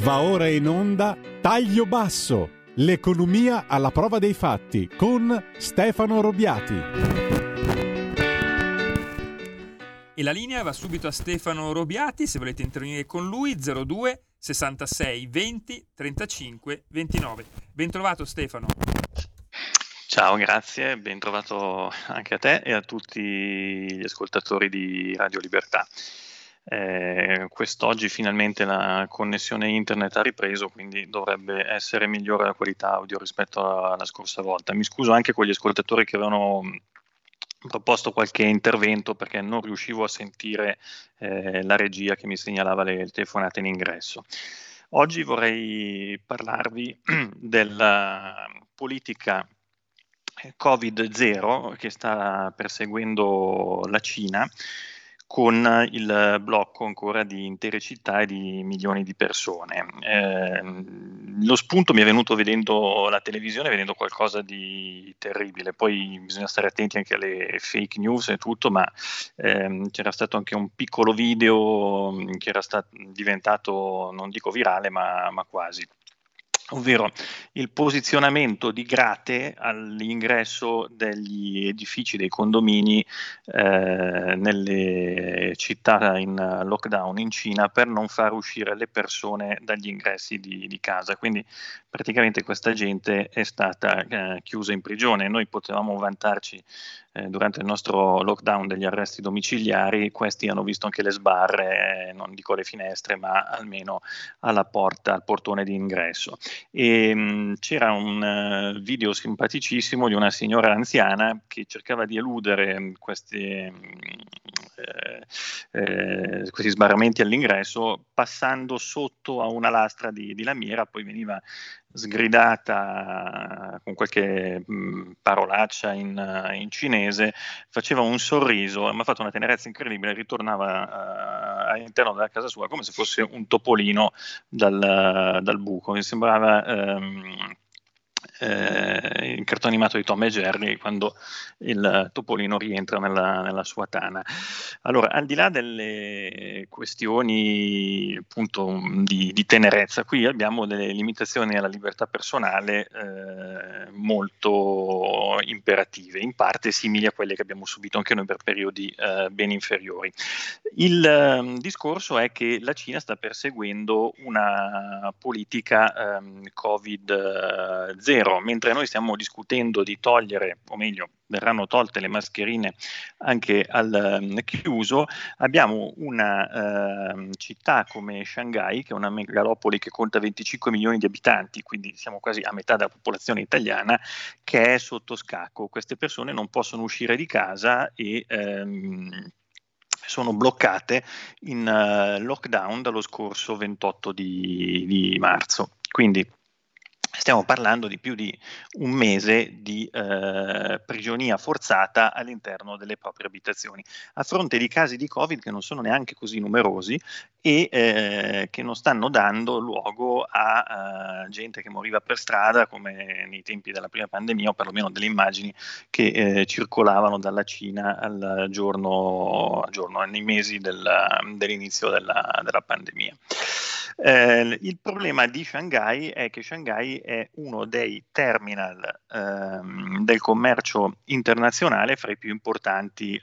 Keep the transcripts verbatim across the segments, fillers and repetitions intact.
Va ora in onda Taglio Basso, l'economia alla prova dei fatti con Stefano Robiati. E la linea va subito a Stefano Robiati, se volete intervenire con lui, zero due sessantasei venti trentacinque ventinove. Ben trovato Stefano. Ciao, grazie, ben trovato anche a te e a tutti gli ascoltatori di Radio Libertà. Eh, quest'oggi finalmente la connessione internet ha ripreso, quindi dovrebbe essere migliore la qualità audio rispetto alla scorsa volta. Mi scuso anche con gli ascoltatori che avevano proposto qualche intervento perché non riuscivo a sentire eh, la regia che mi segnalava le, le telefonate in ingresso. Oggi vorrei parlarvi della politica Covid zero che sta perseguendo la Cina, con il blocco ancora di intere città e di milioni di persone. Eh, lo spunto mi è venuto vedendo la televisione, vedendo qualcosa di terribile. Poi bisogna stare attenti anche alle fake news e tutto, ma ehm, c'era stato anche un piccolo video che era stato diventato, non dico virale, ma, ma quasi. Ovvero il posizionamento di grate all'ingresso degli edifici, dei condomini eh, nelle città in lockdown in Cina per non far uscire le persone dagli ingressi di, di casa. Quindi praticamente questa gente è stata eh, chiusa in prigione. Noi potevamo vantarci eh, durante il nostro lockdown degli arresti domiciliari, questi hanno visto anche le sbarre, eh, non dico le finestre, ma almeno alla porta, al portone di ingresso. E mh, c'era un uh, video simpaticissimo di una signora anziana che cercava di eludere questi, eh, eh, questi sbarramenti all'ingresso passando sotto a una lastra di, di lamiera, poi veniva sgridata con qualche mh, parolaccia in, uh, in cinese, faceva un sorriso, mi ha fatto una tenerezza incredibile, ritornava uh, all'interno della casa sua come se fosse un topolino dal, dal buco. Mi sembrava ehm, eh, il cartone animato di Tom e Jerry quando il topolino rientra nella, nella sua tana. Allora, al di là delle questioni appunto di, di tenerezza, qui abbiamo delle limitazioni alla libertà personale eh, molto imperative, in parte simili a quelle che abbiamo subito anche noi per periodi eh, ben inferiori. Il eh, discorso è che la Cina sta perseguendo una politica ehm, Covid zero, mentre noi stiamo discutendo di togliere, o meglio, verranno tolte le mascherine anche al um, chiuso, abbiamo una uh, città come Shanghai, che è una megalopoli che conta venticinque milioni di abitanti, quindi siamo quasi a metà della popolazione italiana, che è sotto scacco. Queste persone non possono uscire di casa e um, sono bloccate in uh, lockdown dallo scorso ventotto di, di marzo. Quindi stiamo parlando di più di un mese di eh, prigionia forzata all'interno delle proprie abitazioni, a fronte di casi di Covid che non sono neanche così numerosi e eh, che non stanno dando luogo a uh, gente che moriva per strada come nei tempi della prima pandemia, o perlomeno delle immagini che eh, circolavano dalla Cina al giorno, al giorno nei mesi del, dell'inizio della, della pandemia. Eh, il problema di Shanghai è che Shanghai è uno dei terminal ehm, del commercio internazionale fra i più importanti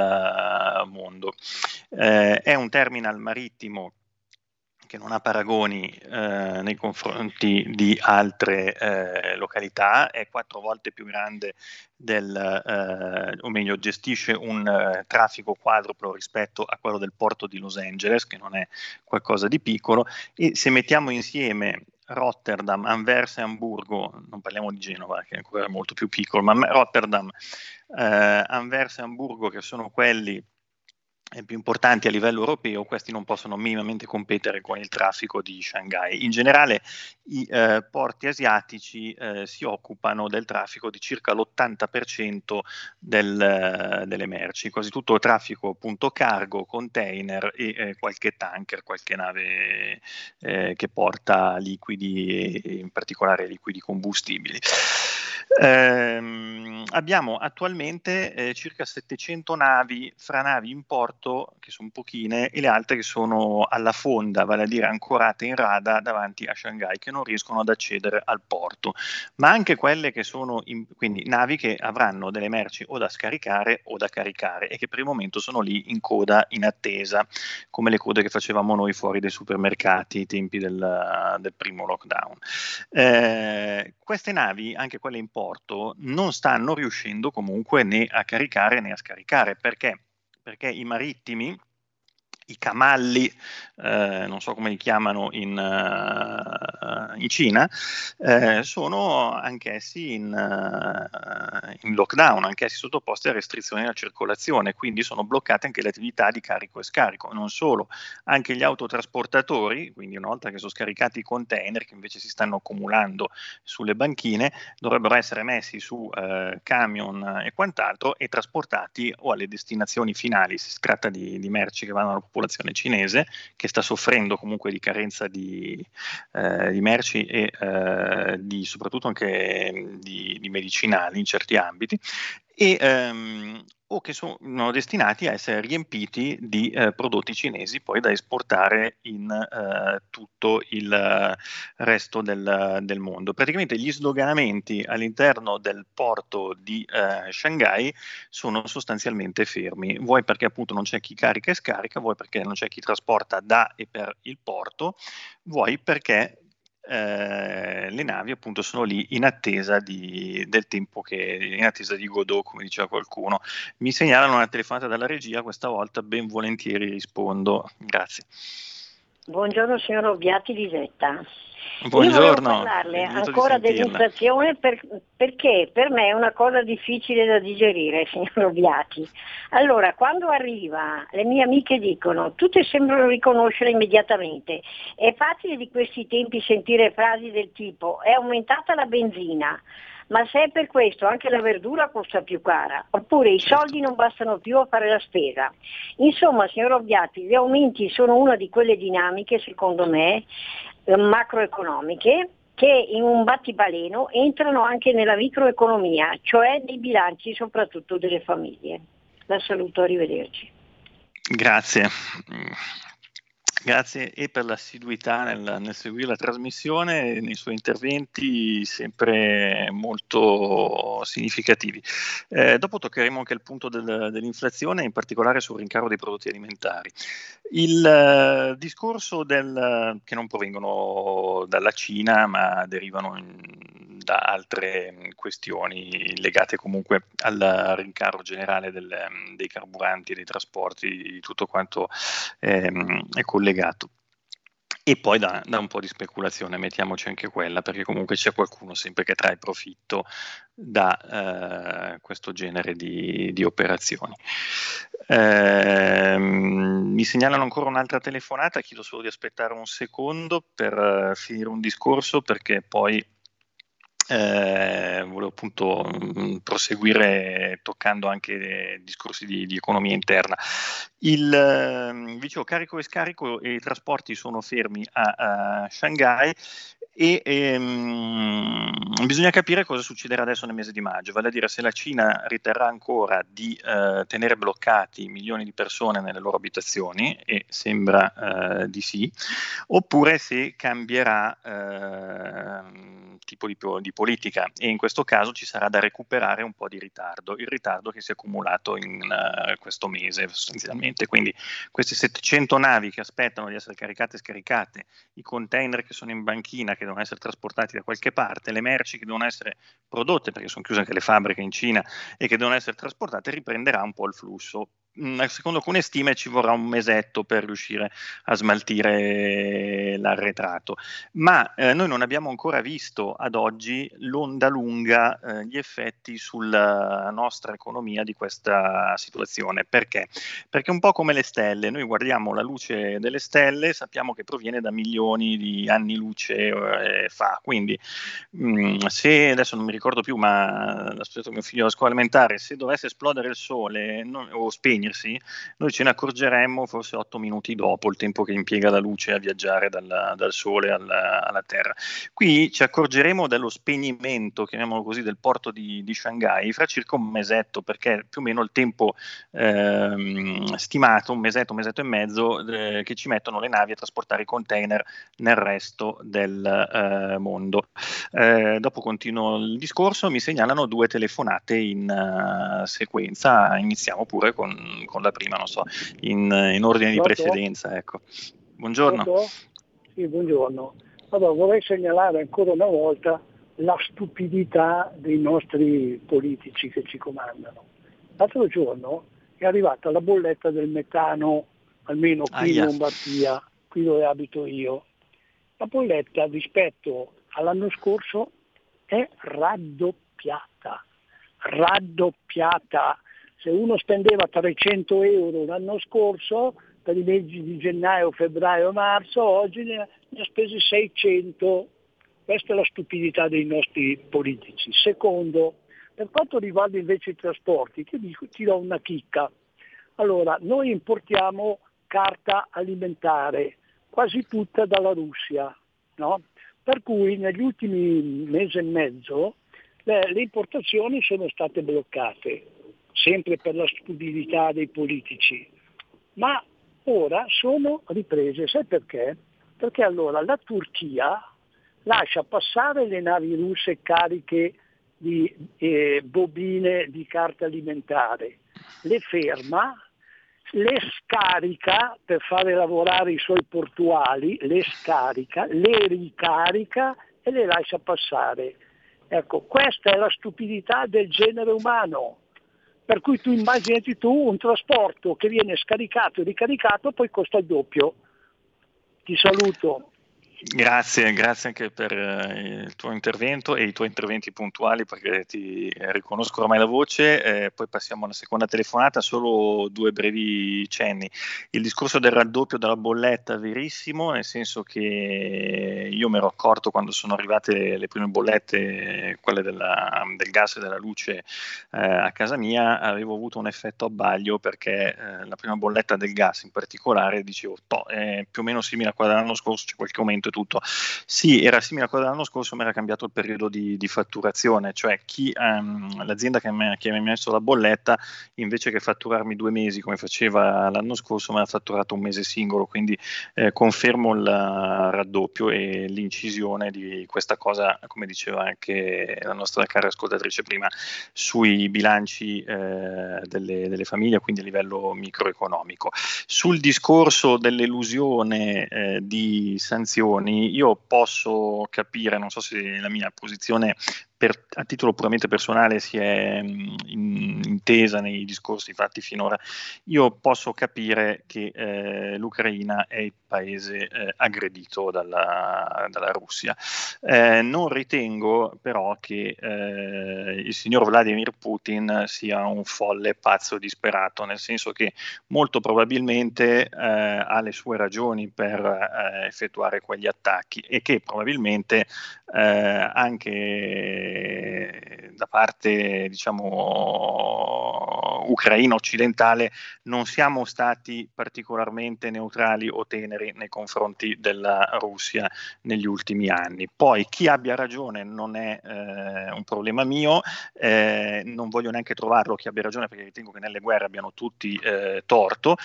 al uh, mondo. Eh, è un terminal marittimo che non ha paragoni eh, nei confronti di altre eh, località, è quattro volte più grande del, eh, o meglio gestisce un eh, traffico quadruplo rispetto a quello del porto di Los Angeles, che non è qualcosa di piccolo, e se mettiamo insieme Rotterdam, Anversa e Amburgo, non parliamo di Genova che è ancora molto più piccolo, ma Rotterdam, eh, Anversa e Amburgo, che sono quelli più importanti a livello europeo, questi non possono minimamente competere con il traffico di Shanghai. In generale i eh, porti asiatici eh, si occupano del traffico di circa l'ottanta per cento del, eh, delle merci, quasi tutto il traffico appunto cargo, container e eh, qualche tanker, qualche nave eh, che porta liquidi e in particolare liquidi combustibili. Ehm, abbiamo attualmente eh, circa settecento navi, fra navi in porto, che sono pochine, e le altre che sono alla fonda, vale a dire ancorate in rada davanti a Shanghai, che non riescono ad accedere al porto, ma anche quelle che sono, in, quindi navi che avranno delle merci o da scaricare o da caricare e che per il momento sono lì in coda, in attesa, come le code che facevamo noi fuori dai supermercati ai tempi del, del primo lockdown. Eh, queste navi, anche quelle in porto, non stanno riuscendo comunque né a caricare né a scaricare. Perché? Perché i marittimi, i camalli, eh, non so come li chiamano in, uh, in Cina, eh, sono anch'essi in, uh, in lockdown, anch'essi sottoposti a restrizioni alla circolazione, quindi sono bloccate anche le attività di carico e scarico. Non solo, anche gli autotrasportatori, quindi una volta che sono scaricati i container che invece si stanno accumulando sulle banchine, dovrebbero essere messi su uh, camion e quant'altro e trasportati o alle destinazioni finali. Si tratta di, di merci che vanno alla popolazione cinese, che sta soffrendo comunque di carenza di, eh, di merci e eh, di, soprattutto anche di, di medicinali in certi ambiti, e ehm, o che sono destinati a essere riempiti di eh, prodotti cinesi poi da esportare in eh, tutto il resto del, del mondo. Praticamente gli sdoganamenti all'interno del porto di eh, Shanghai sono sostanzialmente fermi, vuoi perché appunto non c'è chi carica e scarica, vuoi perché non c'è chi trasporta da e per il porto, vuoi perché Eh, le navi appunto sono lì in attesa di, del tempo che in attesa di Godot, come diceva qualcuno. Mi segnalano una telefonata dalla regia, questa volta ben volentieri rispondo. Grazie. Buongiorno signor Obbiati, Lisetta. Buongiorno. Io volevo parlarle ancora dell'inflazione per, perché per me è una cosa difficile da digerire, signor Obbiati. Allora, quando arriva, le mie amiche dicono, tutte sembrano riconoscere immediatamente. È facile di questi tempi sentire frasi del tipo, è aumentata la benzina, ma se è per questo anche la verdura costa più cara, oppure i soldi non bastano più a fare la spesa. Insomma, signor Obbiati, gli aumenti sono una di quelle dinamiche, secondo me, macroeconomiche, che in un battibaleno entrano anche nella microeconomia, cioè nei bilanci soprattutto delle famiglie. La saluto, arrivederci. Grazie. Grazie e per l'assiduità nel, nel seguire la trasmissione e nei suoi interventi sempre molto significativi. Eh, dopo toccheremo anche il punto del, dell'inflazione, in particolare sul rincaro dei prodotti alimentari. Il uh, discorso del, che non provengono dalla Cina ma derivano in, da altre questioni legate comunque al rincaro generale del, dei carburanti, dei trasporti, di tutto quanto ehm, è collegato. E poi da, da un po' di speculazione, mettiamoci anche quella, perché comunque c'è qualcuno sempre che trae profitto da eh, questo genere di, di operazioni. Eh, mi segnalano ancora un'altra telefonata, chiedo solo di aspettare un secondo per uh, finire un discorso, perché poi Eh, volevo appunto mh, proseguire toccando anche discorsi di, di economia interna. Il eh, dicevo, carico e scarico e i trasporti sono fermi a, a Shanghai e ehm, bisogna capire cosa succederà adesso nel mese di maggio, vale a dire se la Cina riterrà ancora di eh, tenere bloccati milioni di persone nelle loro abitazioni, e sembra eh, di sì, oppure se cambierà eh, tipo di, di politica, e in questo caso ci sarà da recuperare un po' di ritardo, il ritardo che si è accumulato in uh, questo mese sostanzialmente. Quindi queste settecento navi che aspettano di essere caricate e scaricate, i container che sono in banchina che devono essere trasportati da qualche parte, le merci che devono essere prodotte perché sono chiuse anche le fabbriche in Cina e che devono essere trasportate, riprenderà un po' il flusso. Secondo alcune stime ci vorrà un mesetto per riuscire a smaltire l'arretrato, ma eh, noi non abbiamo ancora visto ad oggi l'onda lunga, eh, gli effetti sulla nostra economia di questa situazione. Perché? Perché un po' come le stelle, noi guardiamo la luce delle stelle, sappiamo che proviene da milioni di anni luce eh, fa, quindi mh, se adesso non mi ricordo più, ma aspetto mio figlio alla scuola elementare, se dovesse esplodere il sole non, o spegnere spegnersi, noi ce ne accorgeremmo forse otto minuti dopo, il tempo che impiega la luce a viaggiare dal, dal Sole alla, alla Terra. Qui ci accorgeremo dello spegnimento, chiamiamolo così, del porto di, di Shanghai fra circa un mesetto, perché più o meno il tempo ehm, stimato, un mesetto, un mesetto e mezzo, eh, che ci mettono le navi a trasportare i container nel resto del eh, mondo. Eh, dopo continuo il discorso, mi segnalano due telefonate in uh, sequenza, iniziamo pure con, con la prima, non so, in, in ordine di Pronto? precedenza. Ecco. Buongiorno. Pronto? Sì, buongiorno. Allora, vorrei segnalare ancora una volta la stupidità dei nostri politici che ci comandano. L'altro giorno è arrivata la bolletta del metano, almeno qui Aia. in Lombardia, qui dove abito io. La bolletta rispetto all'anno scorso è raddoppiata, raddoppiata. Se uno spendeva trecento euro l'anno scorso per i mesi di gennaio, febbraio, marzo, oggi ne, ne ha spesi seicento. Questa è la stupidità dei nostri politici. Secondo, per quanto riguarda invece i trasporti, ti, dico, ti do una chicca. Allora, noi importiamo carta alimentare, quasi tutta dalla Russia, no? Per cui negli ultimi mesi e mezzo le, le importazioni sono state bloccate, sempre per la stupidità dei politici, ma ora sono riprese. Sai perché? Perché allora la Turchia lascia passare le navi russe cariche di eh, bobine di carta alimentare, le ferma, le scarica per fare lavorare i suoi portuali, le scarica, le ricarica e le lascia passare. Ecco, questa è la stupidità del genere umano. Per cui tu immaginati tu un trasporto che viene scaricato e ricaricato, poi costa il doppio. Ti saluto. Grazie, grazie anche per eh, il tuo intervento e i tuoi interventi puntuali, perché ti riconosco ormai la voce. Eh, poi passiamo alla seconda telefonata, solo due brevi cenni. Il discorso del raddoppio della bolletta è verissimo, nel senso che io mi ero accorto quando sono arrivate le prime bollette, quelle della, del gas e della luce eh, a casa mia, avevo avuto un effetto abbaglio, perché eh, la prima bolletta del gas in particolare dicevo toh, è più o meno simile a quella dell'anno scorso, c'è qualche aumento e tutto. Sì, era simile a quella dell'anno scorso, ma era cambiato il periodo di, di fatturazione, cioè chi, um, l'azienda che mi, che mi ha messo la bolletta, invece che fatturarmi due mesi come faceva l'anno scorso, mi ha fatturato un mese singolo, quindi eh, confermo il raddoppio e l'incisione di questa cosa, come diceva anche la nostra cara ascoltatrice prima, sui bilanci eh, delle, delle famiglie, quindi a livello microeconomico. Sul discorso dell'elusione eh, di sanzioni, io posso capire, non so se la mia posizione per, a titolo puramente personale si è mh, in, intesa nei discorsi fatti finora, io posso capire che eh, l'Ucraina è il paese eh, aggredito dalla, dalla Russia. Eh, non ritengo però che eh, il signor Vladimir Putin sia un folle pazzo disperato, nel senso che molto probabilmente eh, ha le sue ragioni per eh, effettuare quegli attacchi e che probabilmente eh, anche da parte, diciamo, ucraina occidentale non siamo stati particolarmente neutrali o teneri nei confronti della Russia negli ultimi anni. Poi chi abbia ragione non è eh, un problema mio, eh, non voglio neanche trovarlo chi abbia ragione, perché ritengo che nelle guerre abbiano tutti eh, torto,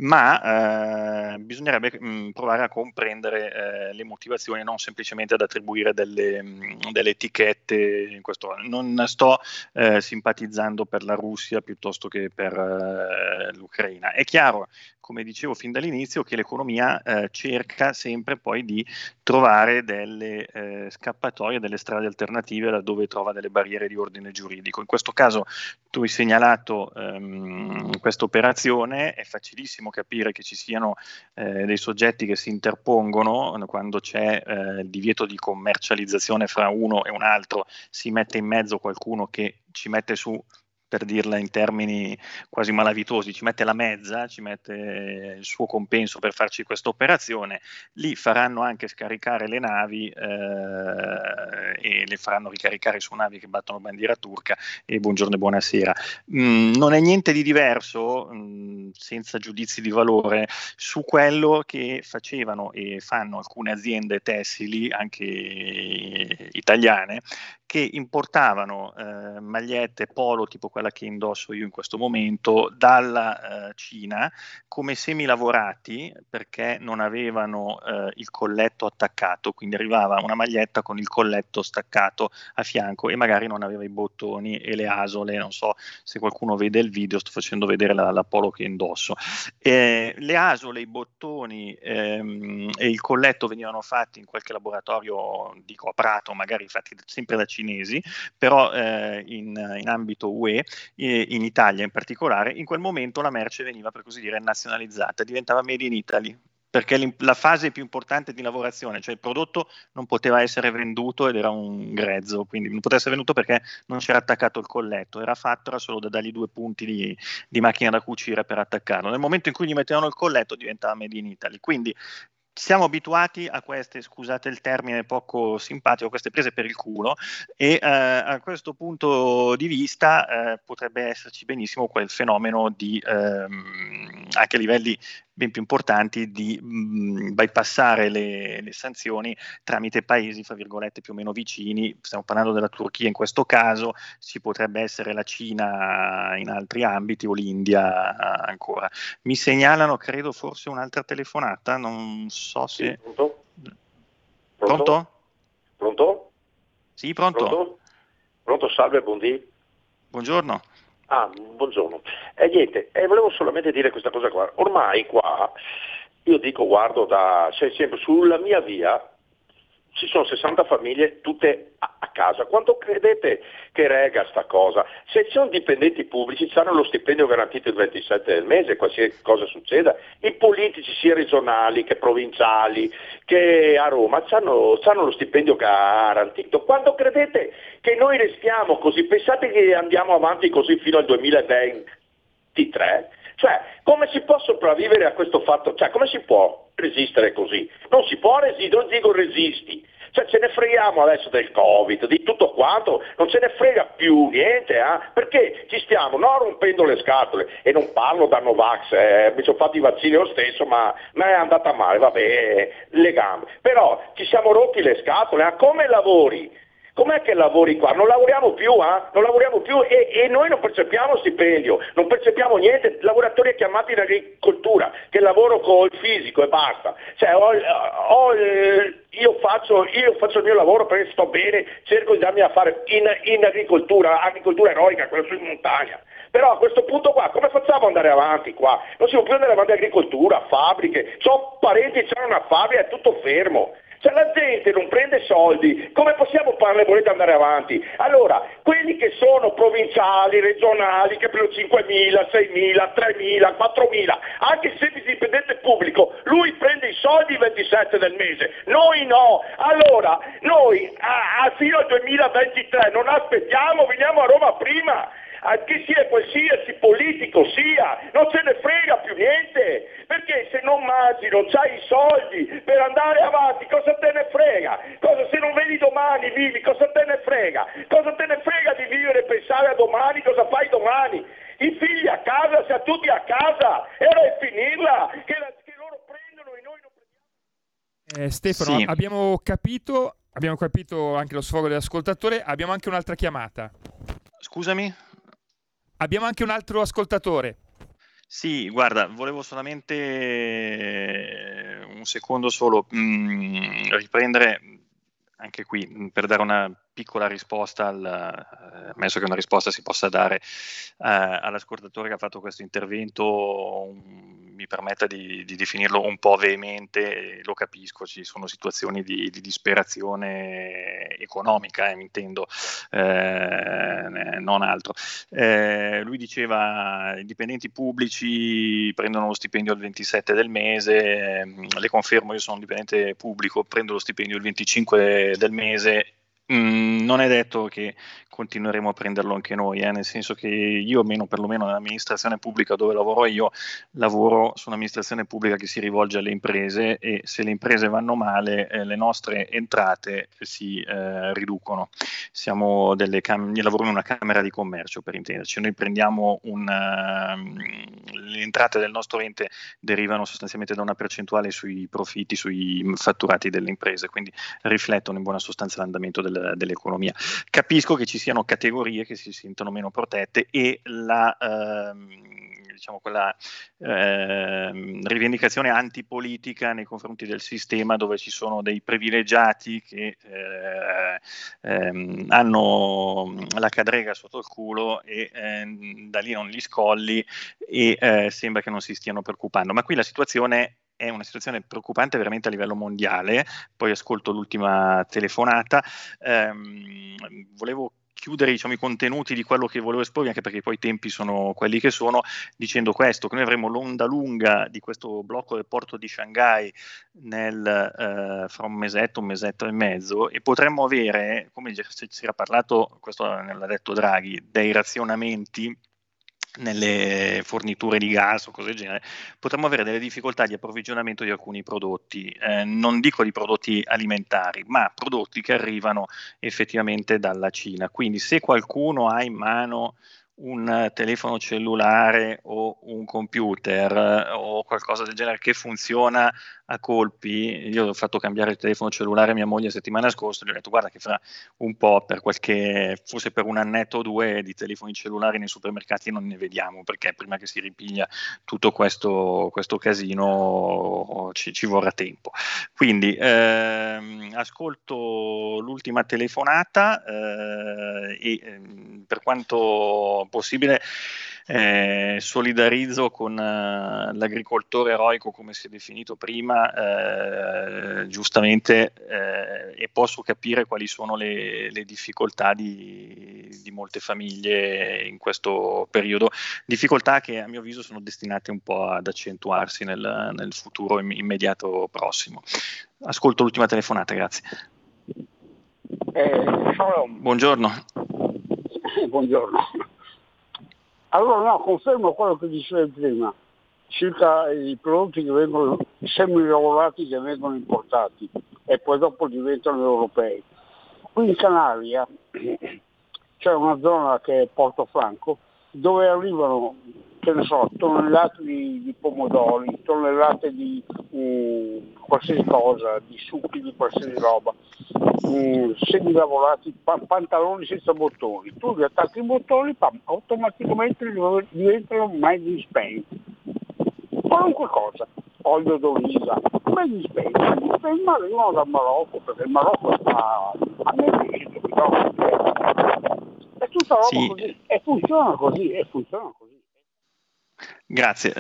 ma eh, bisognerebbe mh, provare a comprendere eh, le motivazioni, non semplicemente ad attribuire delle, mh, delle etichette. In questo non sto eh, simpatizzando per la Russia piuttosto che per eh, l'Ucraina. È chiaro, come dicevo fin dall'inizio, che l'economia eh, cerca sempre poi di trovare delle eh, scappatoie, delle strade alternative laddove trova delle barriere di ordine giuridico. In questo caso tu hai segnalato ehm, questa operazione, è facilissimo capire che ci siano eh, dei soggetti che si interpongono quando c'è eh, il divieto di commercializzazione fra uno e un altro, si mette in mezzo qualcuno che ci mette su per dirla in termini quasi malavitosi, ci mette la mezza, ci mette il suo compenso per farci questa operazione, lì faranno anche scaricare le navi eh, e le faranno ricaricare su navi che battono bandiera turca e buongiorno e buonasera. Mm, non è niente di diverso, mh, senza giudizi di valore, su quello che facevano e fanno alcune aziende tessili, anche italiane, che importavano eh, magliette polo tipo quella che indosso io in questo momento dalla eh, Cina come semilavorati, perché non avevano eh, il colletto attaccato, quindi arrivava una maglietta con il colletto staccato a fianco e magari non aveva i bottoni e le asole. Non so se qualcuno vede il video, sto facendo vedere la, la polo che indosso. Eh, le asole, i bottoni ehm, e il colletto venivano fatti in qualche laboratorio, dico a Prato, magari fatti sempre da cinesi, però eh, in, in ambito U E, eh, in Italia in particolare, in quel momento la merce veniva, per così dire, nazionalizzata, diventava made in Italy, perché la fase più importante di lavorazione, cioè il prodotto non poteva essere venduto ed era un grezzo, quindi non poteva essere venduto perché non c'era attaccato il colletto, era fatto, era solo da dargli due punti di, di macchina da cucire per attaccarlo. Nel momento in cui gli mettevano il colletto diventava made in Italy, quindi siamo abituati a queste, scusate il termine poco simpatico, queste prese per il culo, e eh, a questo punto di vista eh, potrebbe esserci benissimo quel fenomeno di, ehm, anche a livelli ben più importanti, di mh, bypassare le, le sanzioni tramite paesi, fra virgolette, più o meno vicini. Stiamo parlando della Turchia in questo caso, ci potrebbe essere la Cina in altri ambiti o l'India ancora. Mi segnalano, credo, forse un'altra telefonata, non so se... Sì, pronto? Pronto? Pronto? Pronto? Sì, pronto? Pronto? Pronto, salve, buondì. Buongiorno. Ah, buongiorno. E eh, niente, eh, volevo solamente dire questa cosa qua. Ormai qua, io dico, guardo da, cioè, sempre sulla mia via, ci sono sessanta famiglie tutte a, a casa. Quanto credete che rega sta cosa? Se ci sono dipendenti pubblici hanno lo stipendio garantito il ventisette del mese, qualsiasi cosa succeda. I politici sia regionali che provinciali che a Roma hanno lo stipendio garantito. Quanto credete che noi restiamo così? Pensate che andiamo avanti così fino al duemilaventitré? Cioè, come si può sopravvivere a questo fatto? Cioè, come si può resistere così? Non si può resistere, non dico resisti. Cioè, ce ne freghiamo adesso del Covid, di tutto quanto, non ce ne frega più niente, eh? Perché ci stiamo non rompendo le scatole, e non parlo da Novax, eh, mi sono fatti i vaccini lo stesso, ma mi è andata male, vabbè, le gambe. Però ci siamo rotti le scatole, eh? Come lavori? Com'è che lavori qua? Non lavoriamo più, eh? Non lavoriamo più e, e noi non percepiamo stipendio, non percepiamo niente. Lavoratori chiamati in agricoltura, che lavoro col fisico e basta. Cioè, ho, ho, io, faccio, io faccio il mio lavoro perché sto bene, cerco di darmi a fare in, in agricoltura, agricoltura eroica, quella su in montagna. Però a questo punto qua, come facciamo ad andare avanti qua? Non si può più andare avanti agricoltura, fabbriche, so parenti c'hanno una fabbrica, è tutto fermo. Cioè la gente non prende soldi, come possiamo parlare, volete andare avanti? Allora, quelli che sono provinciali, regionali, che prendono cinquemila, seimila, tremila, quattromila, anche il semplice dipendente pubblico, lui prende i soldi il ventisette del mese, noi no. Allora, noi a, a fino al duemilaventitré non aspettiamo, veniamo a Roma prima. Che sia qualsiasi politico sia, non se ne frega più niente, perché se non mangi, non c'hai i soldi per andare avanti, cosa te ne frega? Cosa, se non vedi domani vivi, cosa te ne frega? Cosa te ne frega di vivere e pensare a domani, cosa fai domani? I figli a casa, siamo tutti a casa, e ora è finirla, che, la, che loro prendono e noi non prendiamo. Eh, Stefano, sì. abbiamo capito, abbiamo capito anche lo sfogo dell'ascoltatore, abbiamo anche un'altra chiamata. Scusami? Abbiamo anche un altro ascoltatore. Sì, guarda, volevo solamente un secondo solo mh, riprendere anche qui per dare una piccola risposta, al, eh, ammesso che una risposta si possa dare eh, all'ascoltatore che ha fatto questo intervento, um, mi permetta di, di definirlo un po' veemente, e lo capisco, ci sono situazioni di, di disperazione economica, eh, mi intendo, eh, non altro. Eh, lui diceva i dipendenti pubblici prendono lo stipendio il ventisette del mese, eh, le confermo, io sono un dipendente pubblico, prendo lo stipendio il venticinque del mese, Mm, non è detto che continueremo a prenderlo anche noi, eh, nel senso che io, meno perlomeno nell'amministrazione pubblica dove lavoro io, lavoro su un'amministrazione pubblica che si rivolge alle imprese, e se le imprese vanno male eh, le nostre entrate si eh, riducono. Siamo delle cam- io lavoro in una camera di commercio, per intenderci. Noi prendiamo un, uh, le entrate del nostro ente derivano sostanzialmente da una percentuale sui profitti, sui fatturati delle imprese, quindi riflettono in buona sostanza l'andamento del, dell'economia. Capisco che ci siano categorie che si sentono meno protette, e la ehm, diciamo quella ehm, rivendicazione antipolitica nei confronti del sistema, dove ci sono dei privilegiati che eh, ehm, hanno la cadrega sotto il culo e ehm, da lì non li scolli, e eh, sembra che non si stiano preoccupando. Ma qui la situazione è una situazione preoccupante veramente a livello mondiale. Poi ascolto l'ultima telefonata. Ehm, volevo chiudere, diciamo, i contenuti di quello che volevo esporvi, anche perché poi i tempi sono quelli che sono, dicendo questo, che noi avremo l'onda lunga di questo blocco del porto di Shanghai nel, eh, fra un mesetto, un mesetto e mezzo, e potremmo avere, come si era parlato, questo l'ha detto Draghi, dei razionamenti nelle forniture di gas o cose del genere, potremmo avere delle difficoltà di approvvigionamento di alcuni prodotti, eh, non dico di prodotti alimentari, ma prodotti che arrivano effettivamente dalla Cina. Quindi se qualcuno ha in mano un telefono cellulare o un computer eh, o qualcosa del genere che funziona a colpi, io ho fatto cambiare il telefono cellulare a mia moglie la settimana scorsa, gli ho detto guarda che fra un po', per qualche, forse per un annetto o due, di telefoni cellulari nei supermercati non ne vediamo, perché prima che si ripiglia tutto questo, questo casino ci, ci vorrà tempo. Quindi ehm, ascolto l'ultima telefonata eh, e ehm, per quanto possibile eh, solidarizzo con eh, l'agricoltore eroico, come si è definito prima, eh, giustamente, eh, e posso capire quali sono le, le difficoltà di, di molte famiglie in questo periodo, difficoltà che a mio avviso sono destinate un po' ad accentuarsi nel, nel futuro immediato prossimo. Ascolto l'ultima telefonata, grazie. Eh, Buongiorno. Buongiorno. Allora no, confermo quello che dicevi prima circa i prodotti che vengono semi-lavorati, che vengono importati e poi dopo diventano europei. Qui in Canaria c'è una zona che è Portofranco, dove arrivano, che ne so, tonnellate di, di pomodori, tonnellate di um, qualsiasi cosa, di succhi, di qualsiasi roba, um, semi-lavorati, pa- pantaloni senza bottoni. Tu li attacchi i bottoni, pam, automaticamente diventano made in Spain. Qualunque cosa, olio d'oliva, made in Spain, made in Spain, ma arrivano dal Marocco, perché il Marocco sta a meno di cento chilometri. È tutta roba sì. Così, e funziona così, e funziona così. Grazie,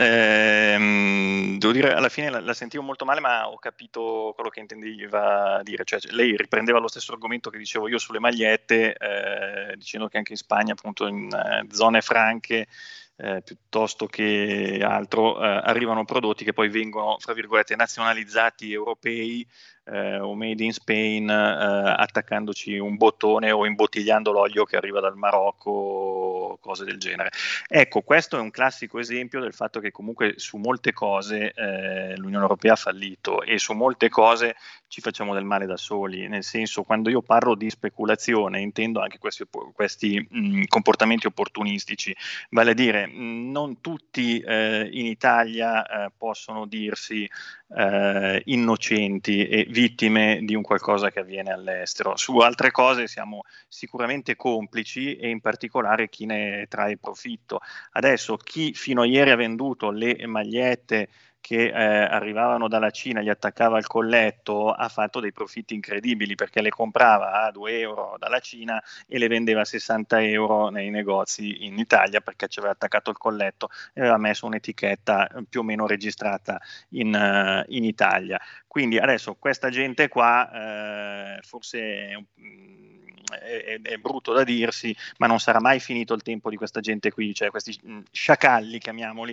eh, devo dire alla fine la, la sentivo molto male, ma ho capito quello che intendeva dire, cioè lei riprendeva lo stesso argomento che dicevo io sulle magliette, eh, dicendo che anche in Spagna, appunto in eh, zone franche, Eh, piuttosto che altro, eh, arrivano prodotti che poi vengono, fra virgolette, nazionalizzati europei eh, o made in Spain, eh, attaccandoci un bottone o imbottigliando l'olio che arriva dal Marocco, cose del genere. Ecco, questo è un classico esempio del fatto che comunque su molte cose eh, l'Unione Europea ha fallito, e su molte cose ci facciamo del male da soli, nel senso, quando io parlo di speculazione intendo anche questi, questi mh, comportamenti opportunistici, vale a dire mh, non tutti eh, in Italia eh, possono dirsi eh, innocenti e vittime di un qualcosa che avviene all'estero. Su altre cose siamo sicuramente complici, e in particolare chi ne trae profitto. Adesso chi fino a ieri ha venduto le magliette che eh, arrivavano dalla Cina, gli attaccava al colletto, ha fatto dei profitti incredibili, perché le comprava a due euro dalla Cina e le vendeva a sessanta euro nei negozi in Italia, perché ci aveva attaccato il colletto e aveva messo un'etichetta più o meno registrata in, uh, in Italia. Quindi adesso questa gente qua eh, forse è, è brutto da dirsi, ma non sarà mai finito il tempo di questa gente qui, cioè questi sciacalli, chiamiamoli,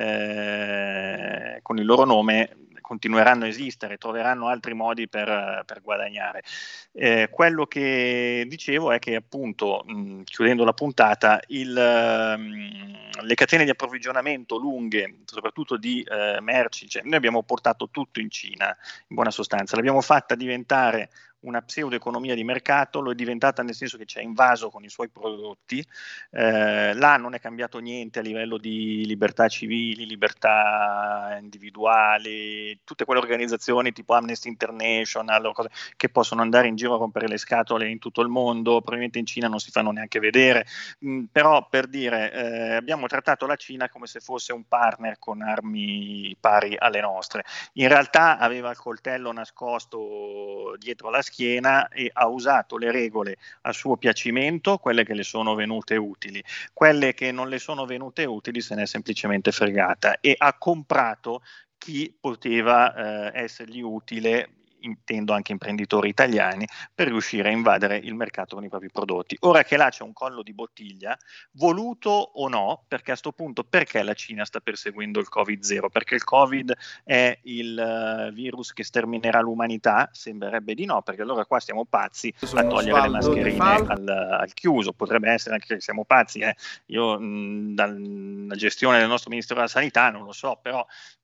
eh, con il loro nome, continueranno a esistere, troveranno altri modi per, per guadagnare. Eh, quello che dicevo è che appunto, mh, chiudendo la puntata, il, mh, le catene di approvvigionamento lunghe, soprattutto di eh, merci, cioè noi abbiamo portato tutto in Cina, in buona sostanza, l'abbiamo fatta diventare una pseudoeconomia di mercato, lo è diventata nel senso che ci ha invaso con i suoi prodotti, eh, là non è cambiato niente a livello di libertà civili, libertà individuali, tutte quelle organizzazioni tipo Amnesty International cose che possono andare in giro a rompere le scatole in tutto il mondo, probabilmente in Cina non si fanno neanche vedere, mh, però per dire, eh, abbiamo trattato la Cina come se fosse un partner con armi pari alle nostre, in realtà aveva il coltello nascosto dietro la schiena e ha usato le regole a suo piacimento, quelle che le sono venute utili, quelle che non le sono venute utili se ne è semplicemente fregata e ha comprato chi poteva eh, essergli utile, intendo anche imprenditori italiani, per riuscire a invadere il mercato con i propri prodotti. Ora che là c'è un collo di bottiglia, voluto o no, perché a sto punto perché la Cina sta perseguendo il Covid zero? Perché il Covid è il uh, virus che sterminerà l'umanità? Sembrerebbe di no, perché allora qua siamo pazzi a togliere le mascherine al, al chiuso, potrebbe essere anche che siamo pazzi, eh. Io mh, dalla gestione del nostro Ministero della Sanità non lo so, però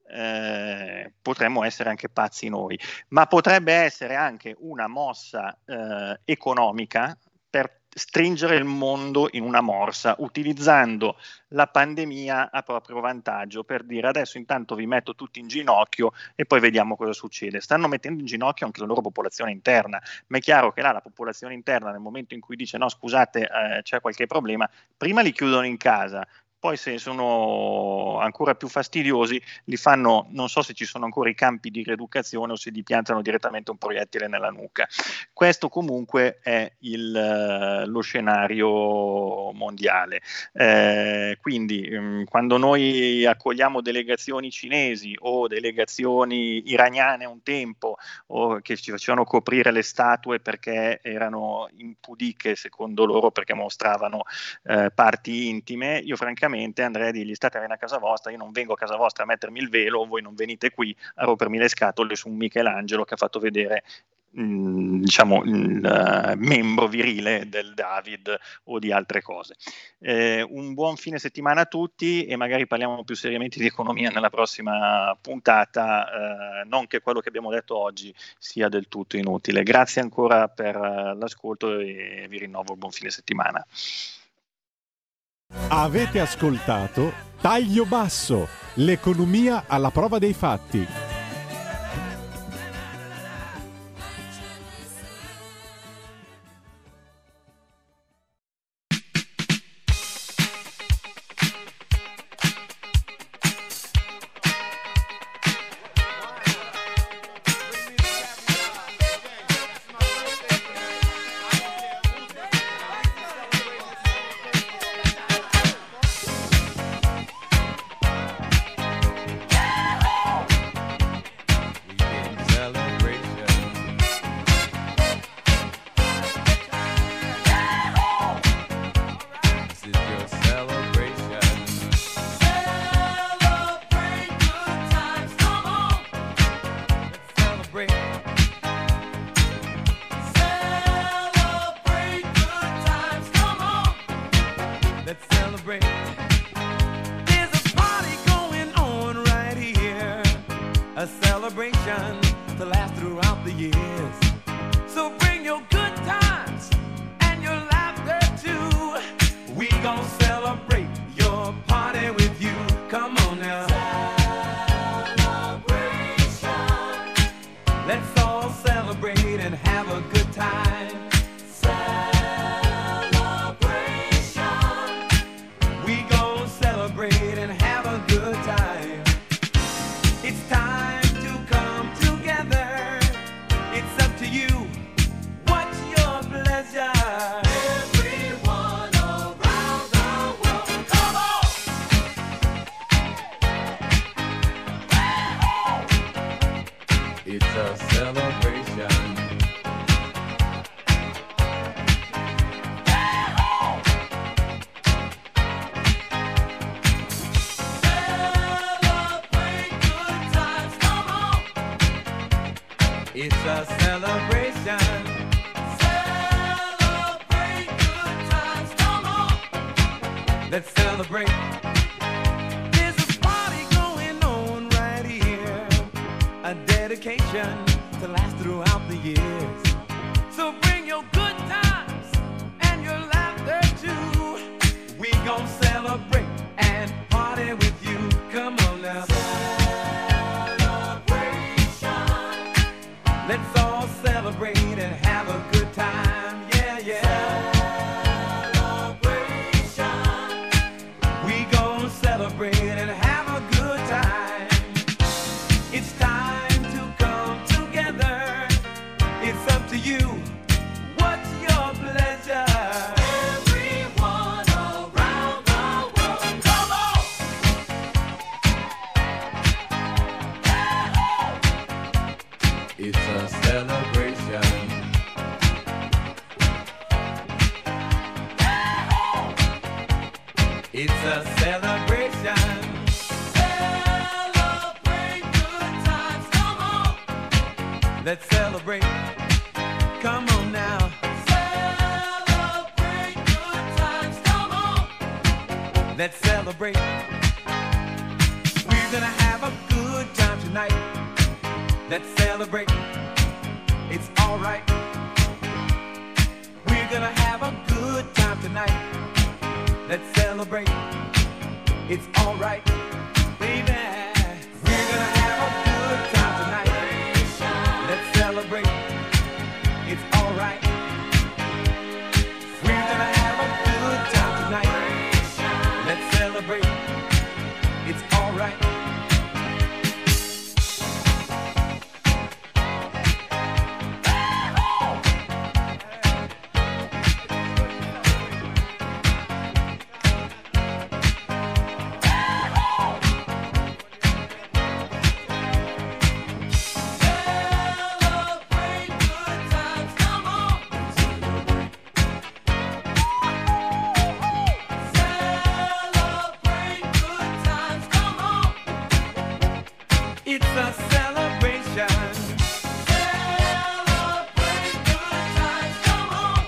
Eh, potremmo essere anche pazzi noi, ma potrebbe essere anche una mossa eh, economica per stringere il mondo in una morsa, utilizzando la pandemia a proprio vantaggio, per dire adesso intanto vi metto tutti in ginocchio e poi vediamo cosa succede. Stanno mettendo in ginocchio anche la loro popolazione interna, ma è chiaro che là la popolazione interna, nel momento in cui dice no scusate eh, c'è qualche problema, prima li chiudono in casa, poi se sono ancora più fastidiosi li fanno, non so se ci sono ancora i campi di rieducazione o se gli piantano direttamente un proiettile nella nuca. Questo comunque è il, lo scenario mondiale. Eh, quindi mh, quando noi accogliamo delegazioni cinesi o delegazioni iraniane un tempo, o che ci facevano coprire le statue perché erano impudiche secondo loro, perché mostravano eh, parti intime, io francamente andrei a dirgli statevene a casa vostra, io non vengo a casa vostra a mettermi il velo, voi non venite qui a rompermi le scatole su un Michelangelo che ha fatto vedere mh, diciamo il uh, membro virile del David o di altre cose. Eh, un buon fine settimana a tutti e magari parliamo più seriamente di economia nella prossima puntata, eh, non che quello che abbiamo detto oggi sia del tutto inutile. Grazie ancora per uh, l'ascolto e vi rinnovo il buon fine settimana. Avete ascoltato Taglio Basso, l'economia alla prova dei fatti. It's a celebration. a celebration. Celebrate good times, come on. Let's celebrate. There's a party going on right here, a dedication to last throughout the years. So bring your good times and your laughter too. We gon' celebrate and party with you. Come on now. Let's all celebrate and have a good time, yeah, yeah. Celebration. We gon' celebrate and have a good time. It's time to come together. It's up to you. What's your pleasure? Everyone around the world, come on! It's a celebration. It's a celebration. Celebrate good times, come on. Let's celebrate. Come on now. Celebrate good times, come on. Let's celebrate. We're gonna have a good time tonight. Let's celebrate. It's all right. We're gonna have a good time tonight. Let's celebrate. It's all right, baby. We're gonna have a good time tonight. Let's celebrate. It's all right. We're gonna have a good time tonight. Let's celebrate. It's all right. It's a celebration. Celebrate good times, come on.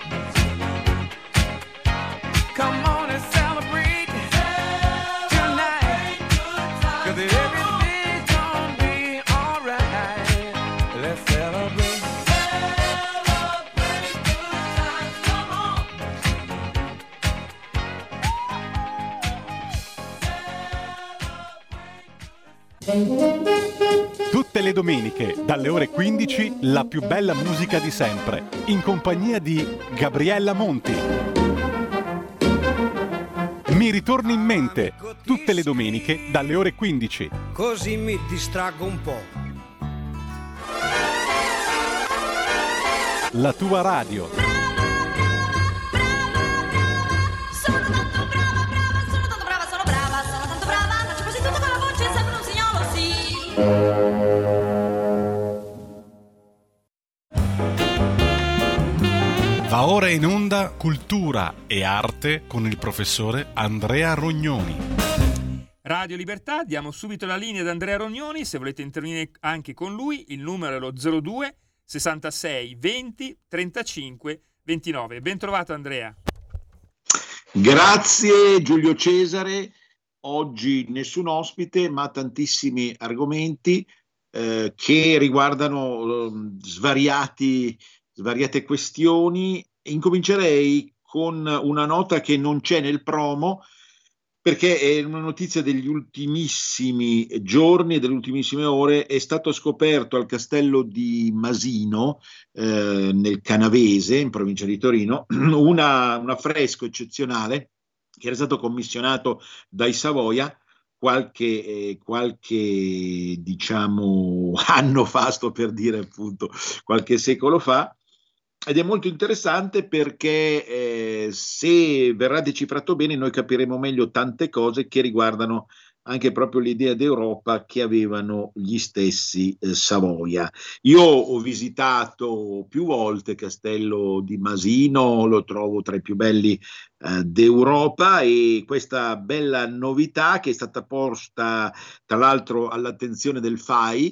Come on and celebrate tonight. Cause everything's gonna be alright. Let's celebrate. Celebrate good times, come on. Tutte le domeniche, dalle ore quindici, la più bella musica di sempre, in compagnia di Gabriella Monti. Mi ritorni in mente, tutte le domeniche, dalle ore quindici. Così mi distraggo un po'. La tua radio. Sono tanto brava, brava, sono tanto brava, sono brava, sono tanto brava, faccio così tutto con la voce, sembra un signolo, sì. Va ora in onda Cultura e Arte con il professore Andrea Rognoni. Radio Libertà, diamo subito la linea ad Andrea Rognoni, se volete intervenire anche con lui, il numero è lo zero due sessantasei venti trentacinque ventinove. Ben trovato Andrea. Grazie Giulio Cesare, oggi nessun ospite ma tantissimi argomenti eh, che riguardano eh, svariati, svariate questioni. Incomincerei con una nota che non c'è nel promo, perché è una notizia degli ultimissimi giorni e delle ultimissime ore. È stato scoperto al castello di Masino, eh, nel Canavese, in provincia di Torino, una, un affresco eccezionale che era stato commissionato dai Savoia qualche, eh, qualche diciamo anno fa, sto per dire appunto qualche secolo fa. Ed è molto interessante perché eh, se verrà decifrato bene noi capiremo meglio tante cose che riguardano anche proprio l'idea d'Europa che avevano gli stessi eh, Savoia. Io ho visitato più volte Castello di Masino, lo trovo tra i più belli eh, d'Europa, e questa bella novità che è stata posta tra l'altro all'attenzione del F A I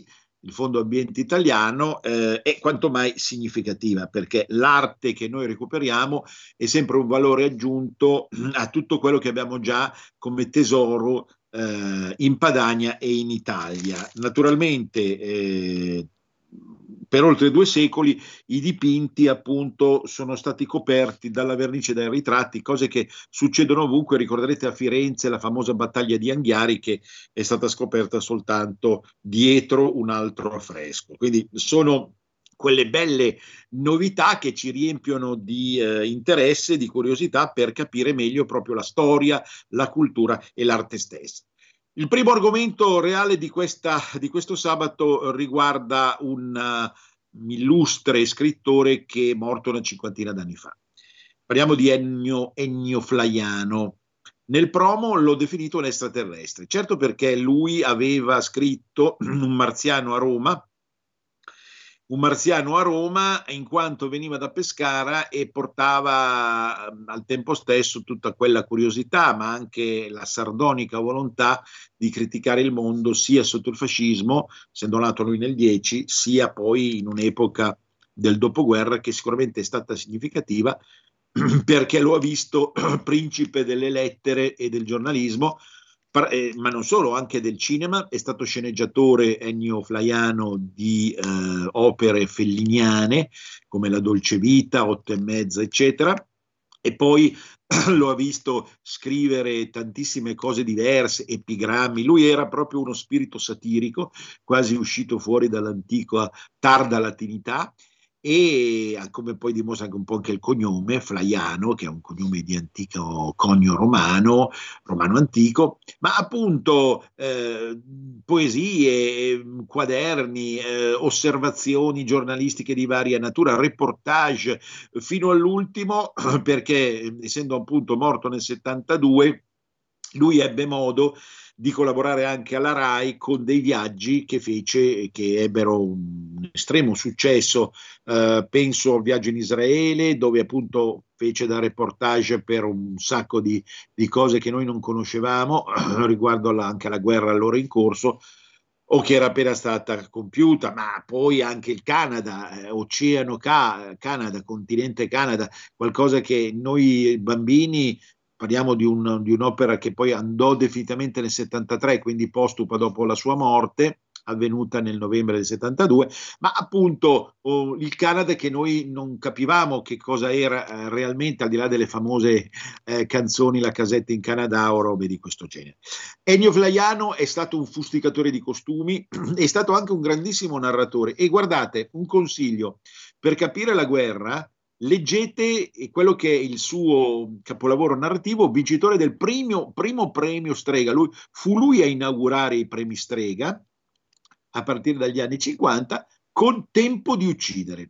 il Fondo Ambiente Italiano, eh, è quanto mai significativa, perché l'arte che noi recuperiamo è sempre un valore aggiunto a tutto quello che abbiamo già come tesoro eh, in Padania e in Italia. Naturalmente eh, per oltre due secoli i dipinti appunto sono stati coperti dalla vernice dai ritratti, cose che succedono ovunque. Ricorderete a Firenze la famosa battaglia di Anghiari, che è stata scoperta soltanto dietro un altro affresco. Quindi sono quelle belle novità che ci riempiono di eh, interesse, di curiosità per capire meglio proprio la storia, la cultura e l'arte stessa. Il primo argomento reale di, questa, di questo sabato riguarda un uh, illustre scrittore che è morto una cinquantina d'anni fa. Parliamo di Ennio, Ennio Flaiano. Nel promo l'ho definito un extraterrestre, certo perché lui aveva scritto Un marziano a Roma, Un marziano a Roma in quanto veniva da Pescara e portava al tempo stesso tutta quella curiosità, ma anche la sardonica volontà di criticare il mondo sia sotto il fascismo, essendo nato lui nel dieci, sia poi in un'epoca del dopoguerra che sicuramente è stata significativa perché lo ha visto principe delle lettere e del giornalismo, ma non solo, anche del cinema. È stato sceneggiatore Ennio Flaiano di eh, opere felliniane come La Dolce Vita, Otto e mezza, eccetera, e poi lo ha visto scrivere tantissime cose diverse, epigrammi. Lui era proprio uno spirito satirico, quasi uscito fuori dall'antica tarda latinità, e come poi dimostra anche un po' anche il cognome Flaiano, che è un cognome di antico conio romano, romano antico, ma appunto eh, poesie, quaderni, eh, osservazioni giornalistiche di varia natura, reportage, fino all'ultimo, perché essendo appunto morto nel settantadue, lui ebbe modo di collaborare anche alla RAI con dei viaggi che fece, che ebbero un estremo successo. Eh, penso al viaggio in Israele, dove appunto fece da reportage per un sacco di, di cose che noi non conoscevamo riguardo alla, anche alla guerra allora in corso o che era appena stata compiuta, ma poi anche il Canada, eh, Oceano Ca- Canada, continente Canada, qualcosa che noi bambini, parliamo di, un, di un'opera che poi andò definitivamente nel settantatré, quindi postuma dopo la sua morte, avvenuta nel novembre del settantadue, ma appunto oh, il Canada che noi non capivamo che cosa era eh, realmente, al di là delle famose eh, canzoni La casetta in Canada o robe di questo genere. Ennio Flaiano è stato un fusticatore di costumi, è stato anche un grandissimo narratore, e guardate, un consiglio: per capire la guerra leggete quello che è il suo capolavoro narrativo, vincitore del primo, primo premio Strega. Lui, fu lui a inaugurare i premi Strega a partire dagli anni cinquanta con Tempo di uccidere.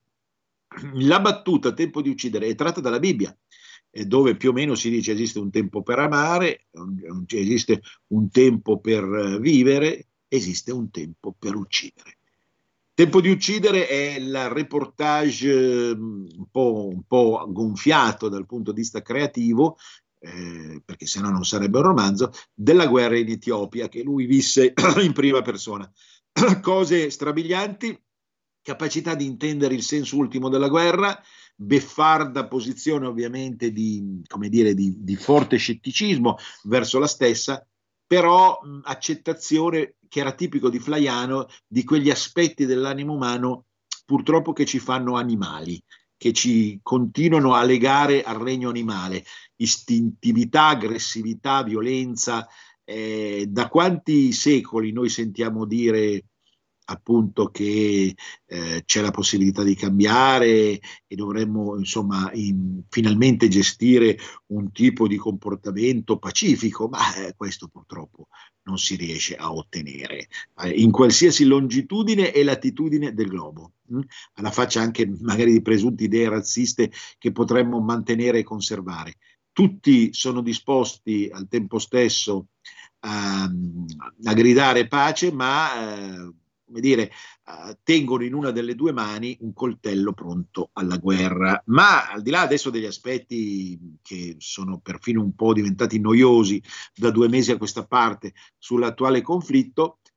La battuta Tempo di uccidere è tratta dalla Bibbia, dove più o meno si dice esiste un tempo per amare, esiste un tempo per vivere, esiste un tempo per uccidere. Tempo di uccidere è il reportage un po', un po' gonfiato dal punto di vista creativo, eh, perché sennò non sarebbe un romanzo, della guerra in Etiopia che lui visse in prima persona. Cose strabilianti, capacità di intendere il senso ultimo della guerra, beffarda posizione ovviamente di, come dire, di, di forte scetticismo verso la stessa, però mh, accettazione, che era tipico di Flaiano, di quegli aspetti dell'animo umano purtroppo che ci fanno animali, che ci continuano a legare al regno animale, istintività, aggressività, violenza. Eh, da quanti secoli noi sentiamo dire appunto che eh, c'è la possibilità di cambiare e dovremmo insomma in, finalmente gestire un tipo di comportamento pacifico, ma eh, questo purtroppo non si riesce a ottenere eh, in qualsiasi longitudine e latitudine del globo, hm? alla faccia anche magari di presunte idee razziste che potremmo mantenere e conservare. Tutti sono disposti al tempo stesso a, a gridare pace, ma eh, come dire, uh, tengono in una delle due mani un coltello pronto alla guerra. Ma al di là adesso degli aspetti che sono perfino un po' diventati noiosi da due mesi a questa parte sull'attuale conflitto,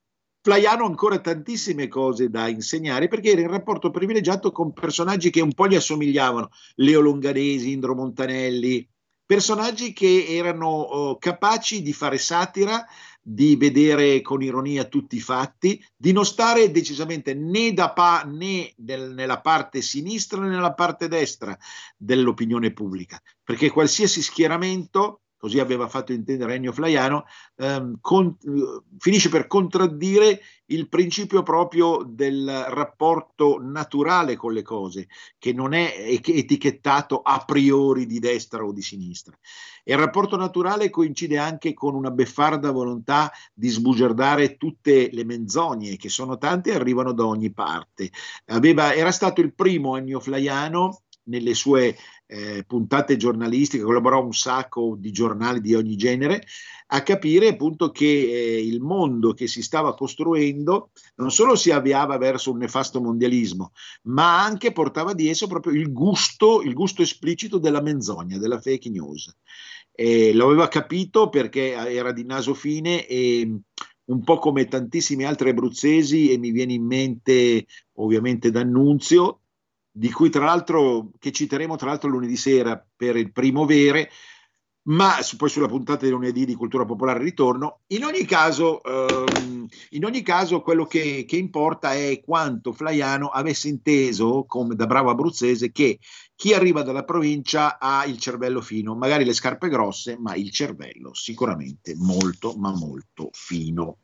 Flaiano ha ancora tantissime cose da insegnare perché era in rapporto privilegiato con personaggi che un po' gli assomigliavano, Leo Longanesi, Indro Montanelli, personaggi che erano oh, capaci di fare satira, di vedere con ironia tutti i fatti, di non stare decisamente né, da pa- né del, nella parte sinistra né nella parte destra dell'opinione pubblica, perché qualsiasi schieramento, così aveva fatto intendere Ennio Flaiano, ehm, con, finisce per contraddire il principio proprio del rapporto naturale con le cose, che non è etichettato a priori di destra o di sinistra. E il rapporto naturale coincide anche con una beffarda volontà di sbugiardare tutte le menzogne, che sono tante e arrivano da ogni parte. Aveva, era stato il primo Ennio Flaiano nelle sue eh, puntate giornalistiche, collaborò a un sacco di giornali di ogni genere, a capire appunto che eh, il mondo che si stava costruendo non solo si avviava verso un nefasto mondialismo, ma anche portava di esso proprio il gusto, il gusto esplicito della menzogna, della fake news. E lo aveva capito perché era di naso fine e un po' come tantissimi altri abruzzesi, e mi viene in mente ovviamente D'Annunzio, di cui tra l'altro, che citeremo tra l'altro lunedì sera per il primo vere, ma su, poi sulla puntata di lunedì di Cultura Popolare ritorno. In ogni caso, ehm, in ogni caso quello che, che importa è quanto Flaiano avesse inteso, come da bravo abruzzese, che chi arriva dalla provincia ha il cervello fino, magari le scarpe grosse, ma il cervello sicuramente molto, ma molto fino.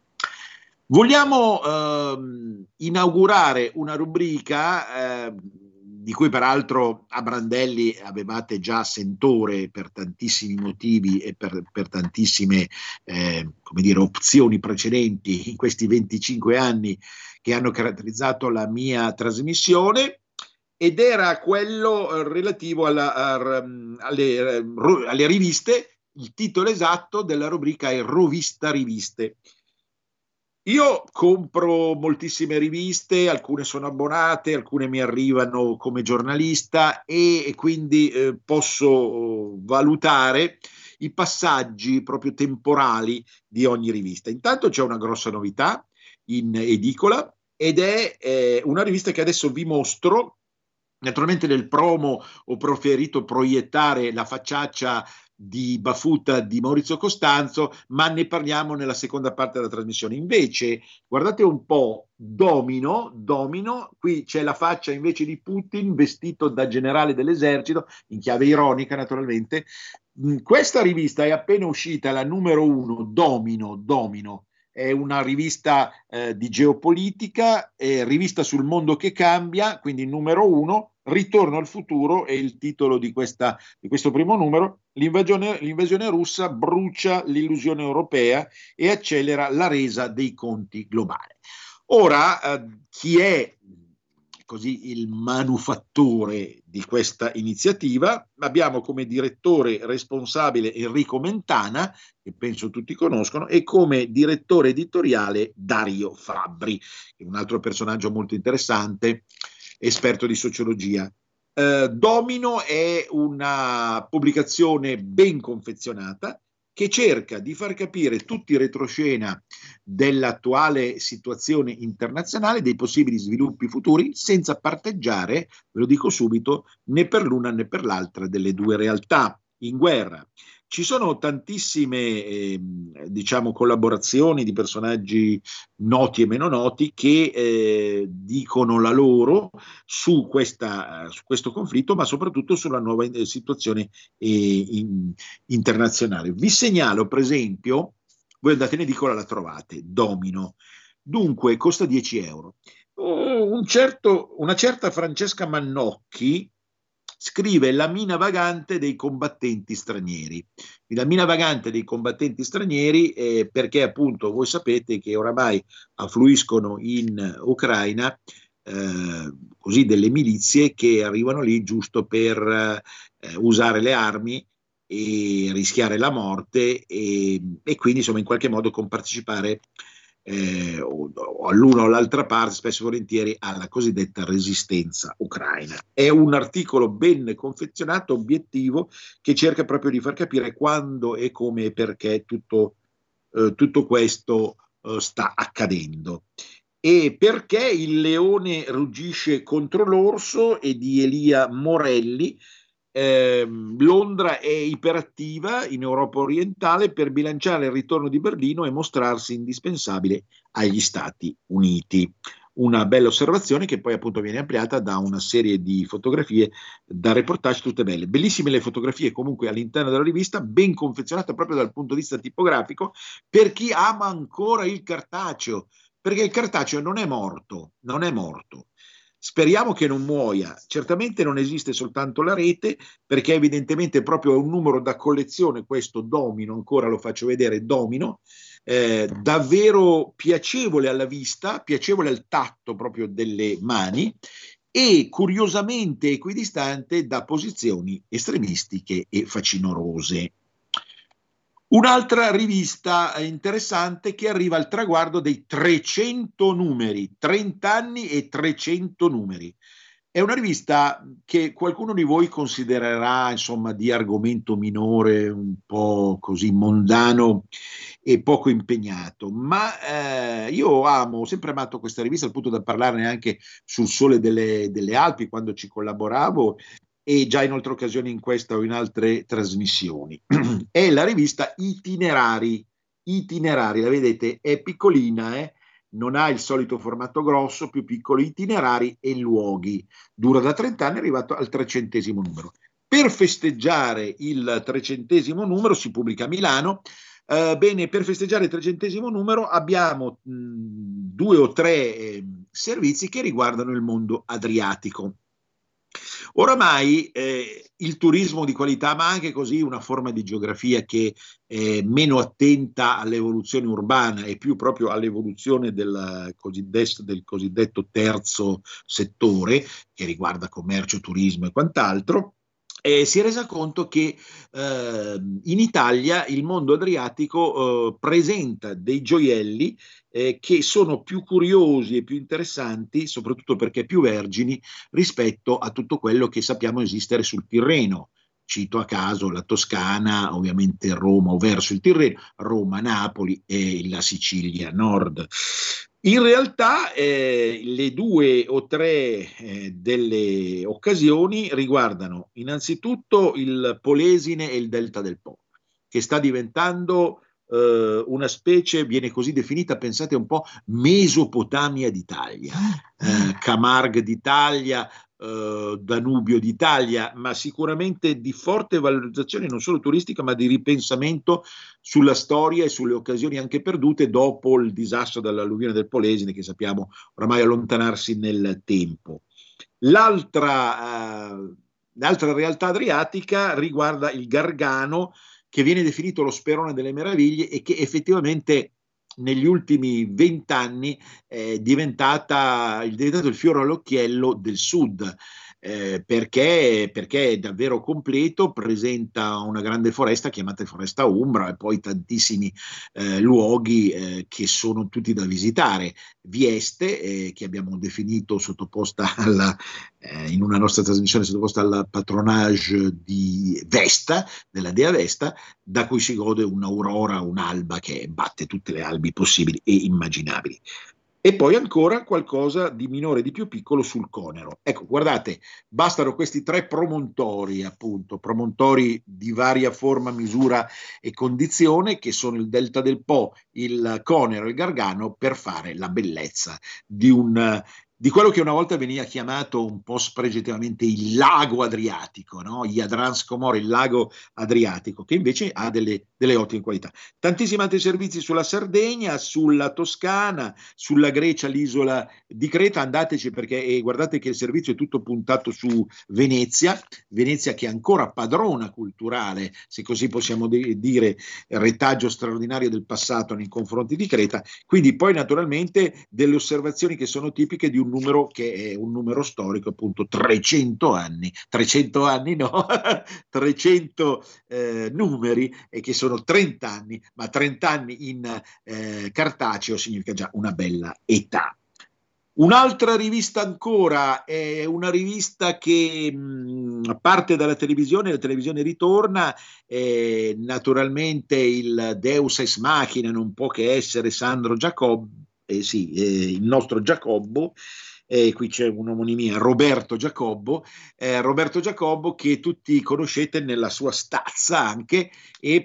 Vogliamo ehm, inaugurare una rubrica eh, di cui peraltro a Brandelli avevate già sentore per tantissimi motivi e per, per tantissime eh, come dire, opzioni precedenti in questi venticinque anni che hanno caratterizzato la mia trasmissione, ed era quello eh, relativo alla, a, alle, alle riviste. Il titolo esatto della rubrica è Rovista Riviste. Io compro moltissime riviste, alcune sono abbonate, alcune mi arrivano come giornalista e, e quindi eh, posso valutare i passaggi proprio temporali di ogni rivista. Intanto c'è una grossa novità in edicola ed è eh, una rivista che adesso vi mostro. Naturalmente nel promo ho preferito proiettare la facciaccia di Bafuta di Maurizio Costanzo, ma ne parliamo nella seconda parte della trasmissione. Invece, guardate un po', Domino, Domino, qui c'è la faccia invece di Putin vestito da generale dell'esercito, in chiave ironica naturalmente. Questa rivista è appena uscita, la numero uno, Domino, Domino. È una rivista eh, di geopolitica, è rivista sul mondo che cambia, quindi numero uno, Ritorno al futuro è il titolo di, questa, di questo primo numero. L'invasione, l'invasione russa brucia l'illusione europea e accelera la resa dei conti globali. Ora, eh, chi è così il manufattore di questa iniziativa? Abbiamo come direttore responsabile Enrico Mentana, che penso tutti conoscono, e come direttore editoriale Dario Fabbri, che è un altro personaggio molto interessante, esperto di sociologia. Eh, Domino è una pubblicazione ben confezionata che cerca di far capire tutti i retroscena dell'attuale situazione internazionale, dei possibili sviluppi futuri, senza parteggiare, ve lo dico subito, né per l'una né per l'altra delle due realtà in guerra. Ci sono tantissime eh, diciamo collaborazioni di personaggi noti e meno noti che eh, dicono la loro su, questa, su questo conflitto, ma soprattutto sulla nuova eh, situazione eh, in, internazionale. Vi segnalo per esempio, voi andate in edicola, la trovate, Domino, dunque costa dieci euro. Un certo, una certa Francesca Mannocchi scrive La mina vagante dei combattenti stranieri. La mina vagante dei combattenti stranieri eh, perché appunto voi sapete che oramai affluiscono in Ucraina eh, così delle milizie che arrivano lì giusto per eh, usare le armi e rischiare la morte e, e quindi insomma in qualche modo compartecipare Eh, o, o all'una o all'altra parte, spesso e volentieri, alla cosiddetta resistenza ucraina. È un articolo ben confezionato, obiettivo, che cerca proprio di far capire quando e come e perché tutto, eh, tutto questo eh, sta accadendo. E perché il leone ruggisce contro l'orso è di Elia Morelli. Eh, Londra è iperattiva in Europa orientale per bilanciare il ritorno di Berlino e mostrarsi indispensabile agli Stati Uniti. Una bella osservazione che poi appunto viene ampliata da una serie di fotografie, da reportage tutte belle. Bellissime le fotografie comunque all'interno della rivista, ben confezionata proprio dal punto di vista tipografico, per chi ama ancora il cartaceo, perché il cartaceo non è morto, non è morto. Speriamo che non muoia. Certamente non esiste soltanto la rete, perché evidentemente proprio è un numero da collezione, questo Domino, ancora lo faccio vedere, Domino, eh, davvero piacevole alla vista, piacevole al tatto proprio delle mani e curiosamente equidistante da posizioni estremistiche e facinorose. Un'altra rivista interessante che arriva al traguardo dei trecento numeri, trenta anni e trecento numeri. È una rivista che qualcuno di voi considererà, insomma, di argomento minore, un po' così mondano e poco impegnato, ma eh, io amo, ho sempre amato questa rivista al punto da parlarne anche sul Sole delle, delle Alpi quando ci collaboravo, e già in altre occasioni in questa o in altre trasmissioni. È la rivista Itinerari, Itinerari, la vedete, è piccolina, eh? Non ha il solito formato grosso, più piccolo, Itinerari e luoghi. Dura da trenta anni, è arrivato al trecentesimo numero. Per festeggiare il trecentesimo numero, si pubblica a Milano. Uh, bene, per festeggiare il trecentesimo numero abbiamo mh, due o tre eh, servizi che riguardano il mondo adriatico. Oramai eh, il turismo di qualità, ma anche così una forma di geografia che è meno attenta all'evoluzione urbana e più proprio all'evoluzione del cosiddetto, del cosiddetto terzo settore, che riguarda commercio, turismo e quant'altro, eh, si è resa conto che eh, in Italia il mondo adriatico eh, presenta dei gioielli eh, che sono più curiosi e più interessanti, soprattutto perché più vergini rispetto a tutto quello che sappiamo esistere sul Tirreno. Cito a caso la Toscana, ovviamente Roma o verso il Tirreno, Roma, Napoli e la Sicilia nord. In realtà eh, le due o tre eh, delle occasioni riguardano innanzitutto il Polesine e il Delta del Po, che sta diventando eh, una specie, viene così definita, pensate un po', Mesopotamia d'Italia, eh, Camargue d'Italia, Uh, Danubio d'Italia, ma sicuramente di forte valorizzazione non solo turistica, ma di ripensamento sulla storia e sulle occasioni anche perdute dopo il disastro dell'alluvione del Polesine, che sappiamo oramai allontanarsi nel tempo. L'altra, uh, l'altra realtà adriatica riguarda il Gargano, che viene definito lo Sperone delle Meraviglie e che effettivamente negli ultimi vent'anni è diventata, è diventato il fiore all'occhiello del sud, eh, perché, perché è davvero completo, presenta una grande foresta chiamata Foresta Umbra e poi tantissimi eh, luoghi eh, che sono tutti da visitare. Vieste, eh, che abbiamo definito sottoposta alla, eh, in una nostra trasmissione sottoposta al patronage di Vesta, della dea Vesta, da cui si gode un'aurora, un'alba che batte tutte le albi possibili e immaginabili. E poi ancora qualcosa di minore e di più piccolo sul Conero. Ecco, guardate, bastano questi tre promontori, appunto, promontori di varia forma, misura e condizione, che sono il Delta del Po, il Conero e il Gargano, per fare la bellezza di un... di quello che una volta veniva chiamato un po' spregiativamente il lago Adriatico, no? Jadransk Comore, il lago Adriatico, che invece ha delle, delle ottime qualità. Tantissimi altri servizi sulla Sardegna, sulla Toscana, sulla Grecia, l'isola di Creta. Andateci, perché eh, guardate che il servizio è tutto puntato su Venezia, Venezia che è ancora padrona culturale, se così possiamo de- dire, retaggio straordinario del passato nei confronti di Creta. Quindi poi naturalmente delle osservazioni che sono tipiche di un numero che è un numero storico, appunto trecento anni, trecento anni no, trecento eh, numeri, e che sono trenta anni, ma trenta anni in eh, cartaceo significa già una bella età. Un'altra rivista ancora è una rivista che mh, ehm, parte dalla televisione, la televisione ritorna, eh, naturalmente il Deus ex machina non può che essere Sandro Giacobbo, eh, sì, eh, il nostro Giacobbo. Eh, qui c'è un'omonimia, Roberto Giacobbo, eh, Roberto Giacobbo che tutti conoscete nella sua stazza anche, e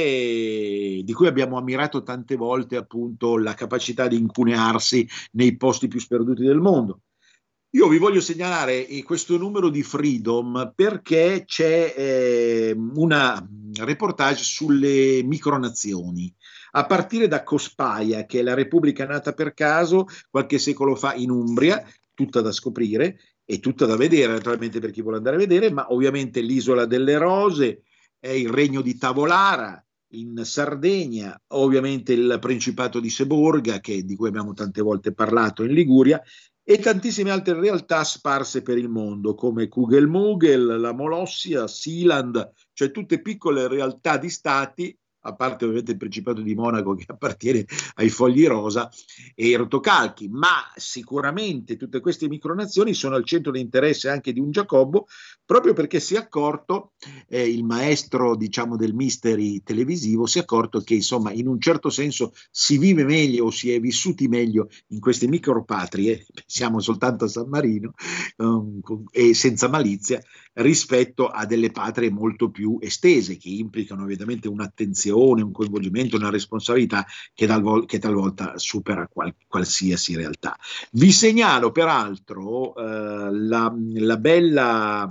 perché di cui abbiamo ammirato tante volte appunto la capacità di incunearsi nei posti più sperduti del mondo. Io vi voglio segnalare questo numero di Freedom perché c'è eh, una reportage sulle micronazioni, a partire da Cospaia, che è la repubblica nata per caso qualche secolo fa in Umbria, tutta da scoprire e tutta da vedere naturalmente per chi vuole andare a vedere, ma ovviamente l'isola delle Rose, è il regno di Tavolara in Sardegna, ovviamente il Principato di Seborga, che, di cui abbiamo tante volte parlato, in Liguria, e tantissime altre realtà sparse per il mondo, come Kugelmugel, la Molossia, Sealand, cioè tutte piccole realtà di stati, a parte ovviamente il Principato di Monaco che appartiene ai Fogli Rosa e i Rotocalchi, ma sicuramente tutte queste micronazioni sono al centro di interesse anche di un Giacobbo, proprio perché si è accorto, eh, il maestro diciamo del mystery televisivo, si è accorto che insomma in un certo senso si vive meglio o si è vissuti meglio in queste micropatrie, pensiamo soltanto a San Marino, um, e senza malizia, rispetto a delle patrie molto più estese, che implicano ovviamente un'attenzione, un coinvolgimento, una responsabilità che, talvolta, che talvolta supera qual, qualsiasi realtà. Vi segnalo peraltro eh, la, la, bella,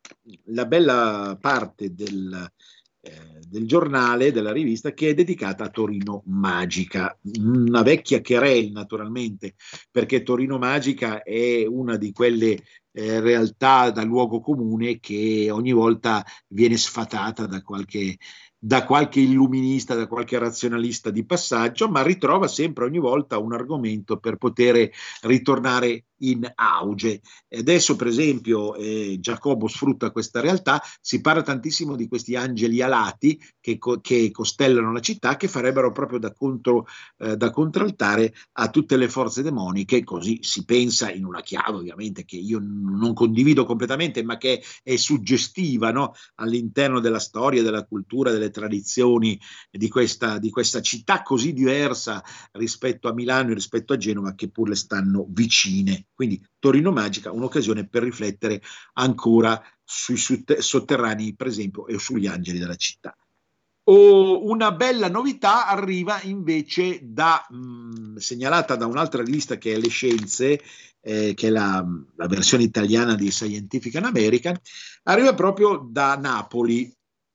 la bella parte del, eh, del giornale, della rivista, che è dedicata a Torino Magica, una vecchia querelle naturalmente, perché Torino Magica è una di quelle Eh, realtà da luogo comune che ogni volta viene sfatata da qualche, da qualche illuminista, da qualche razionalista di passaggio, ma ritrova sempre ogni volta un argomento per poter ritornare in auge. E adesso per esempio eh, Giacobbo sfrutta questa realtà, si parla tantissimo di questi angeli alati che, co- che costellano la città, che farebbero proprio da, contro, eh, da contraltare a tutte le forze demoniche, così si pensa, in una chiave ovviamente che io non condivido completamente, ma che è suggestiva, no? All'interno della storia, della cultura, delle tradizioni di questa, di questa città così diversa rispetto a Milano e rispetto a Genova, che pur le stanno vicine. Quindi Torino Magica, un'occasione per riflettere ancora sui sotterranei, per esempio, e sugli angeli della città. Oh, una bella novità arriva invece da, mh, segnalata da un'altra rivista che è Le Scienze, eh, che è la, la versione italiana di Scientific American, arriva proprio da Napoli.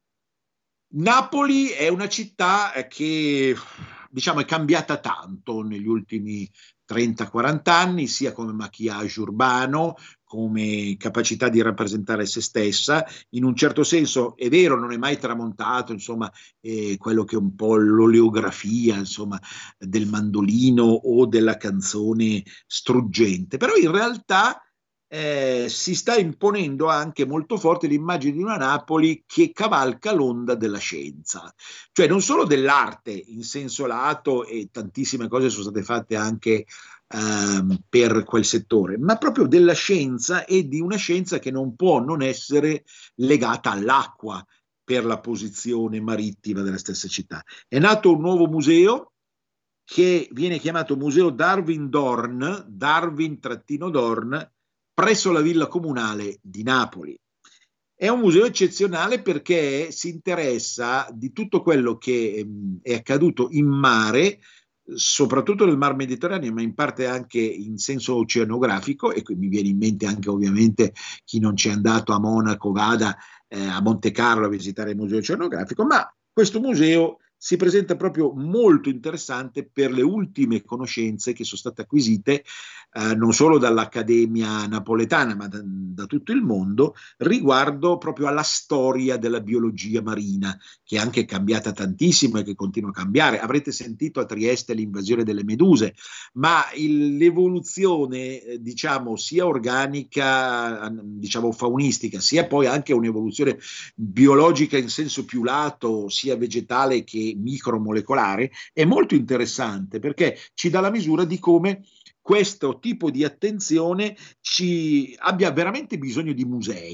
Napoli è una città che diciamo è cambiata tanto negli ultimi trenta quaranta anni, sia come maquillage urbano, come capacità di rappresentare se stessa. In un certo senso è vero, non è mai tramontato insomma eh, quello che è un po' l'oleografia insomma del mandolino o della canzone struggente, però in realtà Eh, si sta imponendo anche molto forte l'immagine di una Napoli che cavalca l'onda della scienza, cioè non solo dell'arte in senso lato, e tantissime cose sono state fatte anche ehm, per quel settore, ma proprio della scienza, e di una scienza che non può non essere legata all'acqua per la posizione marittima della stessa città. È nato un nuovo museo che viene chiamato Museo Darwin Dorn, Darwin-Dorn, presso la Villa Comunale di Napoli. È un museo eccezionale perché si interessa di tutto quello che mh, è accaduto in mare, soprattutto nel Mar Mediterraneo, ma in parte anche in senso oceanografico, e qui mi viene in mente anche ovviamente chi non c'è andato a Monaco vada eh, a Monte Carlo a visitare il museo oceanografico, ma questo museo si presenta proprio molto interessante per le ultime conoscenze che sono state acquisite eh, non solo dall'Accademia Napoletana, ma da, da tutto il mondo, riguardo proprio alla storia della biologia marina, che è anche cambiata tantissimo e che continua a cambiare. Avrete sentito a Trieste l'invasione delle meduse, ma il, l'evoluzione, eh, diciamo, sia organica, diciamo faunistica, sia poi anche un'evoluzione biologica in senso più lato, sia vegetale che micromolecolare, è molto interessante perché ci dà la misura di come questo tipo di attenzione ci abbia veramente bisogno di musei,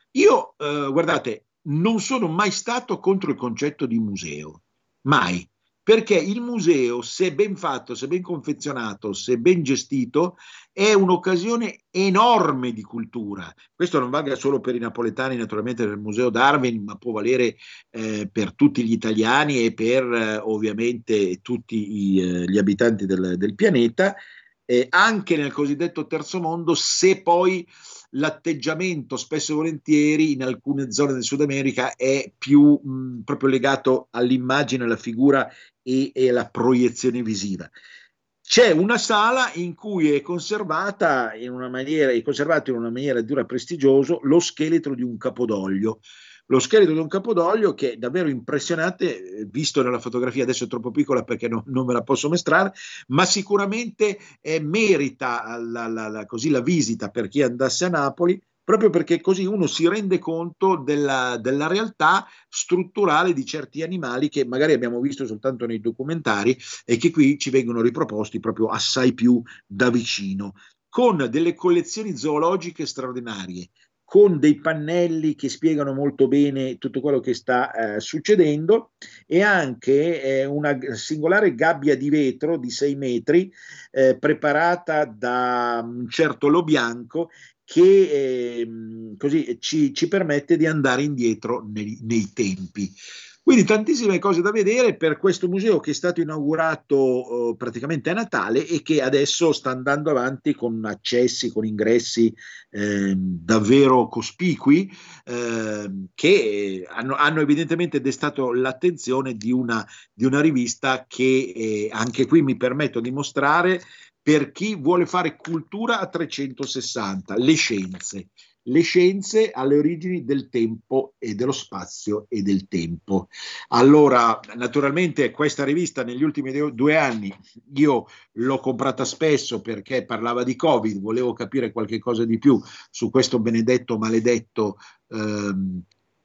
Io, eh, guardate, non sono mai stato contro il concetto di museo, mai, perché il museo, se ben fatto, se ben confezionato, se ben gestito, è un'occasione enorme di cultura. Questo non valga solo per i napoletani, naturalmente del Museo Darwin, ma può valere eh, per tutti gli italiani e per eh, ovviamente tutti i, eh, gli abitanti del, del pianeta, eh, anche nel cosiddetto terzo mondo, se poi l'atteggiamento spesso e volentieri in alcune zone del Sud America è più mh, proprio legato all'immagine, alla figura e, e alla proiezione visiva. C'è una sala in cui è conservata in una maniera, è conservato in una maniera dura prestigioso lo scheletro di un capodoglio. Lo scheletro di un capodoglio che è davvero impressionante, visto nella fotografia, adesso è troppo piccola perché no, non me la posso mostrare, ma sicuramente eh, merita la, la, la, così, la visita per chi andasse a Napoli, proprio perché così uno si rende conto della, della realtà strutturale di certi animali che magari abbiamo visto soltanto nei documentari e che qui ci vengono riproposti proprio assai più da vicino, con delle collezioni zoologiche straordinarie, con dei pannelli che spiegano molto bene tutto quello che sta eh, succedendo, e anche eh, una singolare gabbia di vetro di sei metri eh, preparata da un certo Lo Bianco che eh, così ci, ci permette di andare indietro nei, nei tempi. Quindi tantissime cose da vedere per questo museo che è stato inaugurato eh, praticamente a Natale e che adesso sta andando avanti con accessi, con ingressi eh, davvero cospicui eh, che hanno, hanno evidentemente destato l'attenzione di una, di una rivista che eh, anche qui mi permetto di mostrare per chi vuole fare cultura a trecentosessanta, le scienze. Le scienze alle origini del tempo e dello spazio e del tempo. Allora, naturalmente questa rivista negli ultimi due anni io l'ho comprata spesso perché parlava di Covid, volevo capire qualche cosa di più su questo benedetto, maledetto ehm,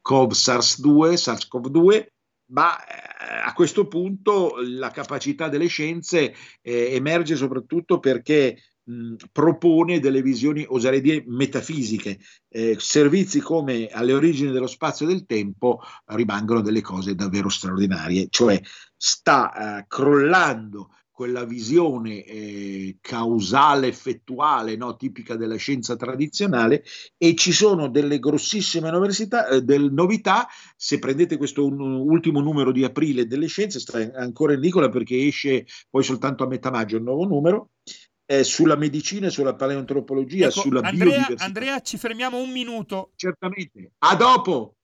SARS due, SARS-CoV due, ma eh, a questo punto la capacità delle scienze eh, emerge soprattutto perché Mh, propone delle visioni, oserei dire, metafisiche. Eh, servizi come alle origini dello spazio e del tempo rimangono delle cose davvero straordinarie, cioè sta eh, crollando quella visione eh, causale effettuale, no, tipica della scienza tradizionale, e ci sono delle grossissime università, eh, del novità. Se prendete questo un, ultimo numero di aprile delle scienze, sta ancora in edicola perché esce poi soltanto a metà maggio il nuovo numero, Eh, sulla medicina, sulla paleoantropologia, ecco, sulla Andrea, biodiversità. Andrea, ci fermiamo un minuto. Certamente. A dopo!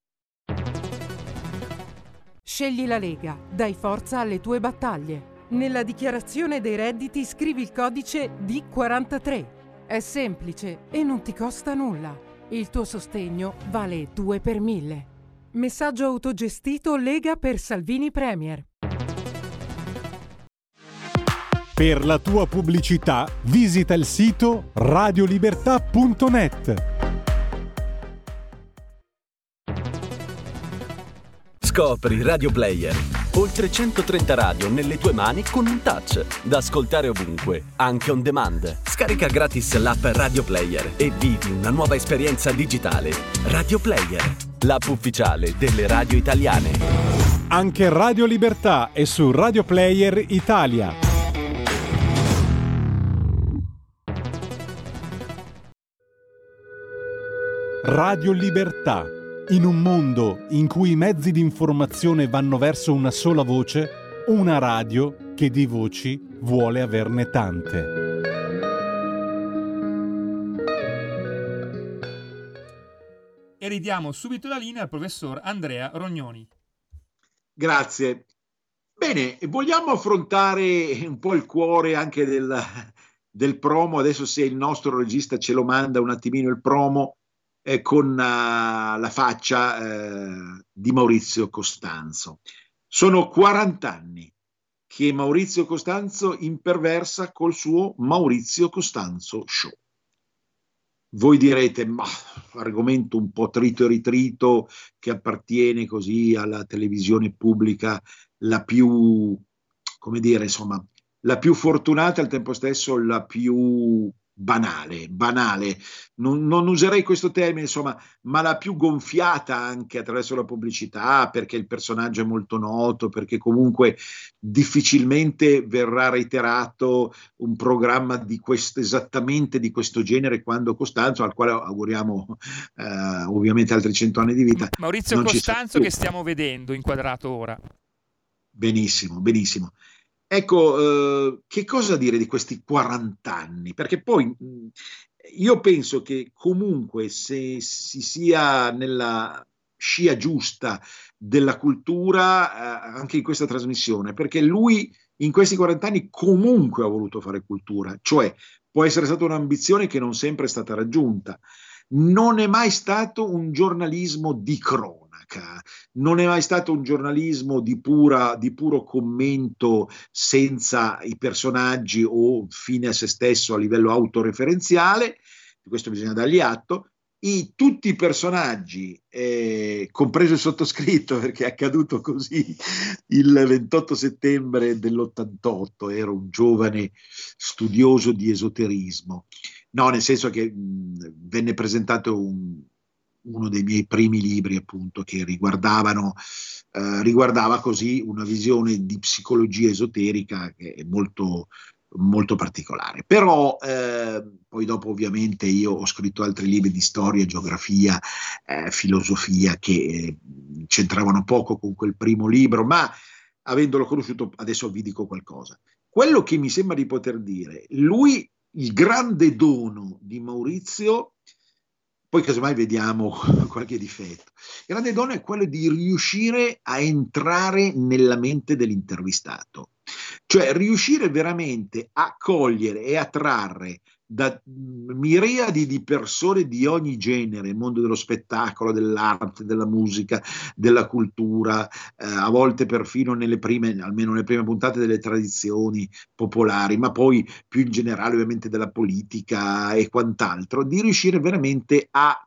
Scegli la Lega, dai forza alle tue battaglie. Nella dichiarazione dei redditi scrivi il codice D quarantatré. È semplice e non ti costa nulla. Il tuo sostegno vale due per mille. Messaggio autogestito Lega per Salvini Premier. Per la tua pubblicità visita il sito radiolibertà punto net. Scopri Radio Player. Oltre centotrenta radio nelle tue mani con un touch. Da ascoltare ovunque, anche on demand. Scarica gratis l'app Radio Player e vivi una nuova esperienza digitale. Radio Player, l'app ufficiale delle radio italiane. Anche Radio Libertà è su Radio Player Italia. Radio Libertà. In un mondo in cui i mezzi di informazione vanno verso una sola voce, una radio che di voci vuole averne tante. E ridiamo subito la linea al professor Andrea Rognoni. Grazie. Bene, vogliamo affrontare un po' il cuore anche del, del promo. Adesso, se il nostro regista ce lo manda un attimino il promo, Eh, con uh, la faccia uh, di Maurizio Costanzo. Sono quaranta anni che Maurizio Costanzo imperversa col suo Maurizio Costanzo Show. Voi direte, ma argomento un po' trito e ritrito che appartiene così alla televisione pubblica, la più, come dire, insomma, la più fortunata e al tempo stesso la più banale, banale, non, non userei questo termine, insomma, ma la più gonfiata anche attraverso la pubblicità, perché il personaggio è molto noto, perché comunque difficilmente verrà reiterato un programma di questo, esattamente di questo genere, quando Costanzo, al quale auguriamo eh, ovviamente altri cento anni di vita. Maurizio Costanzo che stiamo vedendo inquadrato ora. Benissimo, benissimo. Ecco, eh, che cosa dire di questi quaranta anni? Perché poi mh, io penso che comunque se si sia nella scia giusta della cultura, eh, anche in questa trasmissione, perché lui in questi quaranta anni comunque ha voluto fare cultura, cioè può essere stata un'ambizione che non sempre è stata raggiunta. Non è mai stato un giornalismo di cronaca. Non è mai stato un giornalismo di, pura, di puro commento senza i personaggi o fine a se stesso a livello autoreferenziale, di questo bisogna dargli atto. I, tutti i personaggi, eh, compreso il sottoscritto, perché è accaduto così il ventotto settembre dell'ottantotto, ero un giovane studioso di esoterismo, no, nel senso che mh, venne presentato un uno dei miei primi libri, appunto, che riguardavano, eh, riguardava così una visione di psicologia esoterica che è molto, molto particolare. Però eh, poi dopo ovviamente io ho scritto altri libri di storia, geografia, eh, filosofia che eh, c'entravano poco con quel primo libro, ma avendolo conosciuto adesso vi dico qualcosa. Quello che mi sembra di poter dire, lui, il grande dono di Maurizio, poi casomai vediamo qualche difetto. Il grande dono è quello di riuscire a entrare nella mente dell'intervistato, cioè riuscire veramente a cogliere e a trarre da miriadi di persone di ogni genere, il mondo dello spettacolo, dell'arte, della musica, della cultura, eh, a volte perfino nelle prime, almeno nelle prime puntate, delle tradizioni popolari, ma poi più in generale ovviamente della politica e quant'altro, di riuscire veramente a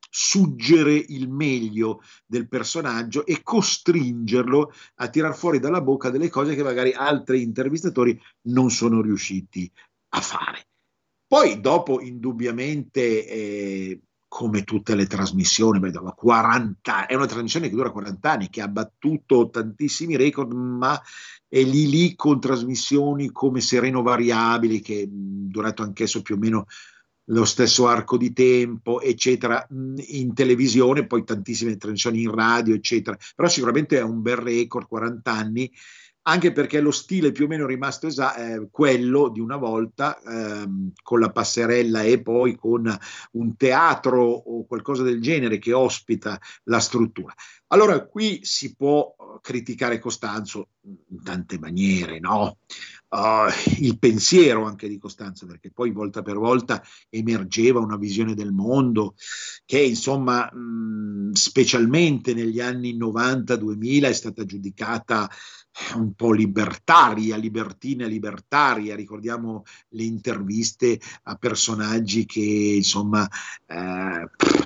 suggere il meglio del personaggio e costringerlo a tirar fuori dalla bocca delle cose che magari altri intervistatori non sono riusciti a fare. Poi dopo indubbiamente, eh, come tutte le trasmissioni, beh, dopo quaranta, è una trasmissione che dura quaranta anni, che ha battuto tantissimi record, ma è lì lì con trasmissioni come Sereno Variabili, che mh, durato anch'esso più o meno lo stesso arco di tempo, eccetera, mh, in televisione, poi tantissime trasmissioni in radio, eccetera. Però sicuramente è un bel record, quaranta anni, anche perché lo stile più o meno è rimasto esa- eh, quello di una volta, ehm, con la passerella e poi con un teatro o qualcosa del genere che ospita la struttura. Allora qui si può criticare Costanzo in tante maniere, no? Uh, il pensiero anche di Costanzo, perché poi volta per volta emergeva una visione del mondo che insomma mh, specialmente negli anni novanta duemila è stata giudicata un po' libertaria, libertina, libertaria. Ricordiamo le interviste a personaggi che insomma eh,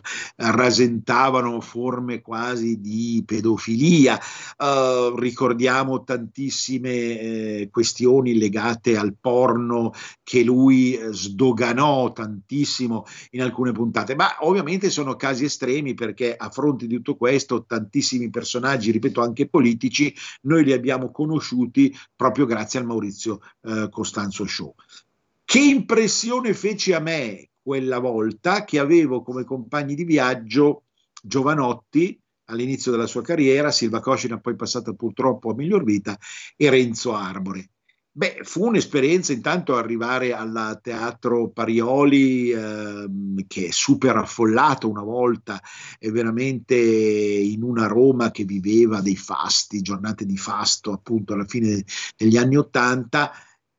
rasentavano forme quasi di pedofilia, uh, ricordiamo tantissime eh, questioni legate al porno che lui sdoganò tantissimo in alcune puntate, ma ovviamente sono casi estremi, perché a fronte di tutto questo tantissimi personaggi, ripeto anche politici, noi li abbiamo conosciuti proprio grazie al Maurizio eh, Costanzo Show. Che impressione fece a me quella volta che avevo come compagni di viaggio Giovanotti all'inizio della sua carriera, Silva Coscina poi passata purtroppo a miglior vita, e Renzo Arbore. Beh, fu un'esperienza intanto arrivare al Teatro Parioli, ehm, che è super affollato una volta, e veramente in una Roma che viveva dei fasti, giornate di fasto appunto alla fine degli anni Ottanta,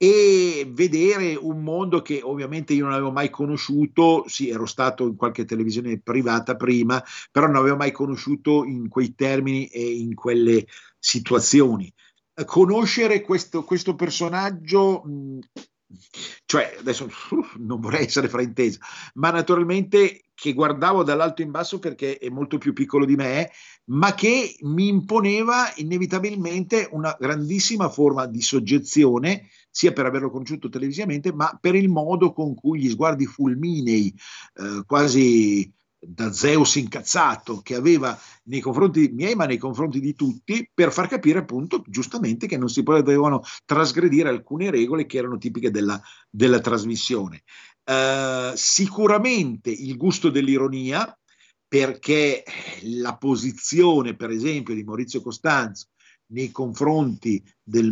e vedere un mondo che ovviamente io non avevo mai conosciuto. Sì, ero stato in qualche televisione privata prima, però non avevo mai conosciuto in quei termini e in quelle situazioni. Conoscere questo, questo personaggio mh, cioè adesso uh, non vorrei essere frainteso, ma naturalmente che guardavo dall'alto in basso perché è molto più piccolo di me, ma che mi imponeva inevitabilmente una grandissima forma di soggezione, sia per averlo conosciuto televisivamente, ma per il modo con cui gli sguardi fulminei, eh, quasi da Zeus incazzato, che aveva nei confronti miei ma nei confronti di tutti, per far capire appunto giustamente che non si potevano trasgredire alcune regole che erano tipiche della, della trasmissione. Uh, sicuramente il gusto dell'ironia, perché la posizione per esempio di Maurizio Costanzo nei confronti del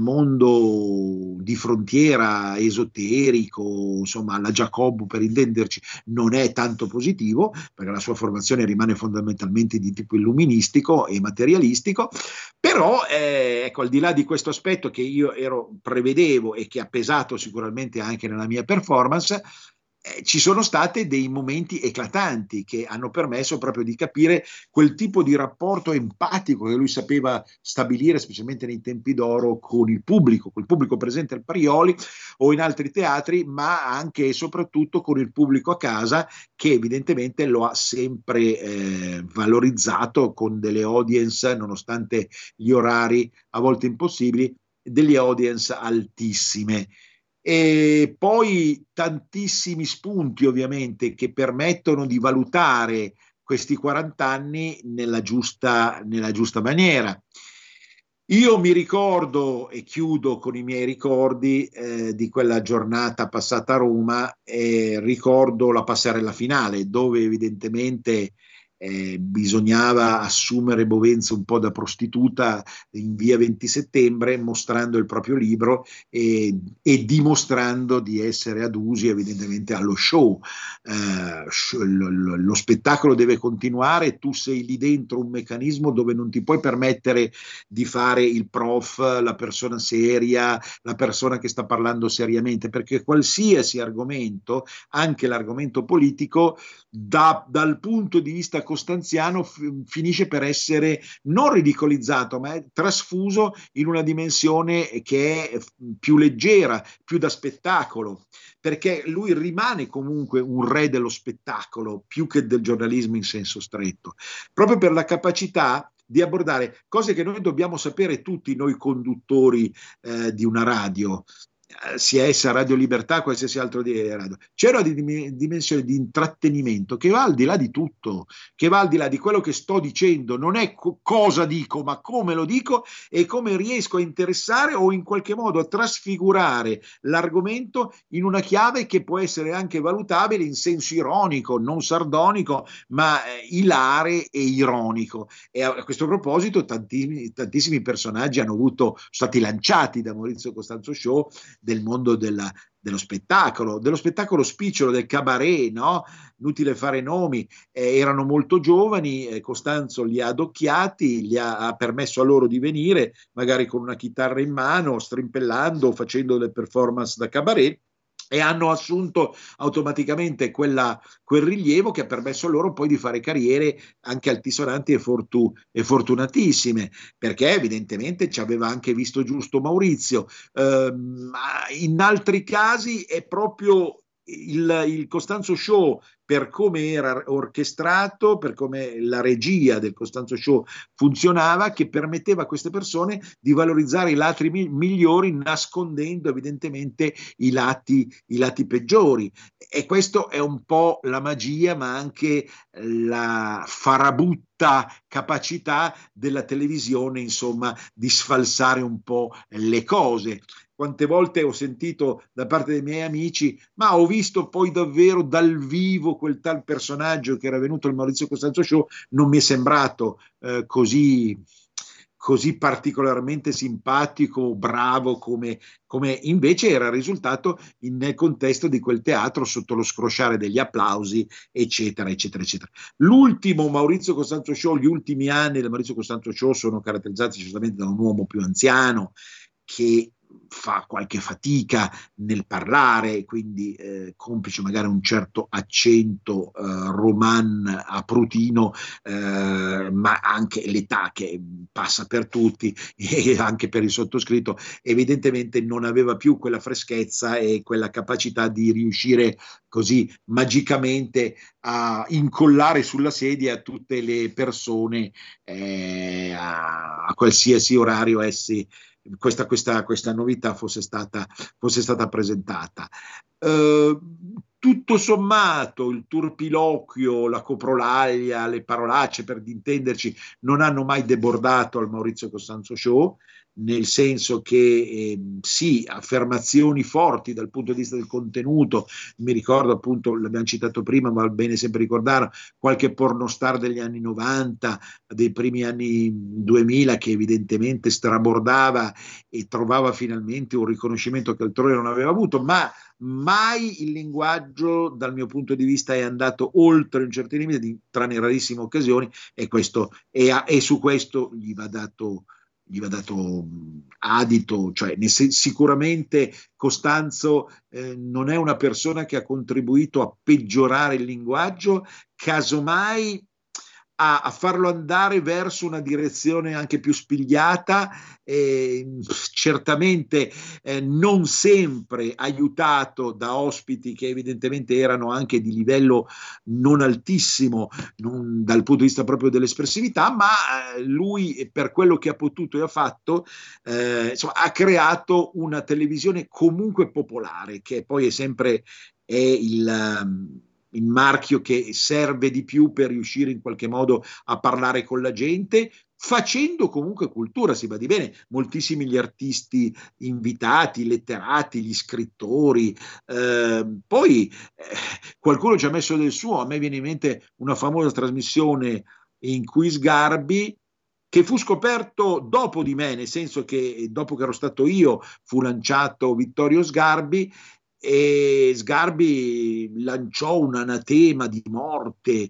mondo di frontiera esoterico, insomma alla Giacobbo per intenderci, non è tanto positivo, perché la sua formazione rimane fondamentalmente di tipo illuministico e materialistico, però eh, ecco, al di là di questo aspetto che io ero, prevedevo e che ha pesato sicuramente anche nella mia performance, Eh, ci sono stati dei momenti eclatanti che hanno permesso proprio di capire quel tipo di rapporto empatico che lui sapeva stabilire, specialmente nei tempi d'oro, con il pubblico, col pubblico presente al Parioli o in altri teatri, ma anche e soprattutto con il pubblico a casa, che evidentemente lo ha sempre eh, valorizzato con delle audience, nonostante gli orari a volte impossibili, delle audience altissime. E poi tantissimi spunti ovviamente che permettono di valutare questi quaranta anni nella giusta, nella giusta maniera. Io mi ricordo, e chiudo con i miei ricordi eh, di quella giornata passata a Roma, e ricordo la passerella finale, dove evidentemente Eh, bisognava assumere Bovenza un po' da prostituta in via venti settembre, mostrando il proprio libro e, e dimostrando di essere adusi evidentemente allo show. Eh, lo, lo, lo spettacolo deve continuare, tu sei lì dentro un meccanismo dove non ti puoi permettere di fare il prof, la persona seria, la persona che sta parlando seriamente, perché qualsiasi argomento, anche l'argomento politico, da, dal punto di vista costanziano f- finisce per essere non ridicolizzato, ma è trasfuso in una dimensione che è più leggera, più da spettacolo, perché lui rimane comunque un re dello spettacolo più che del giornalismo in senso stretto, proprio per la capacità di abbordare cose che noi dobbiamo sapere tutti, noi conduttori eh, di una radio, sia essa Radio Libertà, qualsiasi altro di radio. C'è una dimensione di intrattenimento che va al di là di tutto, che va al di là di quello che sto dicendo, non è co- cosa dico, ma come lo dico e come riesco a interessare o in qualche modo a trasfigurare l'argomento in una chiave che può essere anche valutabile in senso ironico, non sardonico, ma eh, ilare e ironico. E a questo proposito tantissimi, tantissimi personaggi hanno avuto, sono stati lanciati da Maurizio Costanzo Show del mondo della, dello spettacolo, dello spettacolo spicciolo, del cabaret, no? Inutile fare nomi, eh, erano molto giovani, eh, Costanzo li ha adocchiati, gli ha, ha permesso a loro di venire, magari con una chitarra in mano, strimpellando, facendo le performance da cabaret, e hanno assunto automaticamente quella, quel rilievo che ha permesso loro poi di fare carriere anche altisonanti e, fortu, e fortunatissime, perché evidentemente ci aveva anche visto giusto Maurizio, eh, ma in altri casi è proprio il, il Costanzo Show, per come era orchestrato, per come la regia del Costanzo Show funzionava, che permetteva a queste persone di valorizzare i lati mi- migliori, nascondendo evidentemente i lati, i lati peggiori. E questo è un po' la magia, ma anche la farabutta capacità della televisione, insomma, di sfalsare un po' le cose. Quante volte ho sentito da parte dei miei amici, ma ho visto poi davvero dal vivo quel tal personaggio che era venuto al Maurizio Costanzo Show, non mi è sembrato eh, così, così particolarmente simpatico, bravo come, come invece era risultato in, nel contesto di quel teatro, sotto lo scrosciare degli applausi, eccetera, eccetera, eccetera. L'ultimo Maurizio Costanzo Show, gli ultimi anni del Maurizio Costanzo Show sono caratterizzati certamente da un uomo più anziano, che fa qualche fatica nel parlare, quindi eh, complice magari un certo accento eh, roman aprutino, eh, ma anche l'età che passa per tutti e anche per il sottoscritto, evidentemente non aveva più quella freschezza e quella capacità di riuscire così magicamente a incollare sulla sedia tutte le persone eh, a, a qualsiasi orario essi Questa, questa, questa novità fosse stata, fosse stata presentata. Eh, tutto sommato il turpiloquio, la coprolaglia, le parolacce, per intenderci, non hanno mai debordato al Maurizio Costanzo Show, nel senso che eh, sì, affermazioni forti dal punto di vista del contenuto, mi ricordo appunto, l'abbiamo citato prima, ma va bene sempre ricordare, qualche pornostar degli anni novanta, dei primi anni duemila, che evidentemente strabordava e trovava finalmente un riconoscimento che altrove non aveva avuto, ma mai il linguaggio dal mio punto di vista è andato oltre un certo limite, tranne rarissime occasioni, e, questo, e, e su questo gli va dato gli va dato adito, cioè sicuramente Costanzo eh, non è una persona che ha contribuito a peggiorare il linguaggio, casomai a, a farlo andare verso una direzione anche più spigliata, eh, certamente eh, non sempre aiutato da ospiti che evidentemente erano anche di livello non altissimo non, dal punto di vista proprio dell'espressività, ma eh, lui per quello che ha potuto e ha fatto eh, insomma, ha creato una televisione comunque popolare, che poi è sempre è il um, il marchio che serve di più per riuscire in qualche modo a parlare con la gente, facendo comunque cultura, si badi bene, moltissimi gli artisti invitati, i letterati, gli scrittori, eh, poi eh, qualcuno ci ha messo del suo, a me viene in mente una famosa trasmissione in cui Sgarbi, che fu scoperto dopo di me, nel senso che dopo che ero stato io fu lanciato Vittorio Sgarbi, e Sgarbi lanciò un anatema di morte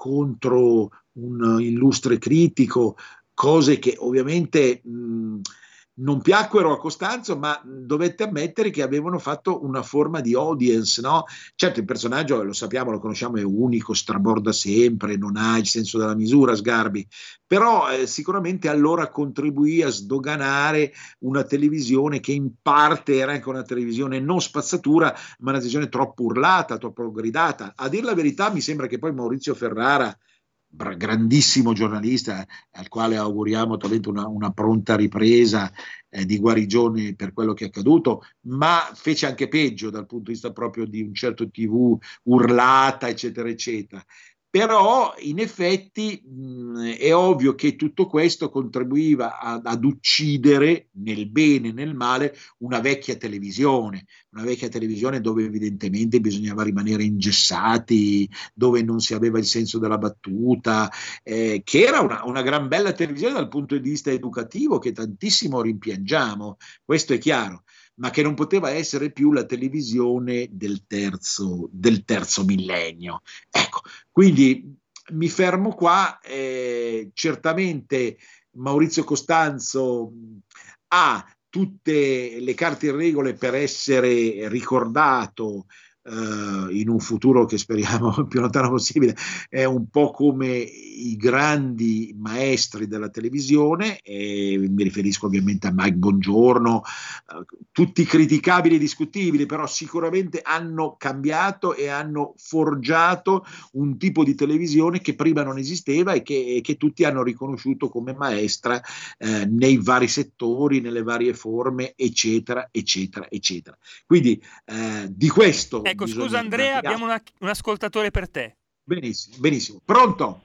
contro un illustre critico, cose che ovviamente mh, non piacquero a Costanzo, ma dovette ammettere che avevano fatto una forma di audience, no? Certo, il personaggio, lo sappiamo, lo conosciamo, è unico, straborda sempre, non ha il senso della misura Sgarbi, però eh, sicuramente allora contribuì a sdoganare una televisione che in parte era anche una televisione non spazzatura, ma una televisione troppo urlata, troppo gridata. A dir la verità mi sembra che poi Maurizio Ferrara, grandissimo giornalista al quale auguriamo una, una pronta ripresa eh, di guarigione per quello che è accaduto, ma fece anche peggio dal punto di vista proprio di un certo tivù urlata eccetera eccetera. Però in effetti mh, è ovvio che tutto questo contribuiva a, ad uccidere nel bene e nel male una vecchia televisione, una vecchia televisione dove evidentemente bisognava rimanere ingessati, dove non si aveva il senso della battuta, eh, che era una, una gran bella televisione dal punto di vista educativo che tantissimo rimpiangiamo, questo è chiaro, ma che non poteva essere più la televisione del terzo, del terzo millennio. Ecco, quindi mi fermo qua. Eh, certamente Maurizio Costanzo ha tutte le carte in regole per essere ricordato Uh, in un futuro che speriamo il più lontano possibile, è un po' come i grandi maestri della televisione, e mi riferisco ovviamente a Mike Bongiorno, uh, tutti criticabili e discutibili, però sicuramente hanno cambiato e hanno forgiato un tipo di televisione che prima non esisteva e che, e che tutti hanno riconosciuto come maestra eh, nei vari settori, nelle varie forme, eccetera, eccetera, eccetera. Quindi eh, di questo Ecco, scusa Andrea, abbiamo una, un ascoltatore per te. Benissimo, benissimo. Pronto?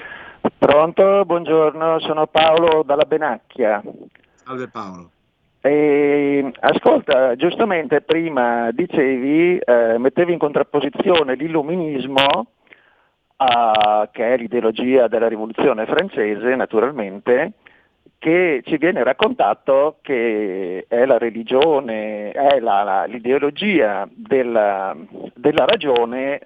Pronto, buongiorno, sono Paolo dalla Benacchia. Salve Paolo. E, ascolta, giustamente prima dicevi, eh, mettevi in contrapposizione l'illuminismo, eh, che è l'ideologia della rivoluzione francese, naturalmente, che ci viene raccontato che è la religione, è la, la, l'ideologia della, della ragione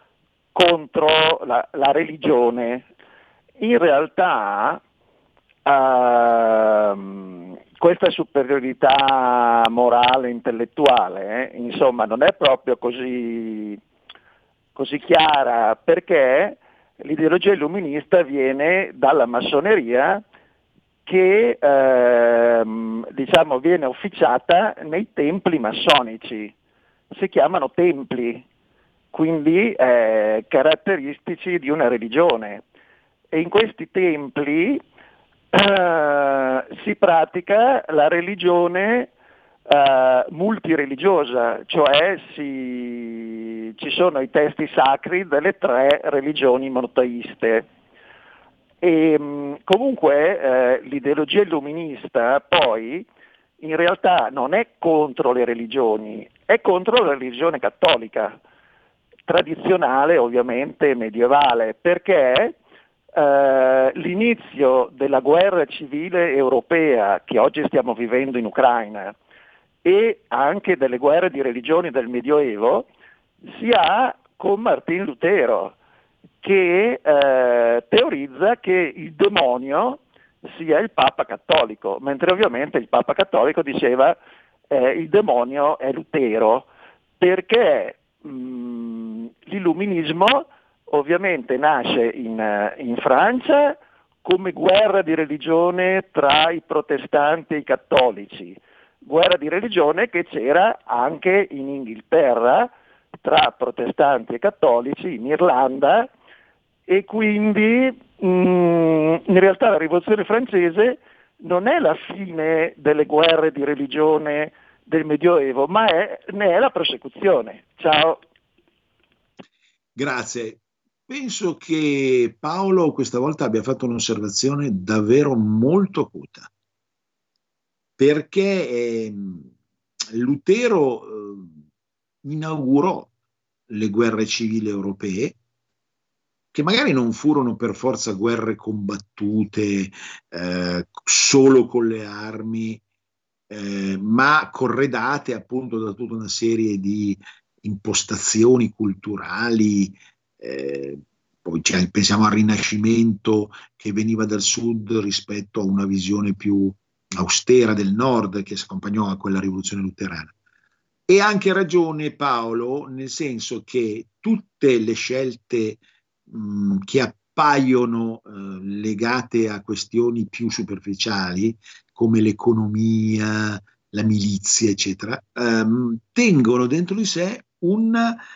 contro la, la religione. In realtà, uh, questa superiorità morale, intellettuale, eh, insomma, non è proprio così, così chiara, perché l'ideologia illuminista viene dalla massoneria, che ehm, diciamo viene officiata nei templi massonici, si chiamano templi, quindi eh, caratteristici di una religione, e in questi templi eh, si pratica la religione eh, multireligiosa, cioè si, ci sono i testi sacri delle tre religioni monoteiste. E comunque eh, l'ideologia illuminista poi in realtà non è contro le religioni, è contro la religione cattolica, tradizionale ovviamente medievale, perché eh, l'inizio della guerra civile europea che oggi stiamo vivendo in Ucraina e anche delle guerre di religioni del Medioevo si ha con Martin Lutero, che eh, teorizza che il demonio sia il Papa cattolico, mentre ovviamente il Papa cattolico diceva eh, il demonio è Lutero, perché mh, l'illuminismo ovviamente nasce in, in Francia come guerra di religione tra i protestanti e i cattolici, guerra di religione che c'era anche in Inghilterra tra protestanti e cattolici, in Irlanda, e quindi mh, in realtà la rivoluzione francese non è la fine delle guerre di religione del Medioevo, ma è, ne è la prosecuzione. Ciao. Grazie. Penso che Paolo questa volta abbia fatto un'osservazione davvero molto acuta, perché eh, Lutero eh, inaugurò le guerre civili europee, che magari non furono per forza guerre combattute eh, solo con le armi, eh, ma corredate appunto da tutta una serie di impostazioni culturali. Eh, poi cioè, pensiamo al Rinascimento che veniva dal sud rispetto a una visione più austera del nord che si accompagnò a quella rivoluzione luterana. E ha anche ragione Paolo, nel senso che tutte le scelte mh, che appaiono eh, legate a questioni più superficiali, come l'economia, la milizia, eccetera, ehm, tengono dentro di sé un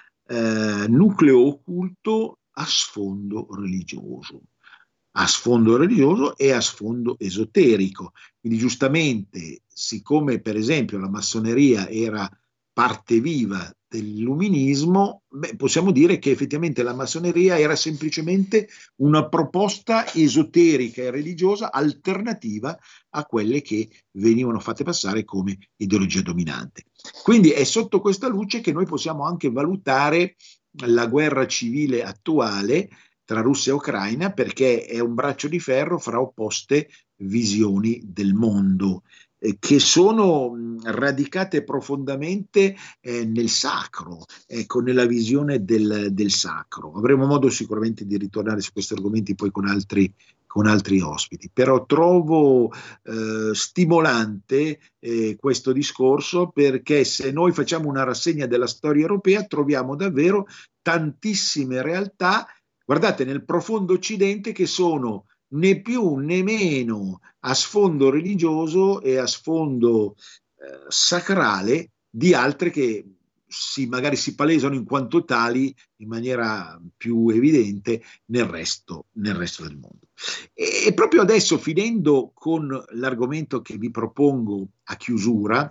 eh, nucleo occulto a sfondo religioso. a sfondo religioso e a sfondo esoterico. Quindi giustamente, siccome per esempio la massoneria era parte viva dell'illuminismo, beh, possiamo dire che effettivamente la massoneria era semplicemente una proposta esoterica e religiosa alternativa a quelle che venivano fatte passare come ideologia dominante. Quindi è sotto questa luce che noi possiamo anche valutare la guerra civile attuale tra Russia e Ucraina, perché è un braccio di ferro fra opposte visioni del mondo, eh, che sono mh, radicate profondamente eh, nel sacro, ecco, nella visione del, del sacro. Avremo modo sicuramente di ritornare su questi argomenti poi con altri, con altri ospiti, però trovo eh, stimolante eh, questo discorso, perché se noi facciamo una rassegna della storia europea troviamo davvero tantissime realtà, guardate, nel profondo occidente, che sono né più né meno a sfondo religioso e a sfondo eh, sacrale di altre che si, magari si palesano in quanto tali in maniera più evidente nel resto, nel resto del mondo. E, e proprio adesso, finendo con l'argomento che vi propongo a chiusura,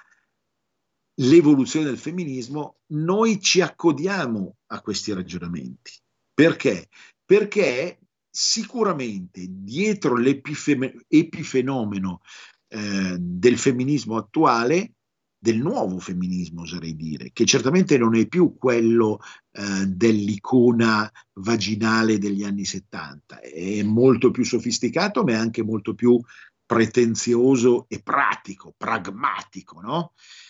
l'evoluzione del femminismo, noi ci accodiamo a questi ragionamenti. Perché? Perché sicuramente dietro l'epifenomeno eh, del femminismo attuale, del nuovo femminismo oserei dire, che certamente non è più quello eh, dell'icona vaginale degli anni settanta, è molto più sofisticato ma è anche molto più pretenzioso e pratico, pragmatico, no?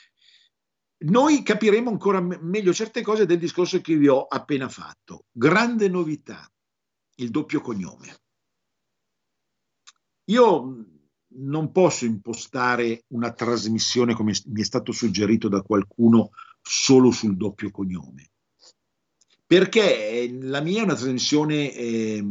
Noi capiremo ancora me- meglio certe cose del discorso che vi ho appena fatto. Grande novità, il doppio cognome. Io non posso impostare una trasmissione, come mi è stato suggerito da qualcuno, solo sul doppio cognome, perché la mia è una trasmissione eh,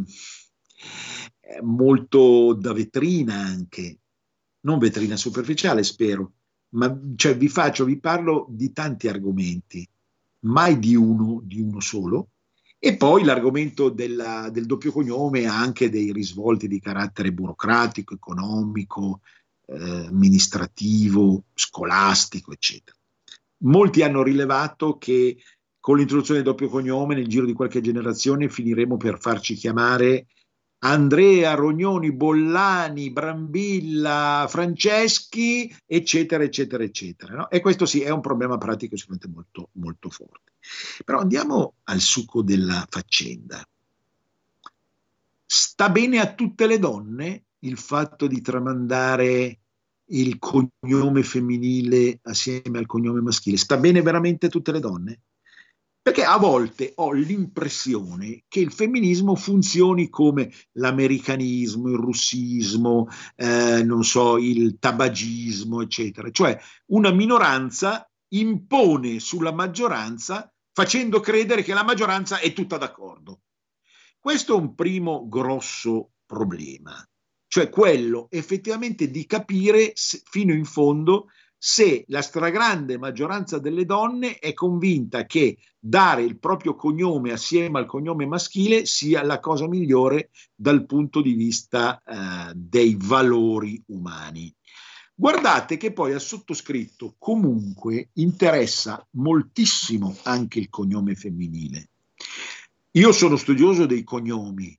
molto da vetrina, anche non vetrina superficiale, spero, ma cioè vi faccio, vi parlo di tanti argomenti, mai di uno, di uno solo. E poi l'argomento della, del doppio cognome ha anche dei risvolti di carattere burocratico, economico, eh, amministrativo, scolastico, eccetera. Molti hanno rilevato che con l'introduzione del doppio cognome nel giro di qualche generazione finiremo per farci chiamare Andrea, Rognoni, Bollani, Brambilla, Franceschi, eccetera, eccetera, eccetera. No? E questo sì, è un problema pratico sicuramente molto, molto forte. Però andiamo al succo della faccenda. Sta bene a tutte le donne il fatto di tramandare il cognome femminile assieme al cognome maschile? Sta bene veramente a tutte le donne? Perché a volte ho l'impressione che il femminismo funzioni come l'americanismo, il russismo, eh, non so, il tabagismo, eccetera. Cioè una minoranza impone sulla maggioranza facendo credere che la maggioranza è tutta d'accordo. Questo è un primo grosso problema, cioè quello effettivamente di capire se, fino in fondo se la stragrande maggioranza delle donne è convinta che dare il proprio cognome assieme al cognome maschile sia la cosa migliore dal punto di vista eh, dei valori umani. Guardate che poi al sottoscritto comunque interessa moltissimo anche il cognome femminile. Io sono studioso dei cognomi,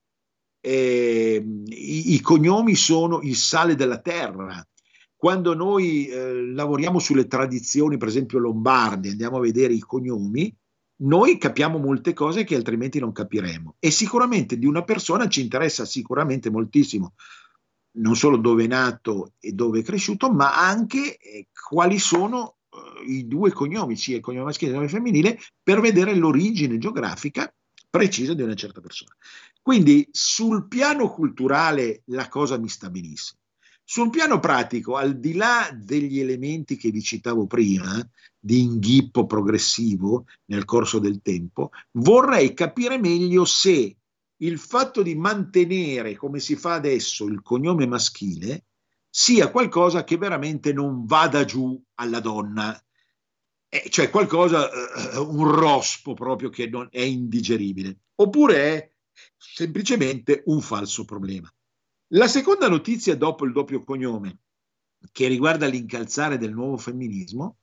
eh, i, i cognomi sono il sale della terra. Quando noi eh, lavoriamo sulle tradizioni, per esempio lombarde, andiamo a vedere i cognomi, noi capiamo molte cose che altrimenti non capiremo. E sicuramente di una persona ci interessa sicuramente moltissimo, non solo dove è nato e dove è cresciuto, ma anche eh, quali sono eh, i due cognomi, sia il cognome maschile che il cognome femminile, per vedere l'origine geografica precisa di una certa persona. Quindi sul piano culturale la cosa mi sta benissimo. Sul piano pratico, al di là degli elementi che vi citavo prima, di inghippo progressivo nel corso del tempo, vorrei capire meglio se il fatto di mantenere, come si fa adesso, il cognome maschile, sia qualcosa che veramente non vada giù alla donna, eh, cioè qualcosa, eh, un rospo proprio che non è indigeribile, oppure è semplicemente un falso problema. La seconda notizia dopo il doppio cognome, che riguarda l'incalzare del nuovo femminismo,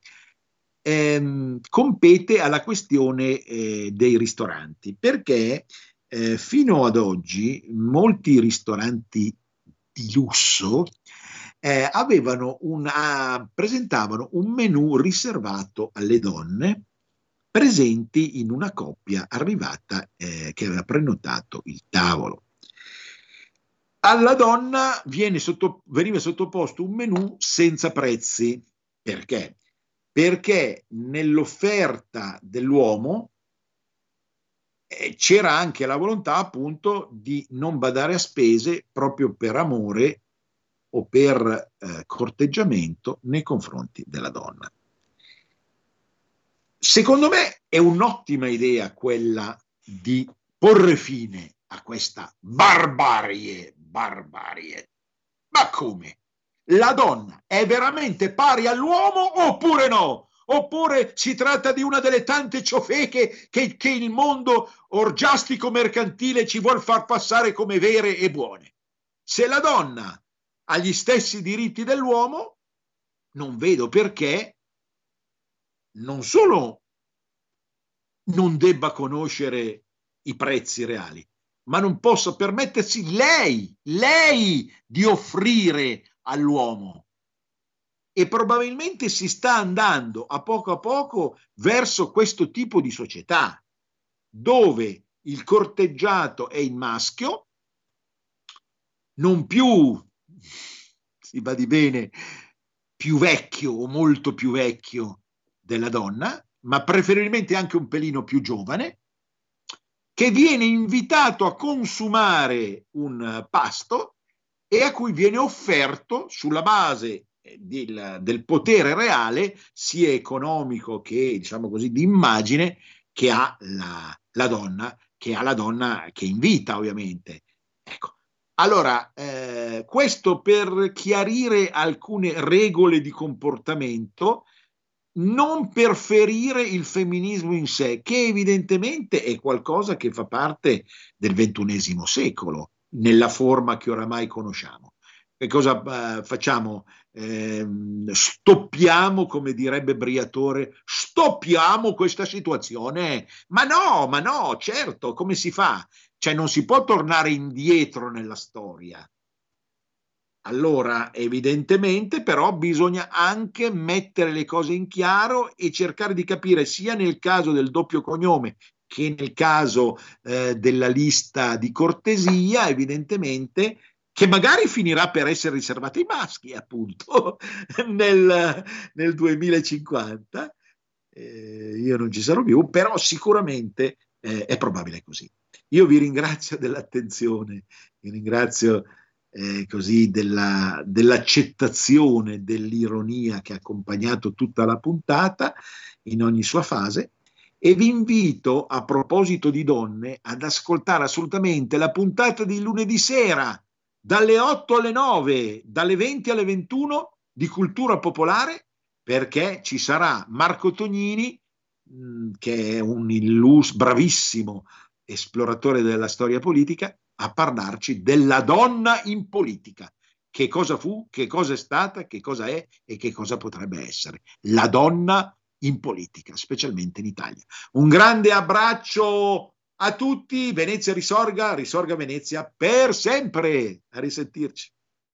ehm, compete alla questione eh, dei ristoranti, perché eh, fino ad oggi molti ristoranti di lusso eh, avevano una, presentavano un menù riservato alle donne presenti in una coppia arrivata eh, che aveva prenotato il tavolo. Alla donna viene sotto, veniva sottoposto un menù senza prezzi. Perché? Perché nell'offerta dell'uomo eh, c'era anche la volontà appunto di non badare a spese proprio per amore o per eh, corteggiamento nei confronti della donna. Secondo me è un'ottima idea quella di porre fine a questa barbarie, barbarie. Ma come? La donna è veramente pari all'uomo oppure no? Oppure si tratta di una delle tante ciofeche che, che il mondo orgiastico mercantile ci vuol far passare come vere e buone? Se la donna ha gli stessi diritti dell'uomo, non vedo perché non solo non debba conoscere i prezzi reali, ma non possa permettersi lei, lei di offrire all'uomo. E probabilmente si sta andando a poco a poco verso questo tipo di società, dove il corteggiato è il maschio, non più, si badi bene, più vecchio o molto più vecchio della donna, ma preferibilmente anche un pelino più giovane, che viene invitato a consumare un pasto e a cui viene offerto sulla base del, del potere reale, sia economico che, diciamo così, di immagine, che ha la, la donna, che ha la donna che invita, ovviamente. Ecco. Allora, eh, questo per chiarire alcune regole di comportamento, non per ferire il femminismo in sé, che evidentemente è qualcosa che fa parte del ventunesimo secolo, nella forma che oramai conosciamo. Che cosa eh, facciamo? Eh, stoppiamo, come direbbe Briatore, stoppiamo questa situazione? Ma no, ma no, certo, come si fa? Cioè non si può tornare indietro nella storia. Allora, evidentemente, però, bisogna anche mettere le cose in chiaro e cercare di capire, sia nel caso del doppio cognome che nel caso eh, della lista di cortesia, evidentemente, che magari finirà per essere riservata ai maschi, appunto, nel, nel duemilacinquanta. Eh, io non ci sarò più, però sicuramente eh, è probabile così. Io vi ringrazio dell'attenzione, vi ringrazio eh, così della, dell'accettazione, dell'ironia che ha accompagnato tutta la puntata in ogni sua fase, e vi invito, a proposito di donne, ad ascoltare assolutamente la puntata di lunedì sera dalle otto alle nove, dalle venti alle ventuno di Cultura Popolare, perché ci sarà Marco Tognini, mh, che è un illus, bravissimo esploratore della storia politica, a parlarci della donna in politica. Che cosa fu, che cosa è stata, che cosa è e che cosa potrebbe essere la donna in politica, specialmente in Italia. Un grande abbraccio a tutti, Venezia risorga, risorga Venezia per sempre. A risentirci.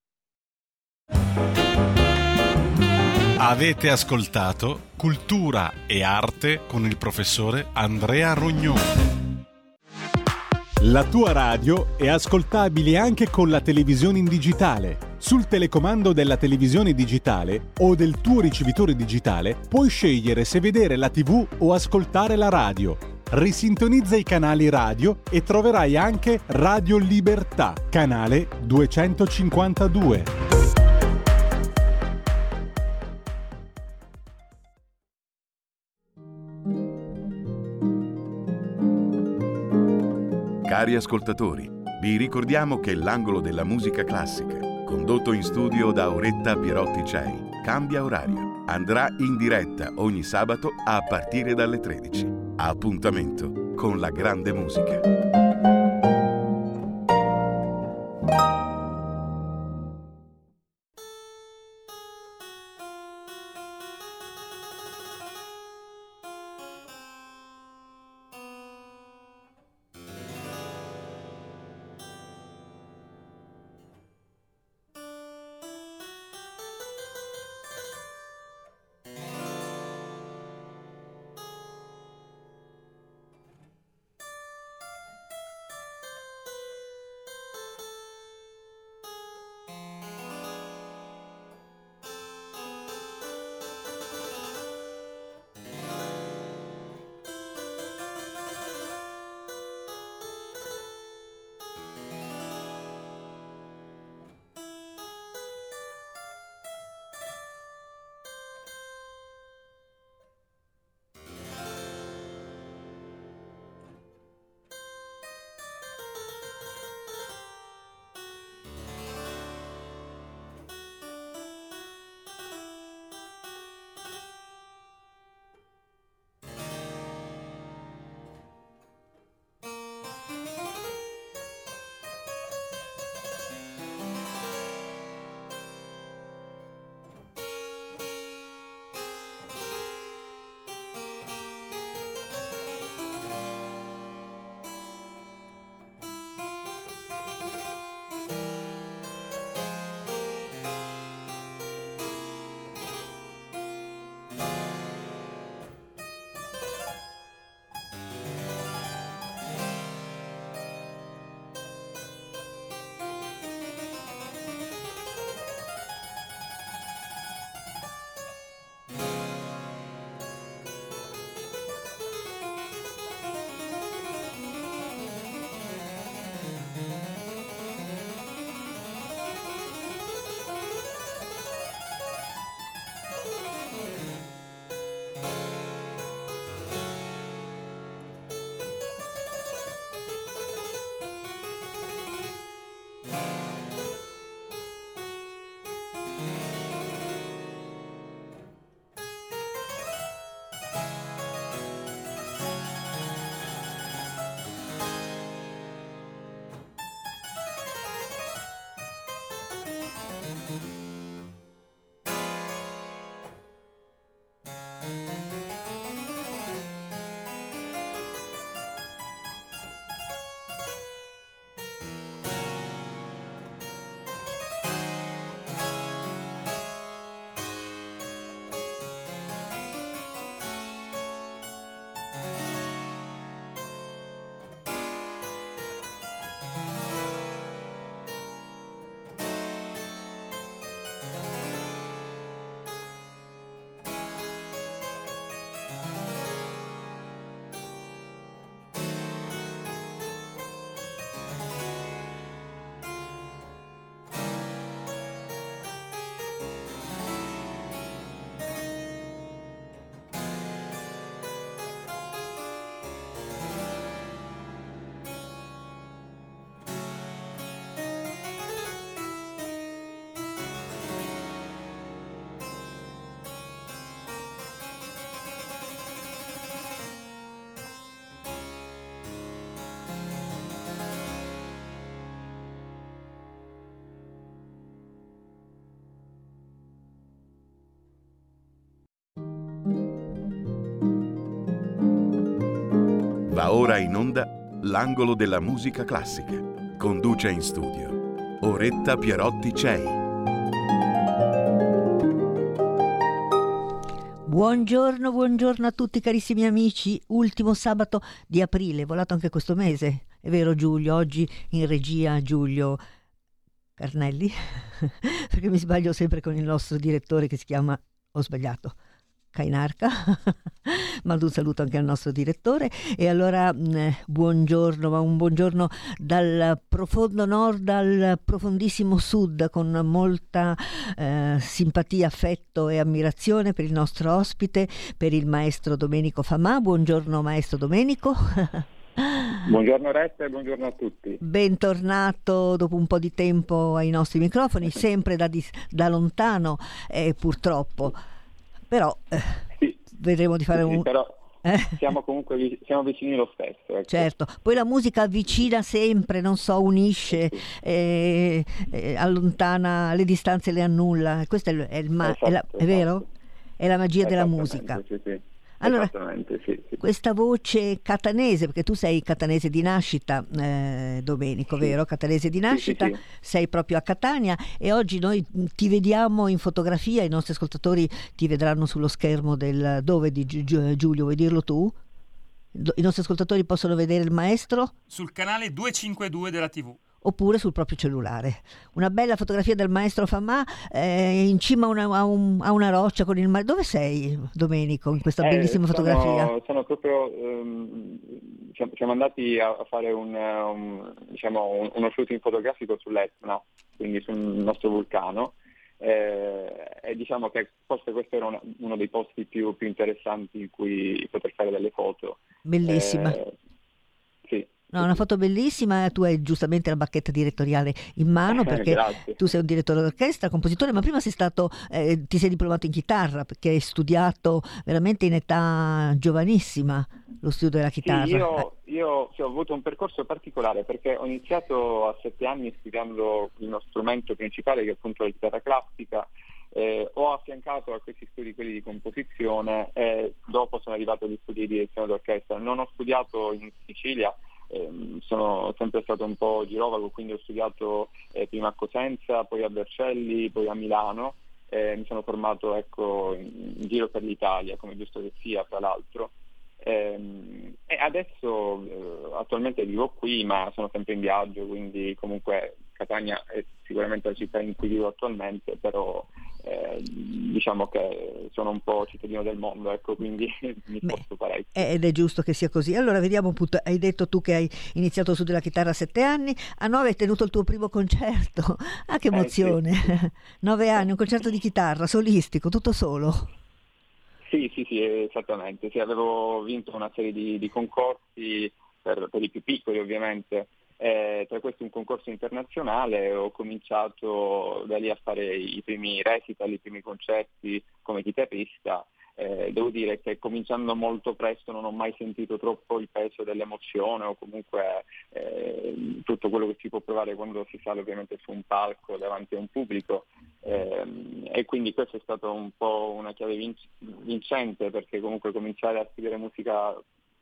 Avete ascoltato Cultura e Arte con il professore Andrea Rognoni. La tua radio è ascoltabile anche con la televisione in digitale. Sul telecomando della televisione digitale o del tuo ricevitore digitale puoi scegliere se vedere la tivù o ascoltare la radio. Risintonizza i canali radio e troverai anche Radio Libertà, canale duecentocinquantadue. Cari ascoltatori, vi ricordiamo che l'angolo della musica classica, condotto in studio da Auretta Pierotti Cei, cambia orario. Andrà in diretta ogni sabato a partire dalle tredici. Appuntamento con la grande musica. Va ora in onda l'angolo della musica classica. Conduce in studio Oretta Pierotti Cei. Buongiorno, buongiorno a tutti carissimi amici. Ultimo sabato di aprile, volato anche questo mese. È vero Giulio, oggi in regia Giulio Carnelli, perché mi sbaglio sempre con il nostro direttore che si chiama, ho sbagliato, Cainarca. Mando un saluto anche al nostro direttore. E allora eh, buongiorno, ma un buongiorno dal profondo nord al profondissimo sud, con molta eh, simpatia, affetto e ammirazione per il nostro ospite, per il maestro Domenico Famà. Buongiorno maestro Domenico. Buongiorno Retta e buongiorno a tutti. Bentornato dopo un po' di tempo ai nostri microfoni, sempre da, di, da lontano eh, purtroppo, però eh, sì. vedremo di fare sì, un... Però eh? siamo comunque siamo vicini lo stesso. Ecco. Certo, poi la musica avvicina sempre, non so, unisce, sì. eh, eh, allontana, le distanze le annulla, questo è, il, è, il ma- esatto, è, la, è vero? È la magia della musica. Sì, sì. Allora, sì, sì. questa voce catanese, perché tu sei catanese di nascita, eh, Domenico, sì. vero? Catanese di nascita, sì, sì, sì. Sei proprio a Catania e oggi noi ti vediamo in fotografia, i nostri ascoltatori ti vedranno sullo schermo del dove di Giulio, vuoi dirlo tu? I nostri ascoltatori possono vedere il maestro? Sul canale duecentocinquantadue della tivù. Oppure sul proprio cellulare. Una bella fotografia del maestro Famà eh, in cima a una, a, un, a una roccia con il mare. Dove sei, Domenico, in questa eh, bellissima sono, fotografia? Sono proprio um, siamo, siamo andati a fare un, um, diciamo, un, uno shooting fotografico sull'Etna, quindi sul nostro vulcano. Eh, e diciamo che forse questo era una, uno dei posti più, più interessanti in cui poter fare delle foto. Bellissima. Eh, sì. No, una foto bellissima, tu hai giustamente la bacchetta direttoriale in mano perché tu sei un direttore d'orchestra, compositore, ma prima sei stato, eh, ti sei diplomato in chitarra perché hai studiato veramente in età giovanissima lo studio della chitarra. Sì, io, io sì, ho avuto un percorso particolare perché ho iniziato a sette anni studiando il mio strumento principale che è appunto la chitarra classica. Eh, ho affiancato a questi studi quelli di composizione e dopo sono arrivato agli studi di direzione d'orchestra. Non ho studiato in Sicilia. Eh, sono sempre stato un po' girovago, quindi ho studiato eh, prima a Cosenza, poi a Vercelli, poi a Milano, eh, mi sono formato ecco, in, in giro per l'Italia, come giusto che sia, tra l'altro. Eh, e adesso eh, attualmente vivo qui, ma sono sempre in viaggio, quindi comunque Catania è sicuramente la città in cui vivo attualmente, però eh, diciamo che sono un po' cittadino del mondo, ecco, quindi mi sposto parecchio. Ed è giusto che sia così. Allora vediamo appunto, hai detto tu che hai iniziato su della chitarra a sette anni, a nove hai tenuto il tuo primo concerto, ah che emozione, eh, sì. Nove anni, un concerto di chitarra solistico, tutto solo. Sì, sì, sì, esattamente, sì, avevo vinto una serie di, di concorsi per, per i più piccoli ovviamente. Eh, tra questi un concorso internazionale, ho cominciato da lì a fare i primi recital, i primi concerti come chitarrista. Eh, devo dire che cominciando molto presto non ho mai sentito troppo il peso dell'emozione o comunque eh, tutto quello che si può provare quando si sale ovviamente su un palco davanti a un pubblico. ehm, e quindi questo è stato un po' una chiave vinc- vincente, perché comunque cominciare a scrivere musica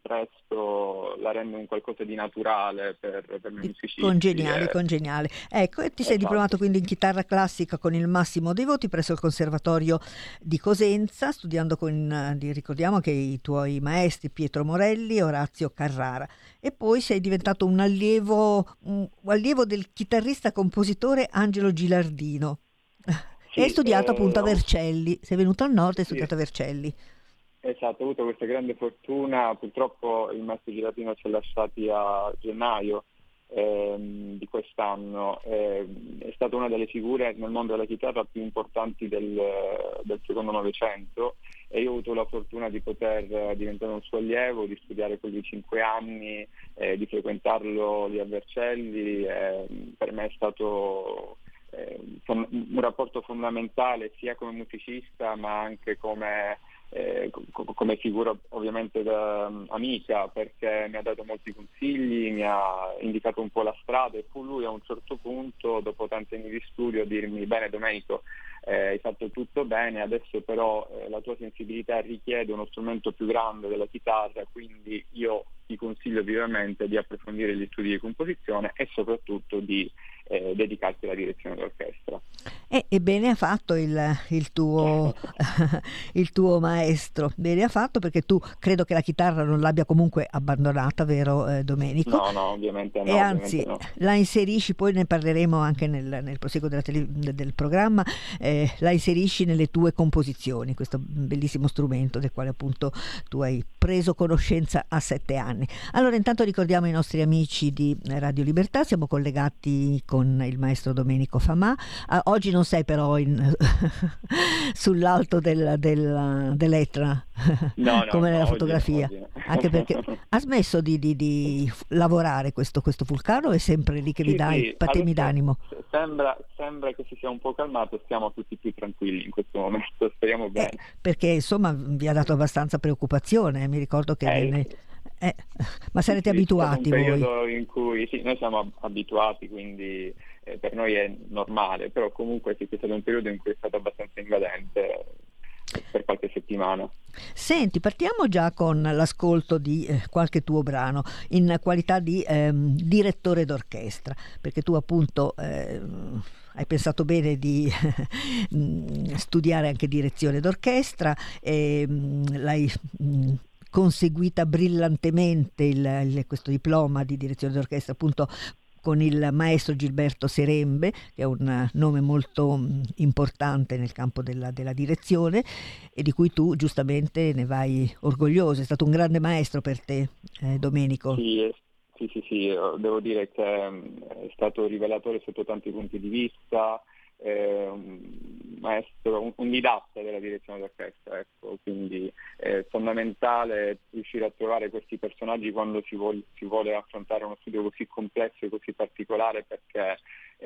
presto la rende un qualcosa di naturale per, per noi musicisti. Congeniale, e... congeniale. Ecco, e ti sei Esatto. diplomato quindi in chitarra classica con il massimo dei voti presso il Conservatorio di Cosenza, studiando con, di, ricordiamo che i tuoi maestri Pietro Morelli e Orazio Carrara. E poi sei diventato un allievo, un allievo del chitarrista compositore Angelo Gilardino. Sì, e hai studiato eh, appunto a Vercelli. Sei venuto al nord e hai sì. studiato a Vercelli. Esatto, ho avuto questa grande fortuna, purtroppo il maestro Gilardino ci ha lasciati a gennaio ehm, di quest'anno, ehm, è stata una delle figure nel mondo della chitarra più importanti del, del secondo Novecento, e io ho avuto la fortuna di poter diventare un suo allievo, di studiare con lui cinque anni, eh, di frequentarlo lì a Vercelli. Eh, per me è stato eh, un rapporto fondamentale sia come musicista ma anche come Eh, come figura ovviamente da, um, amica, perché mi ha dato molti consigli, mi ha indicato un po' la strada, e fu lui a un certo punto, dopo tanti anni di studio, a dirmi: bene Domenico, eh, hai fatto tutto bene, adesso però eh, la tua sensibilità richiede uno strumento più grande della chitarra, quindi io ti consiglio vivamente di approfondire gli studi di composizione e soprattutto di eh, dedicarti alla direzione d'orchestra. E, e bene ha fatto il, il, tuo, il tuo maestro, bene ha fatto, perché tu credo che la chitarra non l'abbia comunque abbandonata, vero eh, Domenico? No, no, ovviamente no. E anzi no. la inserisci, poi ne parleremo anche nel, nel proseguo della tele, del programma, eh, la inserisci nelle tue composizioni, questo bellissimo strumento del quale appunto tu hai preso conoscenza a sette anni. Allora intanto ricordiamo i nostri amici di Radio Libertà, siamo collegati con il maestro Domenico Famà. Ah, oggi non sei però in, sull'alto del, del, dell'Etna no, no, come nella no, fotografia, oggi no, oggi no. Anche perché ha smesso di, di, di lavorare questo, questo vulcano, è sempre lì che sì, vi dà sì, i patemi d'animo? Sembra, sembra che si sia un po' calmato, stiamo tutti più tranquilli in questo momento, speriamo bene. Eh, perché insomma vi ha dato abbastanza preoccupazione, mi ricordo che eh, ne, eh, ma sarete sì, abituati è un periodo voi? in cui sì, noi siamo abituati, quindi eh, per noi è normale, però comunque sì, è stato un periodo in cui è stato abbastanza invadente per qualche settimana. Senti, partiamo già con l'ascolto di eh, qualche tuo brano in qualità di ehm, direttore d'orchestra, perché tu appunto eh, hai pensato bene di studiare anche direzione d'orchestra e mh, l'hai mh, conseguita brillantemente il, il, questo diploma di direzione d'orchestra appunto con il maestro Gilberto Serembe, che è un nome molto importante nel campo della, della direzione e di cui tu giustamente ne vai orgoglioso. È stato un grande maestro per te, eh, Domenico. Sì, sì, sì, sì, devo dire che è stato rivelatore sotto tanti punti di vista, eh, un maestro, un, un didatta della direzione d'orchestra, ecco, quindi è fondamentale riuscire a trovare questi personaggi quando si vuole, si vuole affrontare uno studio così complesso e così particolare, perché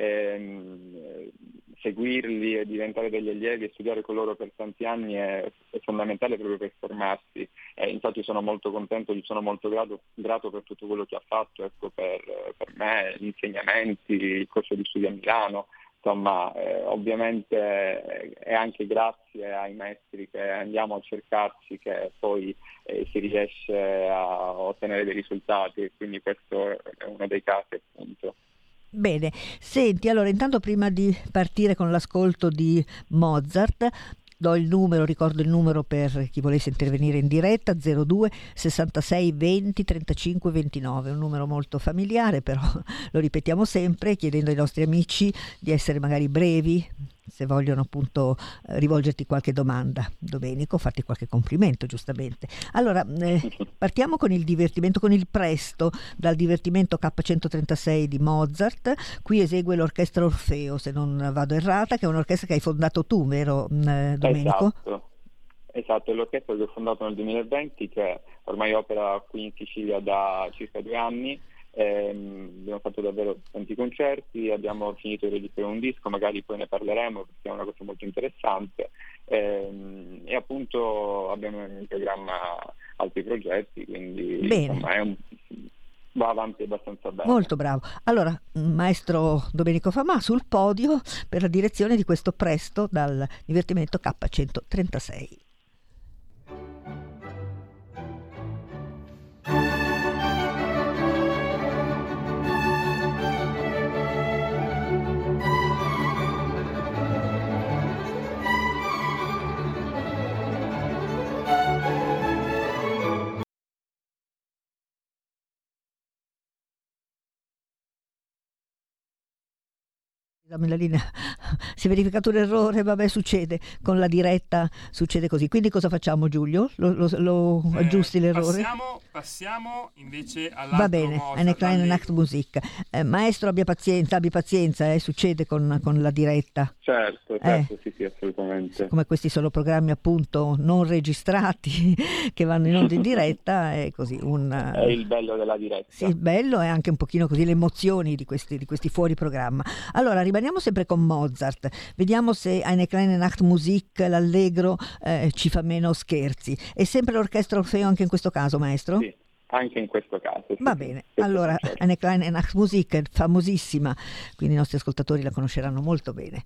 ehm, seguirli e diventare degli allievi e studiare con loro per tanti anni è, è fondamentale proprio per formarsi, e infatti sono molto contento, gli sono molto grato, grato per tutto quello che ha fatto, ecco, per, per me, gli insegnamenti, il corso di studio a Milano. Insomma, eh, ovviamente è anche grazie ai maestri che andiamo a cercarci che poi eh, si riesce a ottenere dei risultati, e quindi questo è uno dei casi, appunto. Bene, senti, allora intanto prima di partire con l'ascolto di Mozart do il numero, ricordo il numero per chi volesse intervenire in diretta: zero due sessantasei venti trentacinque ventinove, un numero molto familiare, però lo ripetiamo sempre chiedendo ai nostri amici di essere magari brevi se vogliono appunto eh, rivolgerti qualche domanda, Domenico, farti qualche complimento giustamente. Allora eh, partiamo con il divertimento, con il presto, dal divertimento K centotrentasei di Mozart. Qui esegue l'orchestra Orfeo, se non vado errata, che è un'orchestra che hai fondato tu, vero eh, Domenico? Esatto. Esatto, è l'orchestra che ho fondato nel duemilaventi, che ormai opera qui in Sicilia da circa due anni. Eh, abbiamo fatto davvero tanti concerti, abbiamo finito di registrare un disco, magari poi ne parleremo perché è una cosa molto interessante, eh, e appunto abbiamo in programma altri progetti, quindi Bene. Insomma, è un, va avanti abbastanza bene. Molto bravo. Allora, maestro Domenico Famà sul podio per la direzione di questo Presto dal divertimento K centotrentasei. Dammi la linea. Si è verificato un errore, vabbè, succede con la diretta, succede così. Quindi cosa facciamo, Giulio? Lo, lo, lo Eh, aggiusti l'errore? Passiamo, passiamo invece all'altro Va bene, Mozart, eine kleine l'Allegro. Nachtmusik. Eh, maestro, abbia pazienza, abbi pazienza, eh, succede con, con la diretta. Certo, certo, sì, sì, assolutamente. Come questi sono programmi appunto non registrati che vanno in onda in diretta, è così un... È il bello della diretta. Sì, il bello è anche un pochino così le emozioni di questi, di questi fuori programma. Allora, rimaniamo sempre con Mozart, vediamo se Eine kleine Nachtmusik, l'Allegro, eh, ci fa meno scherzi. È sempre l'orchestra Orfeo anche in questo caso, maestro? Sì, anche in questo caso. Sì, Va sì. bene, Questo allora sì, certo. Eine kleine Nachtmusik è famosissima, quindi i nostri ascoltatori la conosceranno molto bene.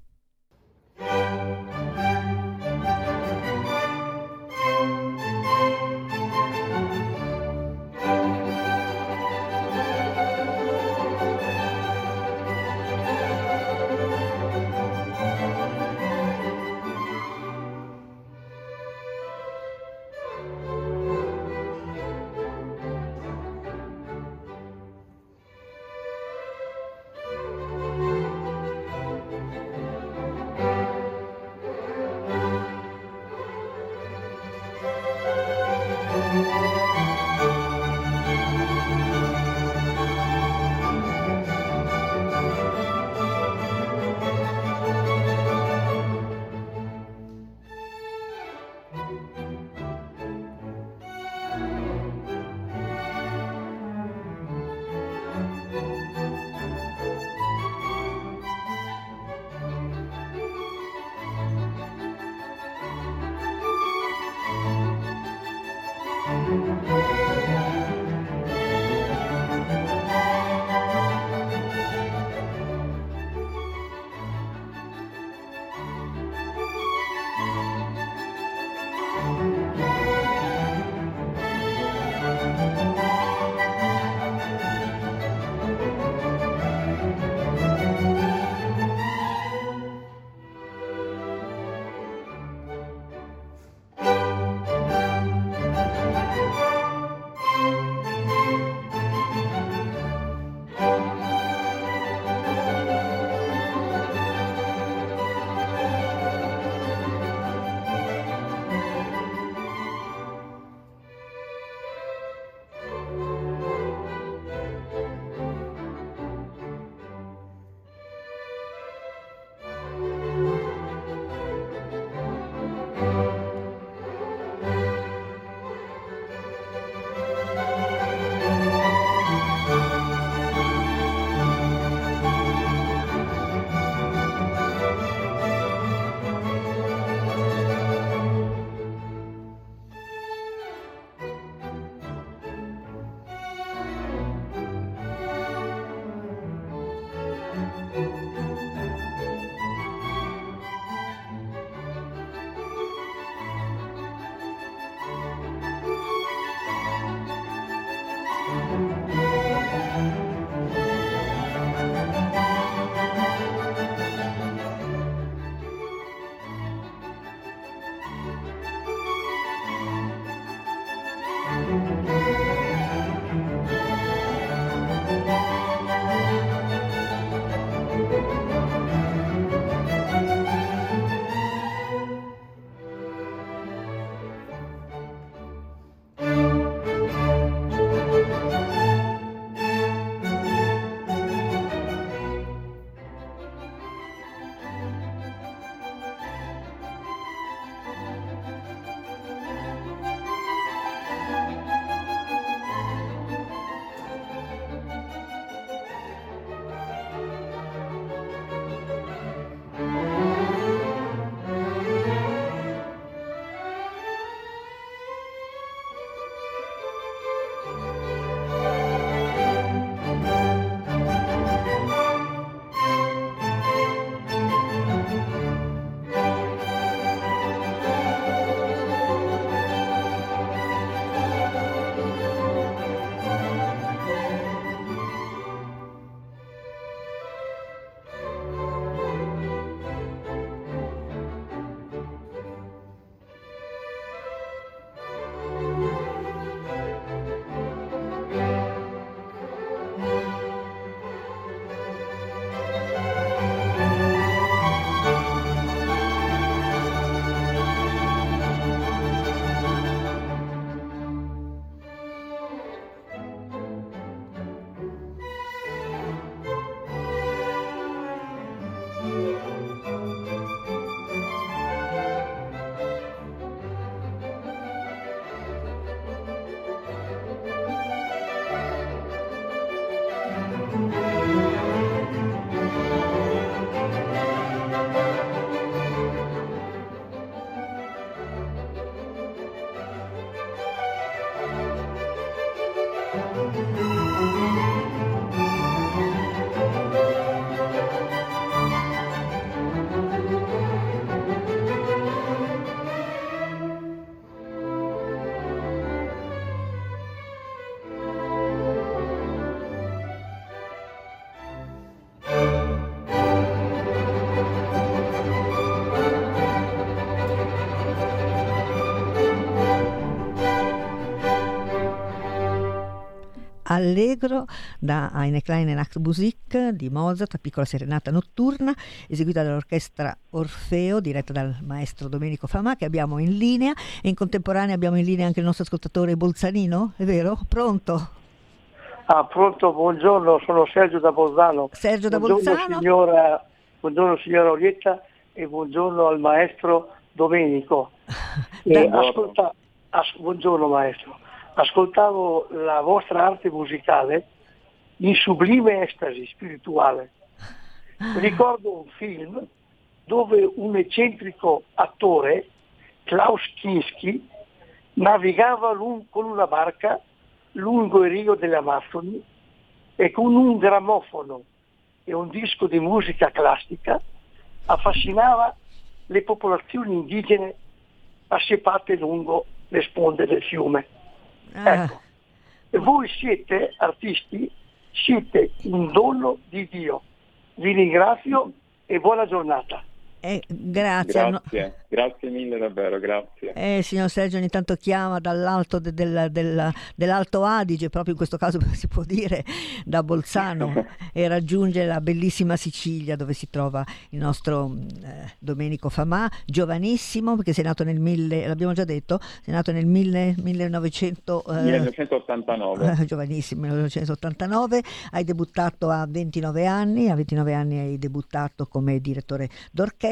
Allegro da Eine kleine Nachtmusik di Mozart, la piccola serenata notturna, eseguita dall'orchestra Orfeo, diretta dal maestro Domenico Famà, che abbiamo in linea, e in contemporanea abbiamo in linea anche il nostro ascoltatore Bolzanino, è vero? Pronto? Ah, pronto, buongiorno, sono Sergio da Bolzano. Sergio da buongiorno, Bolzano. Signora, buongiorno signora Orietta e buongiorno al maestro Domenico. Eh, ascolta, as, buongiorno maestro. Ascoltavo la vostra arte musicale in sublime estasi spirituale. Ricordo un film dove un eccentrico attore, Klaus Kinski, navigava lung- con una barca lungo il Rio delle Amazzoni e con un grammofono e un disco di musica classica affascinava le popolazioni indigene assiepate lungo le sponde del fiume. Ecco, e voi siete artisti, siete un dono di Dio. Vi ringrazio e buona giornata. Eh, grazie. Grazie, grazie mille davvero, grazie. Eh, signor Sergio ogni tanto chiama dall'alto de, del, del, dell'Alto Adige, proprio in questo caso si può dire da Bolzano, e raggiunge la bellissima Sicilia, dove si trova il nostro eh, Domenico Famà, giovanissimo, perché sei nato nel mille, l'abbiamo già detto, sei nato nel mille, millenovecento, eh, millenovecentottantanove. Eh, giovanissimo, millenovecentottantanove, hai debuttato a ventinove anni, a ventinove anni hai debuttato come direttore d'orchestra.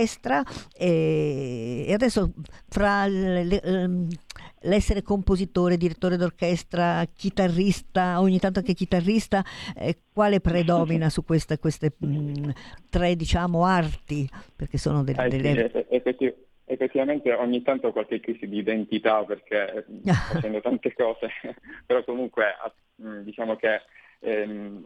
E, e adesso fra le, le, l'essere compositore, direttore d'orchestra, chitarrista, ogni tanto anche chitarrista, eh, quale predomina su queste, queste mh, tre diciamo arti? Perché sono de- eh, delle... sì, effettiv- effettivamente ogni tanto ho qualche crisi di identità perché facendo tante cose, però comunque diciamo che ehm,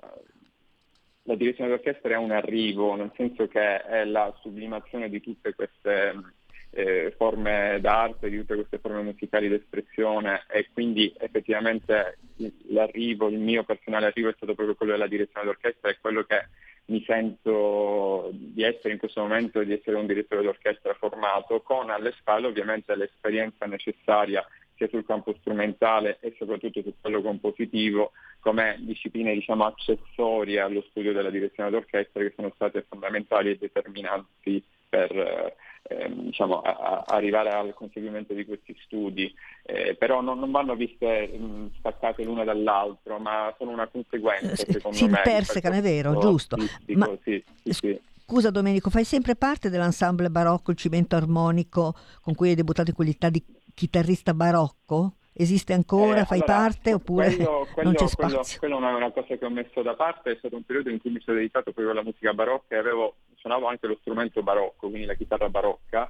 la direzione d'orchestra è un arrivo, nel senso che è la sublimazione di tutte queste eh, forme d'arte, di tutte queste forme musicali d'espressione, e quindi effettivamente l'arrivo, il mio personale arrivo è stato proprio quello della direzione d'orchestra, è quello che mi sento di essere in questo momento, di essere un direttore d'orchestra formato, con alle spalle ovviamente l'esperienza necessaria sia sul campo strumentale e soprattutto su quello compositivo, come discipline diciamo accessorie allo studio della direzione d'orchestra, che sono state fondamentali e determinanti per eh, diciamo, a, a arrivare al conseguimento di questi studi, eh, però non, non vanno viste mh, staccate l'una dall'altro, ma sono una conseguenza, secondo si me. intersecano, è vero, giusto. Artistico, ma... sì, sì, sì. Scusa Domenico, fai sempre parte dell'ensemble barocco Il Cimento Armonico, con cui hai debuttato in qualità di chitarrista barocco? Esiste ancora? Eh, fai allora, parte oppure quello, quello, non c'è quello, spazio? quello è una cosa che ho messo da parte, è stato un periodo in cui mi sono dedicato proprio alla musica barocca e avevo, suonavo anche lo strumento barocco, quindi la chitarra barocca,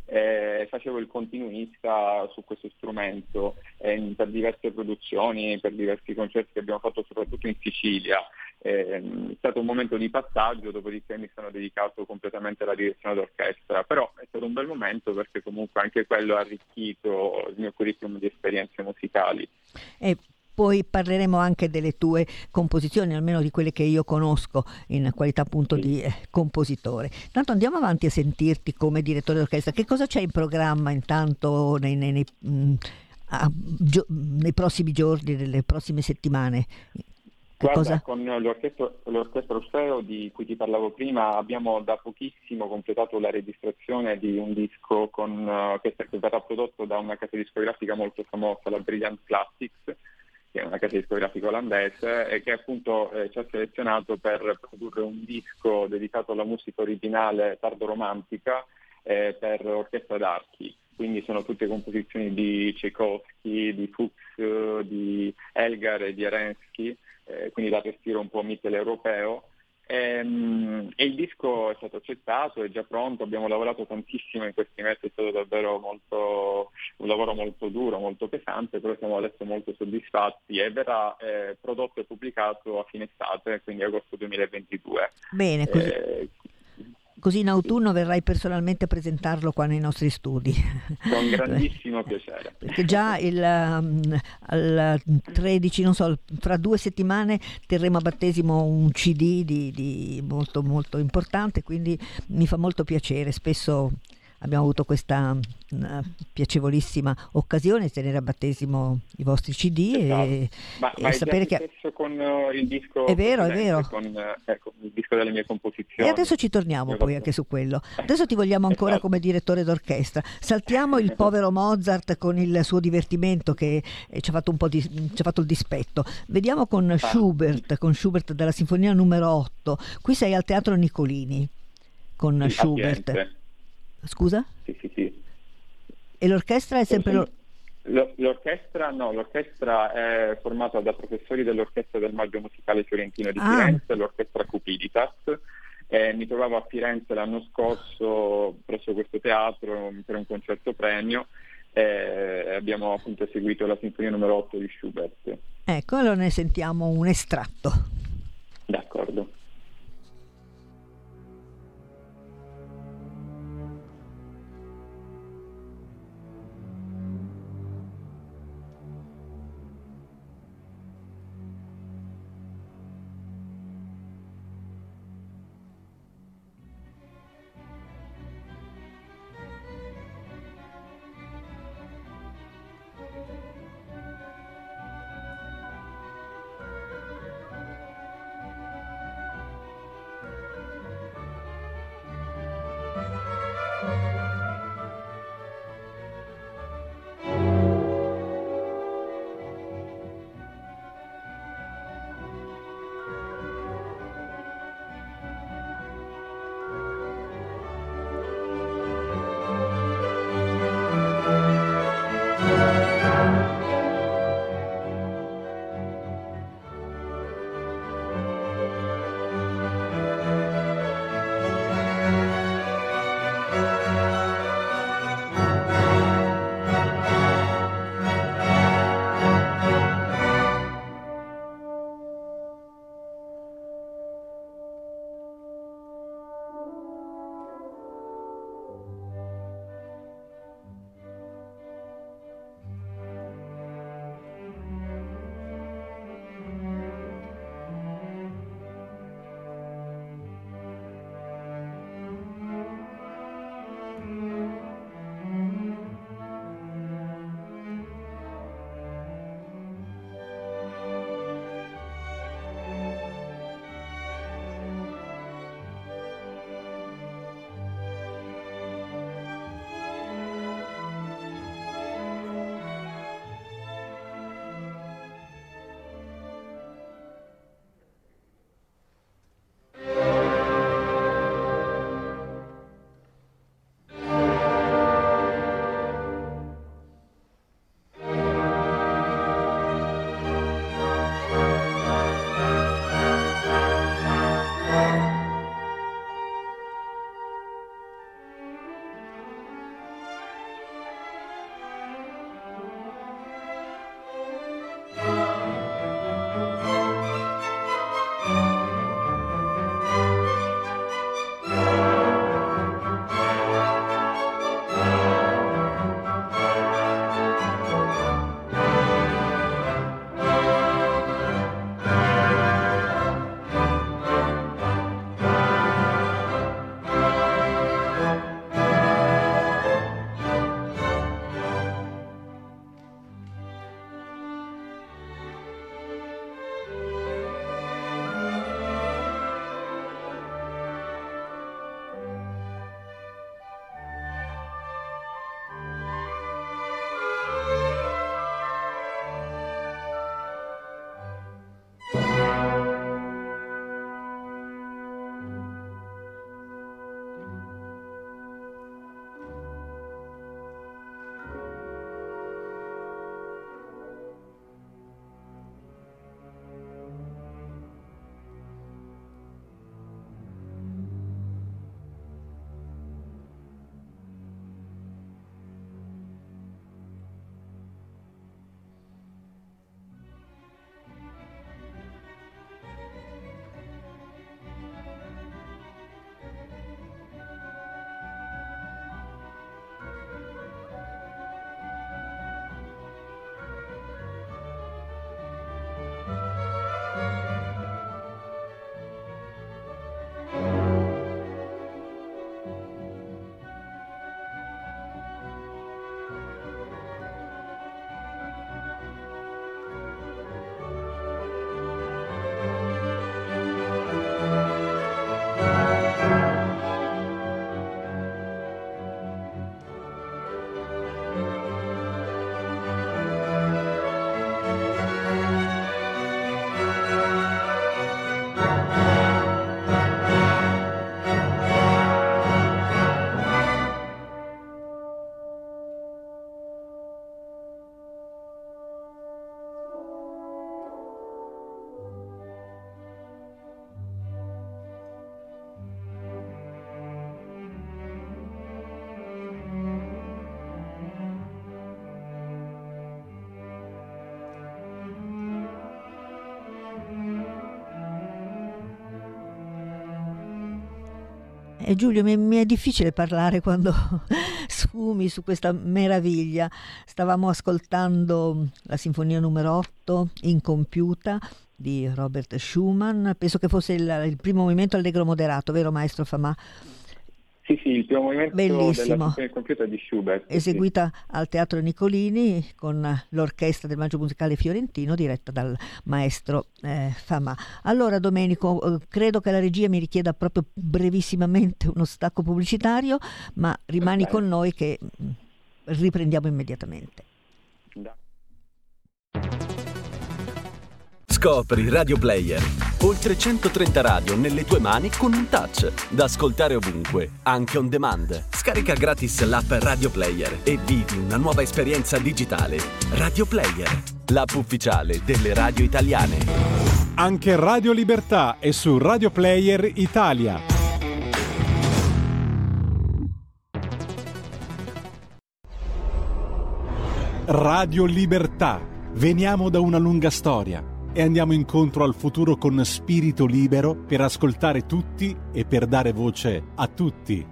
e facevo il continuista su questo strumento eh, per diverse produzioni, per diversi concerti che abbiamo fatto soprattutto in Sicilia. È stato un momento di passaggio, dopodiché mi sono dedicato completamente alla direzione d'orchestra, però è stato un bel momento perché comunque anche quello ha arricchito il mio curriculum di esperienze musicali. E poi parleremo anche delle tue composizioni, almeno di quelle che io conosco in qualità appunto sì. di eh, compositore. Tanto andiamo avanti a sentirti come direttore d'orchestra. Che cosa c'è in programma intanto nei, nei, nei, mh, a, gio, nei prossimi giorni, nelle prossime settimane? Che Guarda, cosa? con l'orchestra, l'orchestra Orfeo di cui ti parlavo prima abbiamo da pochissimo completato la registrazione di un disco con, uh, che, che verrà prodotto da una casa discografica molto famosa, la Brilliant Classics, che è una casa discografica olandese e che appunto eh, ci ha selezionato per produrre un disco dedicato alla musica originale tardo-romantica eh, per orchestra d'archi. Quindi sono tutte composizioni di Tchaikovsky, di Fuchs, di Elgar e di Arensky, eh, quindi da respiro un po' mitteleuropeo. E, e il disco è stato accettato, è già pronto, abbiamo lavorato tantissimo in questi mesi, è stato davvero molto, un lavoro molto duro, molto pesante, però siamo adesso molto soddisfatti e verrà eh, prodotto e pubblicato a fine estate, quindi agosto duemilaventidue. Bene, così. Eh, Così in autunno verrai personalmente a presentarlo qua nei nostri studi. Con grandissimo piacere. Perché già il um, al tredici, non so, fra due settimane terremo a battesimo un C D di, di molto molto importante, quindi mi fa molto piacere. Spesso abbiamo avuto questa uh, piacevolissima occasione di tenere a battesimo i vostri C D esatto. e, ma, e ma sapere che stesso con uh, il disco è vero, è vero. Con, uh, ecco, il disco delle mie composizioni. E adesso ci torniamo poi anche su quello. Adesso ti vogliamo ancora esatto. come direttore d'orchestra. Saltiamo il povero Mozart con il suo divertimento che eh, ci ha fatto un po' di, ci ha fatto il dispetto. Vediamo con ah. Schubert, con Schubert della Sinfonia numero otto. Qui sei al Teatro Nicolini con sì, Schubert. Scusa? Sì, sì, sì. E l'orchestra è sempre lo... L'orchestra no, l'orchestra è formata da professori dell'Orchestra del Maggio Musicale Fiorentino di Ah. Firenze, l'Orchestra Cupiditas. Eh, mi trovavo a Firenze l'anno scorso presso questo teatro per un concerto premio e eh, abbiamo appunto eseguito la Sinfonia numero otto di Schubert. Ecco, allora ne sentiamo un estratto. D'accordo. E Giulio, mi, mi è difficile parlare quando sfumi su questa meraviglia. Stavamo ascoltando la sinfonia numero otto, Incompiuta, di Robert Schumann. Penso che fosse il, il primo movimento allegro moderato, vero maestro Famà? Sì, sì, il primo movimento Bellissimo. della sinfonia incompiuta di Schubert. Eseguita sì. al Teatro Nicolini con l'orchestra del Maggio Musicale Fiorentino diretta dal maestro eh, Famà. Allora Domenico, eh, credo che la regia mi richieda proprio brevissimamente uno stacco pubblicitario, ma rimani Okay. con noi che mh, riprendiamo immediatamente. Da. Scopri Radio Player. Oltre centotrenta radio nelle tue mani con un touch. Da ascoltare ovunque, anche on demand. Scarica gratis l'app Radio Player e vivi una nuova esperienza digitale. Radio Player, l'app ufficiale delle radio italiane. Anche Radio Libertà è su Radio Player Italia. Radio Libertà. Veniamo da una lunga storia e andiamo incontro al futuro con spirito libero per ascoltare tutti e per dare voce a tutti.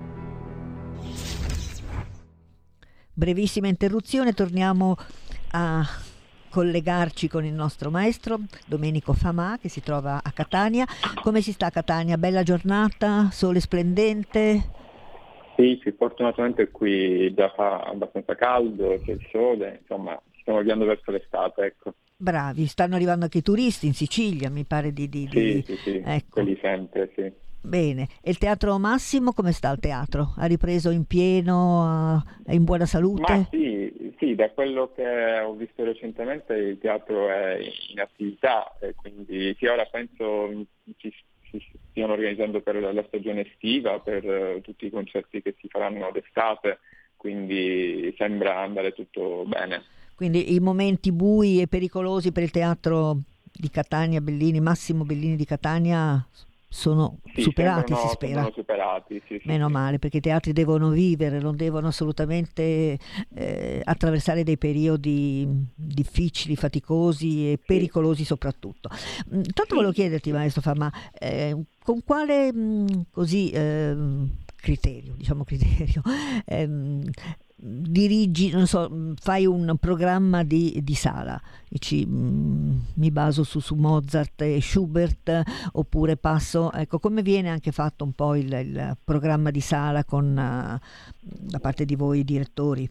Brevissima interruzione, torniamo a collegarci con il nostro maestro Domenico Famà, che si trova a Catania. Come si sta a Catania? Bella giornata, sole splendente? Sì, sì, fortunatamente qui già fa abbastanza caldo, c'è il sole, insomma stiamo avviando verso l'estate, ecco. Bravi, stanno arrivando anche i turisti in Sicilia, mi pare di... di, di... Sì, sì, sì, ecco. quelli sempre, sì. Bene, e il Teatro Massimo, come sta il teatro? Ha ripreso in pieno, è in buona salute? Ma sì, sì, da quello che ho visto recentemente il teatro è in attività, e quindi sì, ora penso ci, ci stiano organizzando per la stagione estiva, per uh, tutti i concerti che si faranno d'estate, quindi sembra andare tutto bene. Quindi i momenti bui e pericolosi per il teatro di Catania, Bellini, Massimo Bellini di Catania sono sì, superati, sembrano, si spera. sembrano superati, sì, sì, Meno sì. male, perché i teatri devono vivere, non devono assolutamente eh, attraversare dei periodi difficili, faticosi e pericolosi soprattutto. Mm, Tanto Sì. volevo chiederti, maestro Famà, eh, con quale mh, così ehm, criterio, diciamo criterio, ehm, dirigi, non so, mh, fai un programma di, di sala, dici mh, mi baso su, su Mozart e Schubert, oppure passo, ecco, come viene anche fatto un po' il, il programma di sala con uh, da parte di voi direttori?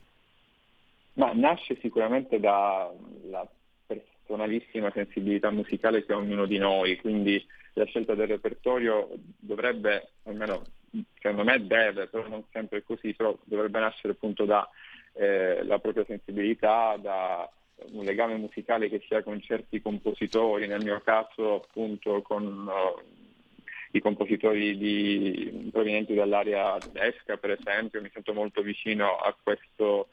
Ma nasce sicuramente dalla personalissima sensibilità musicale che ha ognuno di noi, quindi la scelta del repertorio dovrebbe, almeno secondo me deve, però non sempre è così, però dovrebbe nascere appunto da eh, la propria sensibilità, da un legame musicale che sia con certi compositori, nel mio caso appunto con uh, i compositori di, provenienti dall'area tedesca, per esempio, mi sento molto vicino a questo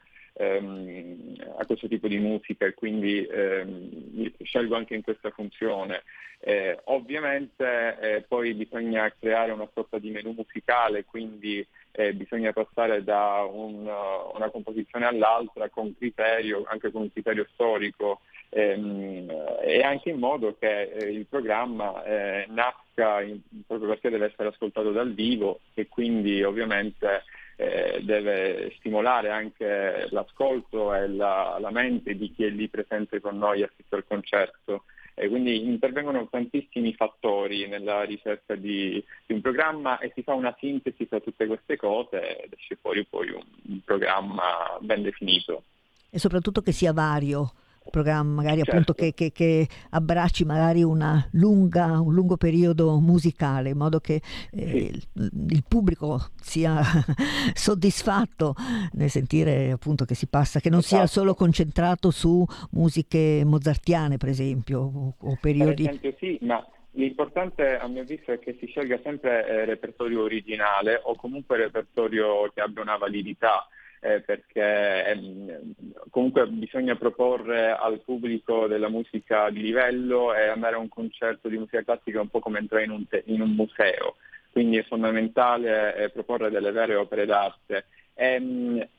ehm, a questo tipo di musica e quindi ehm, scelgo anche in questa funzione. Eh, ovviamente eh, poi bisogna creare una sorta di menù musicale, quindi eh, bisogna passare da un, uh, una composizione all'altra con criterio, anche con un criterio storico, ehm, e anche in modo che eh, il programma eh, nasca in, proprio perché deve essere ascoltato dal vivo e quindi ovviamente eh, deve stimolare anche l'ascolto e la, la mente di chi è lì presente con noi assiste al concerto. E quindi intervengono tantissimi fattori nella ricerca di, di un programma e si fa una sintesi tra tutte queste cose ed esce fuori poi un, un programma ben definito. E soprattutto che sia vario, il programma magari Certo. appunto che, che, che abbracci magari una lunga, un lungo periodo musicale, in modo che eh, il, il pubblico sia soddisfatto nel sentire appunto che si passa, che non sia Esatto. solo concentrato su musiche mozartiane per esempio, o, o periodi... Per esempio sì, ma l'importante a mio avviso è che si scelga sempre eh, repertorio originale o comunque repertorio che abbia una validità. Eh, perché ehm, comunque bisogna proporre al pubblico della musica di livello e andare a un concerto di musica classica è un po' come entrare in un, te- in un museo, quindi è fondamentale eh, proporre delle vere opere d'arte. E, e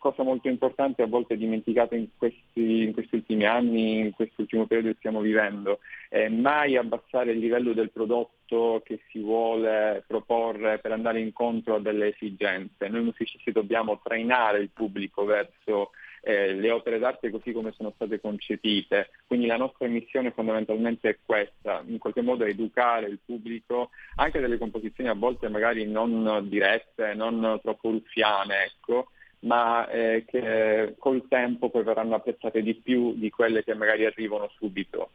cosa molto importante a volte dimenticata in questi, in questi ultimi anni, in quest'ultimo periodo che stiamo vivendo, è mai abbassare il livello del prodotto che si vuole proporre per andare incontro a delle esigenze. Noi musicisti dobbiamo trainare il pubblico verso eh, le opere d'arte così come sono state concepite, quindi la nostra missione fondamentalmente è questa, in qualche modo educare il pubblico anche delle composizioni a volte magari non dirette, non troppo ruffiane, ecco, ma eh, che col tempo poi verranno apprezzate di più di quelle che magari arrivano subito.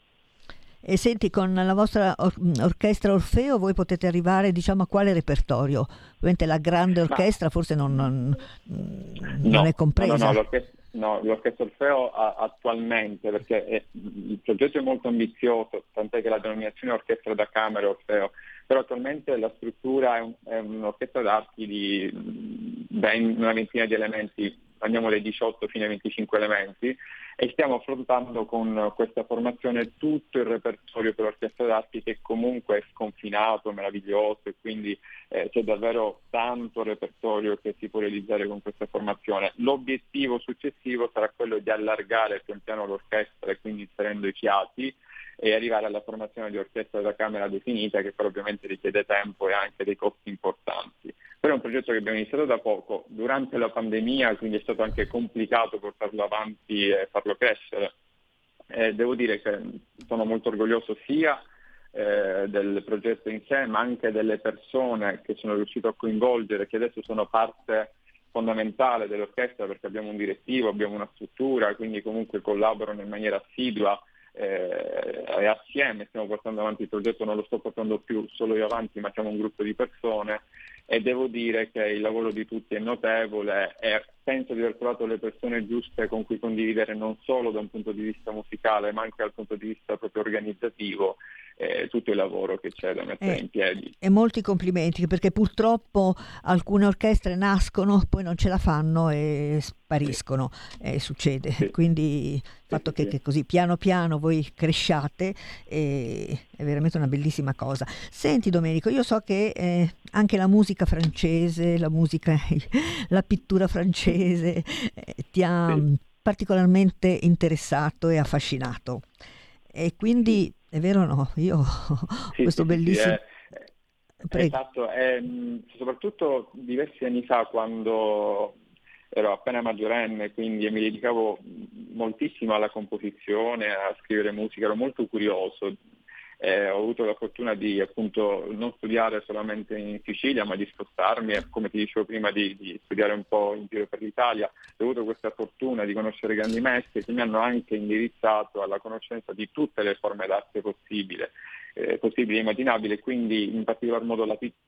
E senti, con la vostra or- orchestra Orfeo voi potete arrivare, diciamo, a quale repertorio? Ovviamente la grande orchestra ma... forse non, non, non no, è compresa. No, no, no, l'orchestra, no, l'orchestra Orfeo a, attualmente, perché è, il progetto è molto ambizioso, tant'è che la denominazione è orchestra da camera Orfeo, però attualmente la struttura è, un, è un'orchestra d'archi di ben una ventina di elementi, andiamo dai diciotto fino ai venticinque elementi, e stiamo affrontando con questa formazione tutto il repertorio per l'orchestra d'archi, che comunque è sconfinato, meraviglioso, e quindi eh, c'è davvero tanto repertorio che si può realizzare con questa formazione. L'obiettivo successivo sarà quello di allargare pian piano l'orchestra, e quindi inserendo i fiati, e arrivare alla formazione di orchestra da camera definita, che però ovviamente richiede tempo e anche dei costi importanti. Però è un progetto che abbiamo iniziato da poco, durante la pandemia, quindi è stato anche complicato portarlo avanti e farlo crescere. Eh, devo dire che sono molto orgoglioso sia eh, del progetto in sé, ma anche delle persone che sono riuscito a coinvolgere, che adesso sono parte fondamentale dell'orchestra, perché abbiamo un direttivo, abbiamo una struttura, quindi comunque collaborano in maniera assidua. Eh, e assieme stiamo portando avanti il progetto, non lo sto portando più solo io avanti, ma siamo un gruppo di persone, e devo dire che il lavoro di tutti è notevole, e penso di aver trovato le persone giuste con cui condividere, non solo da un punto di vista musicale, ma anche dal punto di vista proprio organizzativo, eh, tutto il lavoro che c'è da mettere eh, in piedi. E molti complimenti, perché purtroppo alcune orchestre nascono, poi non ce la fanno e spariscono, sì. eh, succede, sì. Quindi il fatto sì, che, sì. che così piano piano voi cresciate eh, è veramente una bellissima cosa. Senti Domenico, io so che eh, anche la musica francese, la musica, la pittura francese eh, ti ha sì. particolarmente interessato e affascinato, e quindi è vero o no? Io sì, questo sì, bellissimo sì, è, esatto, è, soprattutto diversi anni fa, quando ero appena maggiorenne, quindi mi dedicavo moltissimo alla composizione, a scrivere musica, ero molto curioso. Eh, ho avuto la fortuna di appunto non studiare solamente in Sicilia, ma di spostarmi, e come ti dicevo prima di, di studiare un po' in giro per l'Italia. Ho avuto questa fortuna di conoscere grandi maestri che mi hanno anche indirizzato alla conoscenza di tutte le forme d'arte possibile, eh, possibili e immaginabili, quindi in particolar modo la pittura.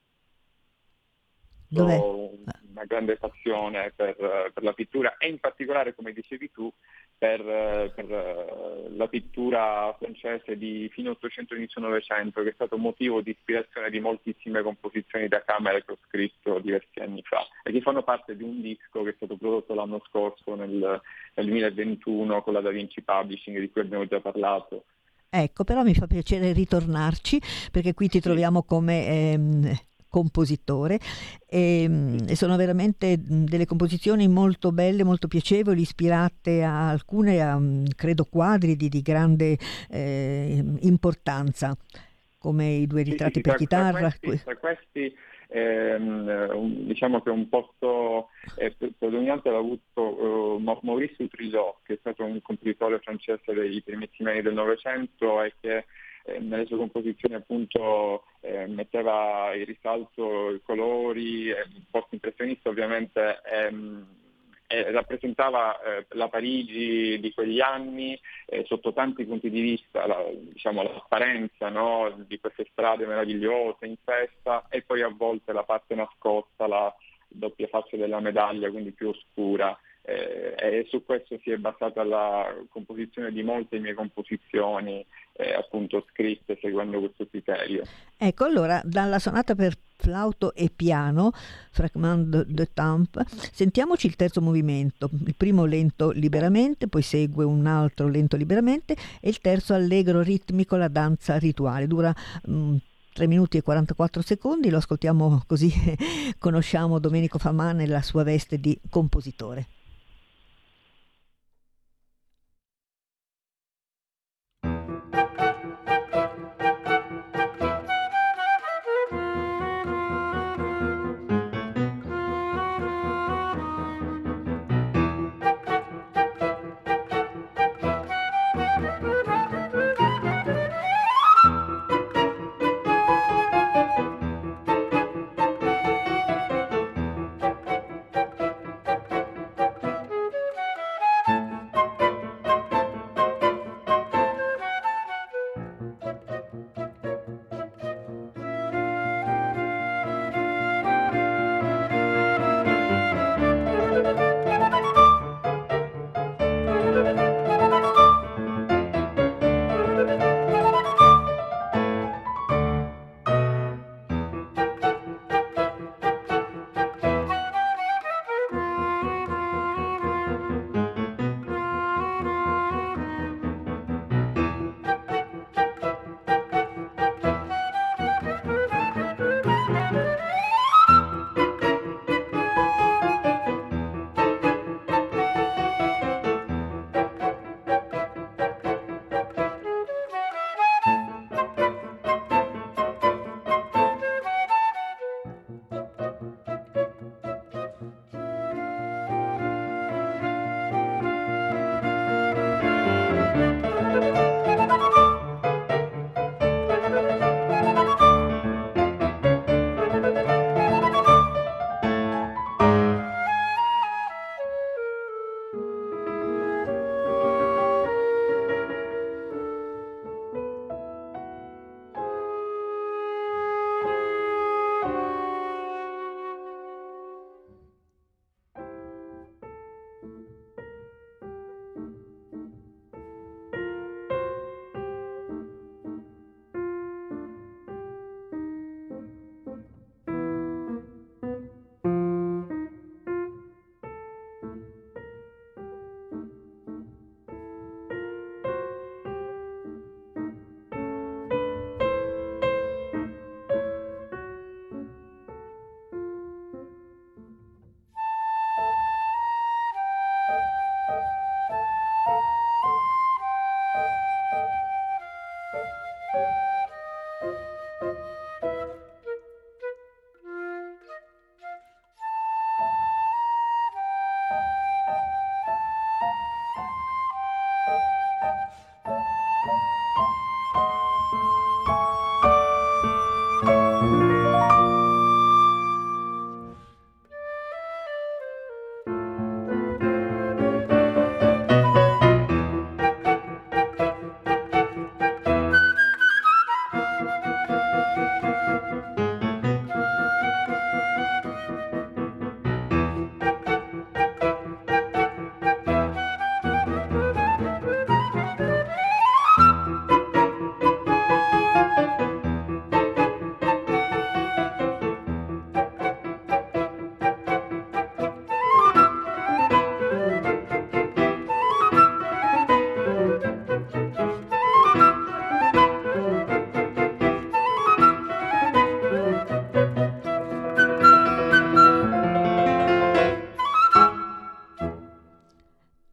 Ho una grande passione per, per la pittura, e in particolare, come dicevi tu, per, per la pittura francese di fine Ottocento inizio Novecento, che è stato motivo di ispirazione di moltissime composizioni da camera che ho scritto diversi anni fa, e che fanno parte di un disco che è stato prodotto l'anno scorso, nel, nel duemilaventuno, con la Da Vinci Publishing, di cui abbiamo già parlato. Ecco, però mi fa piacere ritornarci, perché qui ti sì. troviamo come ehm, compositore, e, e sono veramente delle composizioni molto belle, molto piacevoli, ispirate a alcune, a, credo, quadri di, di grande eh, importanza, come i due ritratti sì, sì, per tra, chitarra. Tra questi, tra questi ehm, diciamo che un posto eh, predominante l'ha avuto eh, Maurice Utrillo, che è stato un compositore francese dei primissimi anni del Novecento, e che nelle sue composizioni appunto eh, metteva in risalto i colori, eh, post-impressionista ovviamente, ehm, eh, rappresentava eh, la Parigi di quegli anni eh, sotto tanti punti di vista, la, diciamo l'apparenza, no, di queste strade meravigliose in festa, e poi a volte la parte nascosta, la doppia faccia della medaglia, quindi più oscura. Eh, e su questo si è basata la composizione di molte mie composizioni, eh, appunto scritte seguendo questo criterio. Ecco, allora dalla sonata per flauto e piano, Fragment de, de Temps, sentiamoci il terzo movimento, il primo lento liberamente, poi segue un altro lento liberamente, e il terzo allegro ritmico, la danza rituale. Dura mh, tre minuti e quarantaquattro secondi, lo ascoltiamo così conosciamo Domenico Famà nella sua veste di compositore.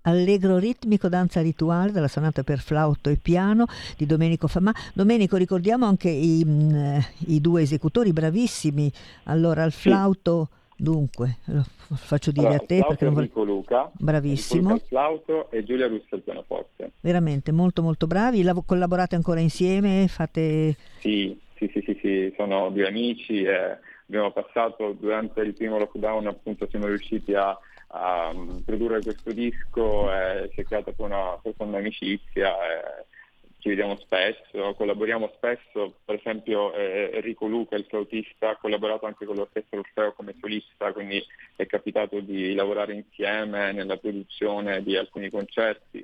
Allegro ritmico danza rituale dalla sonata per flauto e piano di Domenico Famà. Domenico, ricordiamo anche i, mh, i due esecutori bravissimi. Allora, al flauto, dunque, lo faccio dire allora, a te perché non voglio... Enrico Luca, bravissimo. Enrico Luca al flauto e Giulia Russo al pianoforte. Veramente molto molto bravi. Lav- collaborate ancora insieme? Fate... Sì, sì, sì, sì, sì, sono due amici e abbiamo passato durante il primo lockdown, appunto siamo riusciti a, a produrre questo disco e si è creata poi una profonda amicizia e ci vediamo spesso, collaboriamo spesso. Per esempio eh, Enrico Luca, il flautista, ha collaborato anche con l'Orchestra Orfeo come solista, quindi è capitato di lavorare insieme nella produzione di alcuni concerti.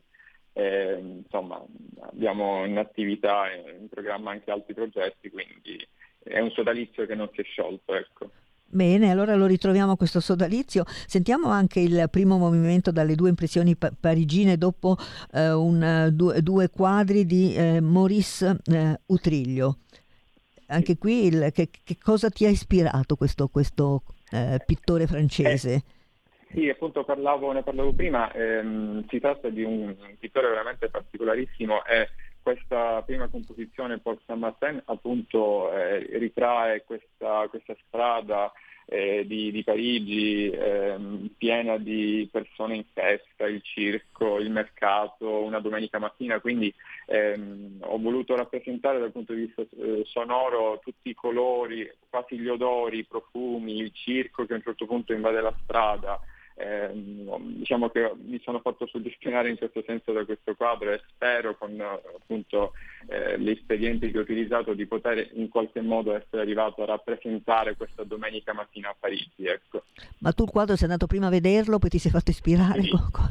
E, insomma, abbiamo in attività, in programma anche altri progetti, quindi è un sodalizio che non si è sciolto, ecco. Bene, allora lo ritroviamo questo sodalizio. Sentiamo anche il primo movimento dalle due impressioni pa- parigine dopo eh, un, due, due quadri di eh, Maurice eh, Utrillo. Anche qui il, che, che cosa ti ha ispirato questo, questo eh, pittore francese? Eh. Sì, appunto parlavo, ne parlavo prima, ehm, si tratta di un pittore veramente particolarissimo e questa prima composizione, Porte Saint-Martin, appunto eh, ritrae questa, questa strada eh, di, di Parigi ehm, piena di persone in festa, il circo, il mercato, una domenica mattina, quindi ehm, ho voluto rappresentare dal punto di vista eh, sonoro tutti i colori, quasi gli odori, i profumi, il circo che a un certo punto invade la strada. Eh, diciamo che mi sono fatto suggestionare in questo senso da questo quadro e spero con appunto eh, gli espedienti che ho utilizzato di poter in qualche modo essere arrivato a rappresentare questa domenica mattina a Parigi, ecco. Ma tu il quadro sei andato prima a vederlo, poi ti sei fatto ispirare? Sì.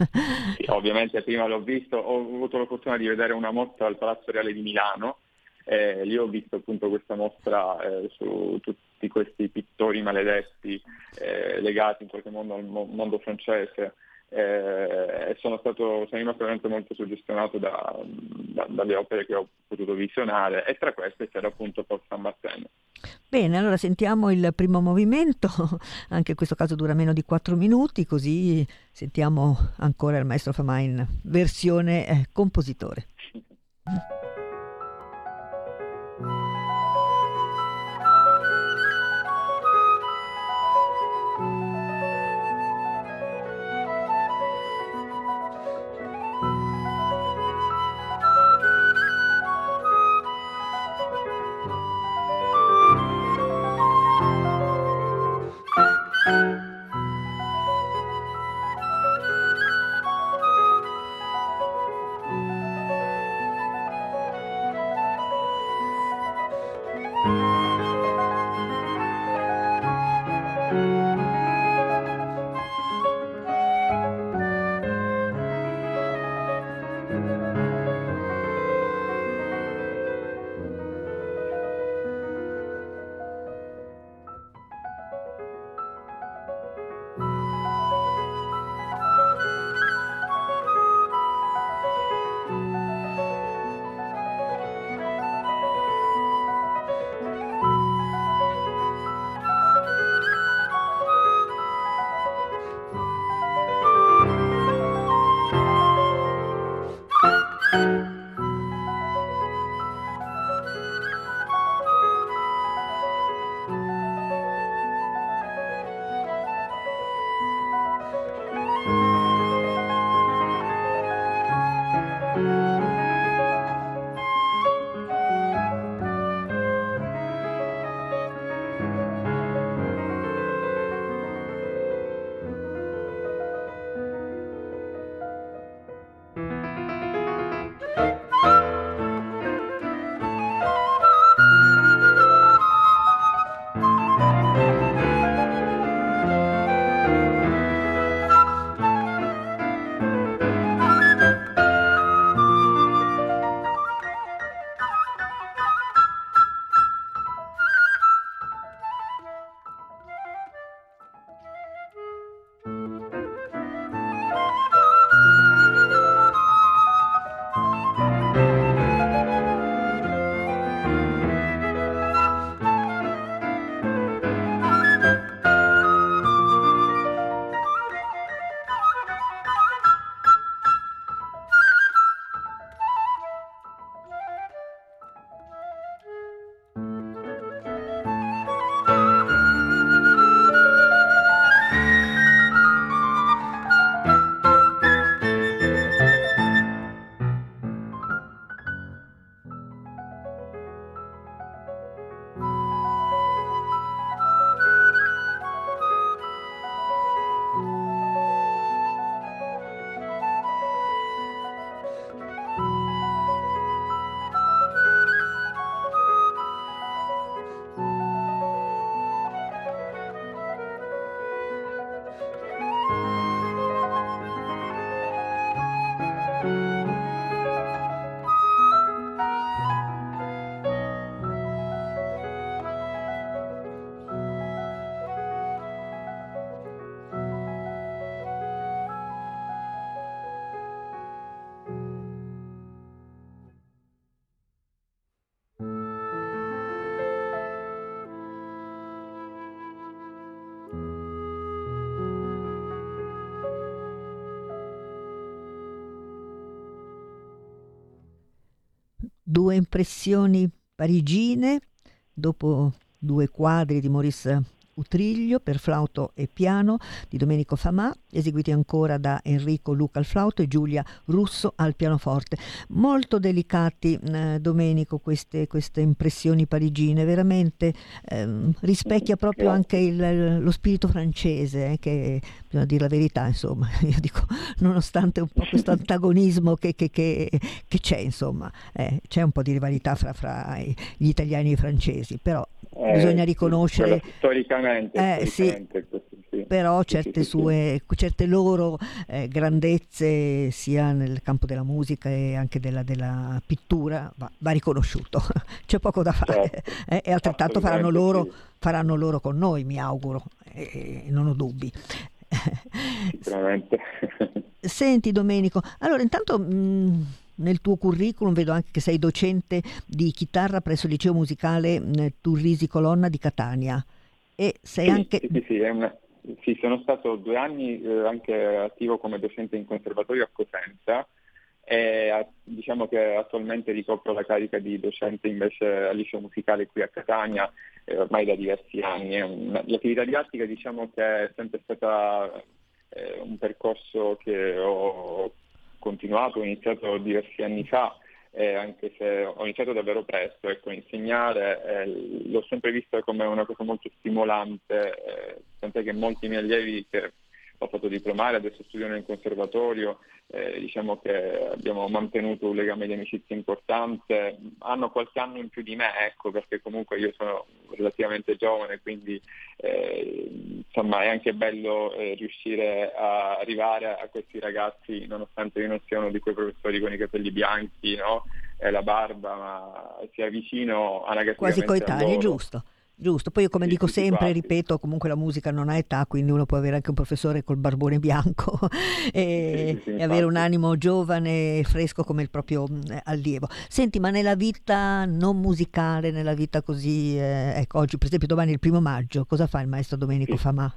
Sì, ovviamente prima l'ho visto, ho avuto la fortuna di vedere una mostra al Palazzo Reale di Milano. Eh, lì ho visto appunto questa mostra eh, su tutti questi pittori maledetti eh, legati in qualche modo al mo- mondo francese eh, e sono stato sono rimasto veramente molto suggestionato da, da, dalle opere che ho potuto visionare, e tra queste c'era appunto Porte Saint-Martin. Bene, allora sentiamo il primo movimento, anche in questo caso dura meno di quattro minuti, così sentiamo ancora il maestro Famà in versione eh, compositore. Thank you. due impressioni parigine, dopo due quadri di Maurice Utriglio per flauto e piano di Domenico Famà, eseguiti ancora da Enrico Luca al flauto e Giulia Russo al pianoforte. Molto delicati, eh, Domenico, queste, queste impressioni parigine, veramente ehm, rispecchia proprio anche il, lo spirito francese, eh, che bisogna dire la verità, insomma, io dico, nonostante un po' questo antagonismo che, che, che, che c'è, insomma, eh, c'è un po' di rivalità fra, fra gli italiani e i francesi, però eh, bisogna riconoscere sì, storicamente, eh, storicamente sì, sì. però Sì, certe sì, sì, sue certe loro eh, grandezze sia nel campo della musica e anche della, della pittura va, va riconosciuto. C'è poco da fare, certo. eh, e altrettanto faranno loro, Sì. faranno loro con noi, mi auguro, e, e non ho dubbi. Sicuramente. Senti Domenico, allora intanto mh, nel tuo curriculum vedo anche che sei docente di chitarra presso il liceo musicale mh, Turrisi Colonna di Catania e sei Sì, anche sì, sì, sì, è una- sì, sono stato due anni eh, anche attivo come docente in conservatorio a Cosenza e a- diciamo che attualmente ricopro la carica di docente invece al liceo musicale qui a Catania eh, ormai da diversi anni. È una- l'attività didattica diciamo che è sempre stata eh, un percorso che ho continuato, ho iniziato diversi anni fa. Eh, anche se ho iniziato davvero presto, ecco, insegnare eh, l'ho sempre vista come una cosa molto stimolante, eh, tant'è che molti miei allievi che ho fatto diplomare, adesso studiano in conservatorio, eh, diciamo che abbiamo mantenuto un legame di amicizia importante, hanno qualche anno in più di me, ecco, perché comunque io sono relativamente giovane, quindi eh, insomma è anche bello eh, riuscire a arrivare a questi ragazzi, nonostante io non sia uno di quei professori con i capelli bianchi, no? E la barba, ma sia vicino anagraficamente quasi coetanei, a loro. giusto? Giusto, poi io come Sì, dico sì, sì, sempre, quasi. ripeto, comunque la musica non ha età, quindi uno può avere anche un professore col barbone bianco e, Sì, sì, sì, e avere un infatti. animo giovane e fresco come il proprio mh, allievo. Senti, ma nella vita non musicale, nella vita così, eh, ecco, oggi per esempio domani è il primo maggio, cosa fa il maestro Domenico Sì. Famà?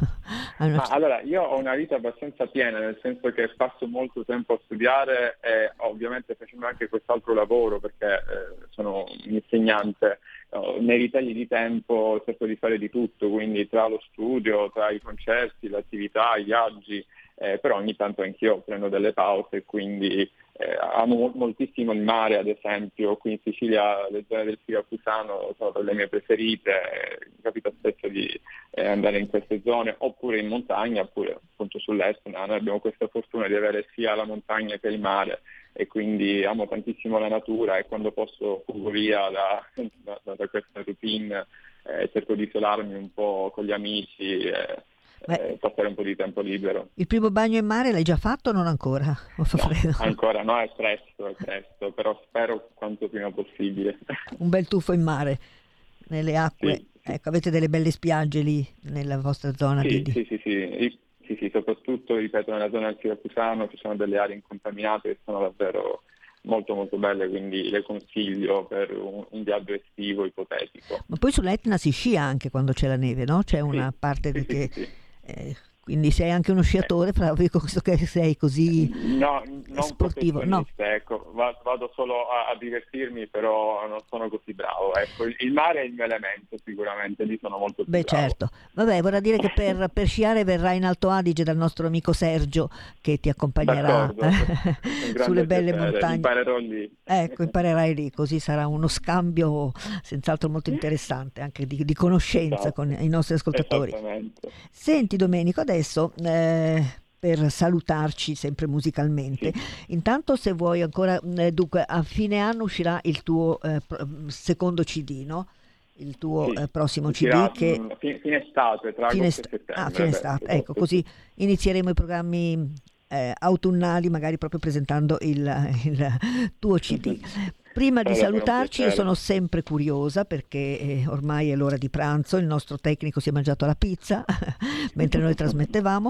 Ha una- Ma allora, io ho una vita abbastanza piena, nel senso che passo molto tempo a studiare e ovviamente facendo anche quest'altro lavoro perché eh, sono un insegnante, eh, nei ritagli di tempo cerco di fare di tutto, quindi tra lo studio, tra i concerti, le attività, i viaggi, eh, però ogni tanto anch'io prendo delle pause, quindi eh, amo moltissimo il mare, ad esempio, qui in Sicilia le zone del Siracusano sono tra le mie preferite, eh, mi capita spesso di eh, andare in queste zone, oppure in montagna, oppure appunto sull'Etna. Noi abbiamo questa fortuna di avere sia la montagna che il mare e quindi amo tantissimo la natura e quando posso fugo via da, da, da questa routine, eh, cerco di isolarmi un po' con gli amici e eh, passare un po' di tempo libero. Il primo bagno in mare l'hai già fatto o non ancora? O fa freddo? Ancora no, è presto, è presto, però spero quanto prima possibile. Un bel tuffo in mare, nelle acque. Sì, Ecco, avete delle belle spiagge lì nella vostra zona di... Sì, di- sì, sì, sì, I- sì, sì, soprattutto, ripeto, nella zona del Siracusano ci sono delle aree incontaminate che sono davvero molto molto belle, quindi le consiglio per un, un viaggio estivo ipotetico. Ma poi sull'Etna si scia anche quando c'è la neve, no? C'è una Sì, parte sì, di sì, che... sì, sì. eh, quindi sei anche uno sciatore, fra visto che sei così No, non sportivo, no? professionista, ecco, va- vado solo a, a divertirmi, però non sono così bravo, ecco. Il, il mare è il mio elemento sicuramente, lì sono molto più Beh bravo. certo, vabbè, vorrà dire che per, per sciare verrai in Alto Adige dal nostro amico Sergio che ti accompagnerà D'accordo, un grande sulle belle piacere, montagne. imparerò lì. Ecco, imparerai lì, così sarà uno scambio senz'altro molto interessante, anche di, di conoscenza Esatto. con i nostri ascoltatori. Esattamente. Senti Domenico, adesso eh, per salutarci sempre musicalmente, intanto se vuoi ancora, eh, dunque a fine anno uscirà il tuo eh, pro- secondo C D, no? Il tuo Sì, eh, prossimo C D uscirà, che... mh, fine, fine estate, tra Fine agosto est- e settembre. ah, fine beh, estate, esatto, ecco, così inizieremo i programmi eh, autunnali, magari proprio presentando il, il tuo C D. Prima di Sarebbe un salutarci, io piacere. sono sempre curiosa perché eh, ormai è l'ora di pranzo, il nostro tecnico si è mangiato la pizza mentre noi trasmettevamo.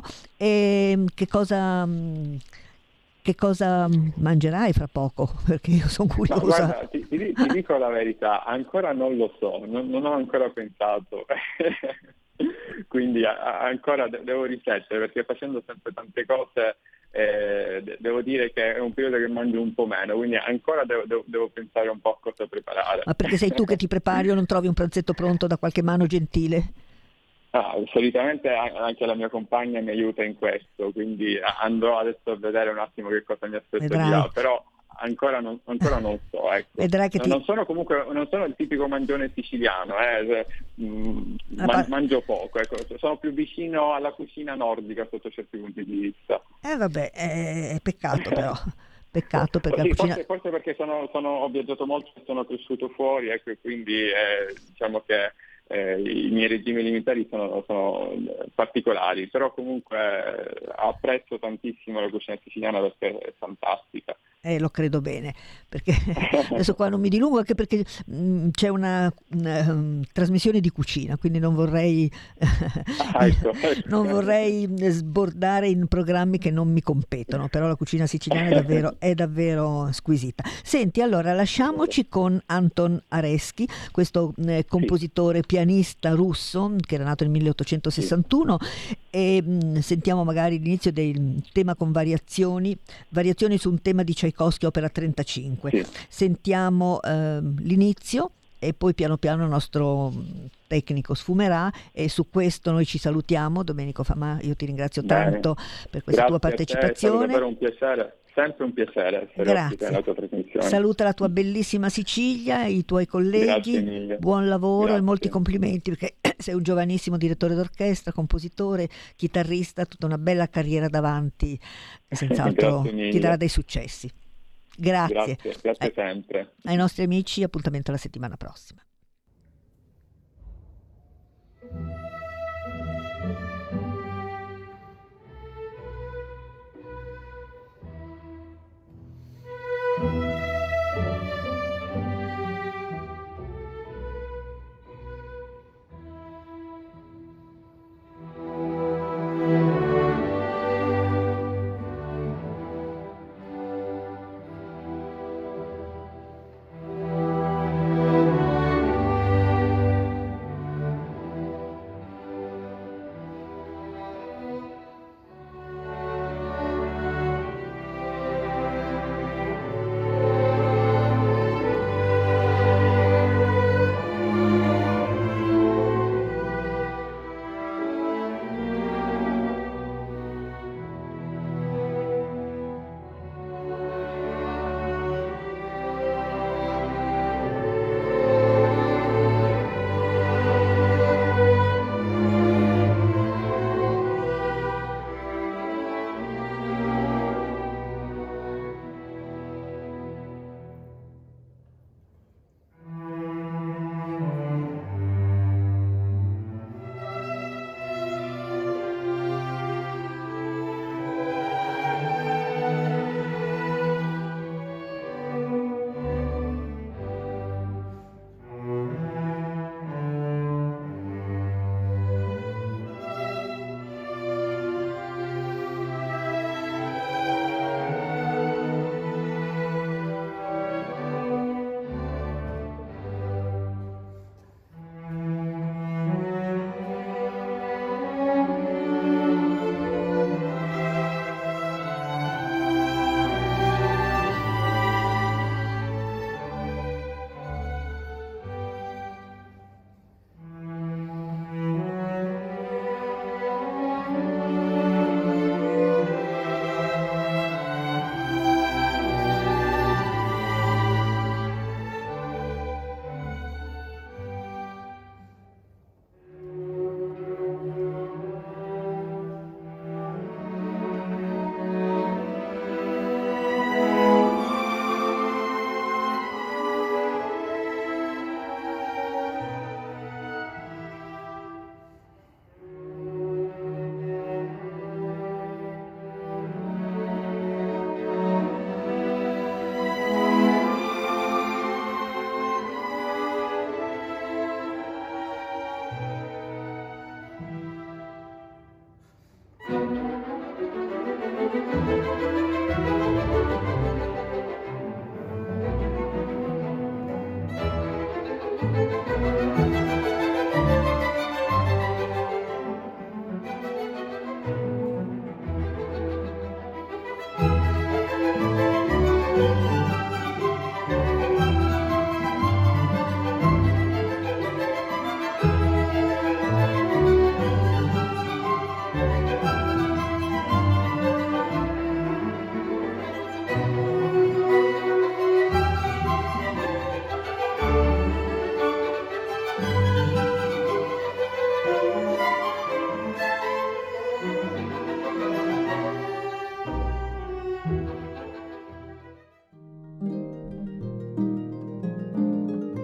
E che cosa, mh, che cosa mangerai fra poco? Perché io sono Ma curiosa. guarda, ti, ti di- ti dico la verità, ancora non lo so, non, non ho ancora pensato. Quindi a- a- ancora de- devo riflettere perché facendo sempre tante cose eh, de- devo dire che è un periodo che mangio un po' meno, quindi ancora devo, devo, devo pensare un po' a cosa preparare. Ma perché sei tu che ti prepari o non trovi un pranzetto pronto da qualche mano gentile? Ah, solitamente anche la mia compagna mi aiuta in questo, quindi andrò adesso a vedere un attimo che cosa mi aspetto Vedrai. di là, però ancora non, ancora non so, ecco. Vedrai che ti... Non sono comunque non sono il tipico mangione siciliano, eh, se- mm, Ah, man- pa- mangio poco, ecco. Sono più vicino alla cucina nordica sotto certi punti di vista. Eh vabbè, è, è peccato però, peccato perché Sì, la cucina... forse, forse perché sono, sono, ho viaggiato molto e sono cresciuto fuori, ecco, e quindi eh, diciamo che eh, i miei regimi alimentari sono, sono particolari, però comunque eh, apprezzo tantissimo la cucina siciliana perché è fantastica. Eh, lo credo bene, perché adesso qua non mi dilungo anche perché mh, c'è una, una, um, trasmissione di cucina, quindi non vorrei Ah, ecco, ecco. non vorrei sbordare in programmi che non mi competono, però la cucina siciliana è davvero, è davvero squisita. Senti, allora lasciamoci con Anton Areschi, questo eh, compositore pianista russo che era nato nel milleottocentosessantuno, e mh, sentiamo magari l'inizio del tema con variazioni, variazioni su un tema di Tchaikovsky, opera trentacinque. Sì. Sentiamo ehm, l'inizio e poi piano piano il nostro mh, tecnico sfumerà, e su questo noi ci salutiamo. Domenico Famà, io ti ringrazio Bene. tanto per questa Grazie tua a te, è stato partecipazione. davvero un piacere, sempre un piacere essere Grazie. ospite nella tua trasmissione. Saluta la tua bellissima Sicilia, i tuoi colleghi, Grazie mille. buon lavoro Grazie. e molti complimenti perché sei un giovanissimo direttore d'orchestra, compositore, chitarrista, tutta una bella carriera davanti che senz'altro Grazie mille. ti darà dei successi. Grazie. Grazie, grazie Eh, sempre. ai nostri amici, appuntamento la settimana prossima. Thank you.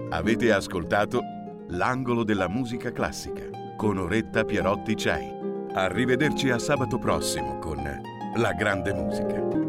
Avete ascoltato L'angolo della musica classica con Oretta Pierotti Cei. Arrivederci a sabato prossimo con La grande musica.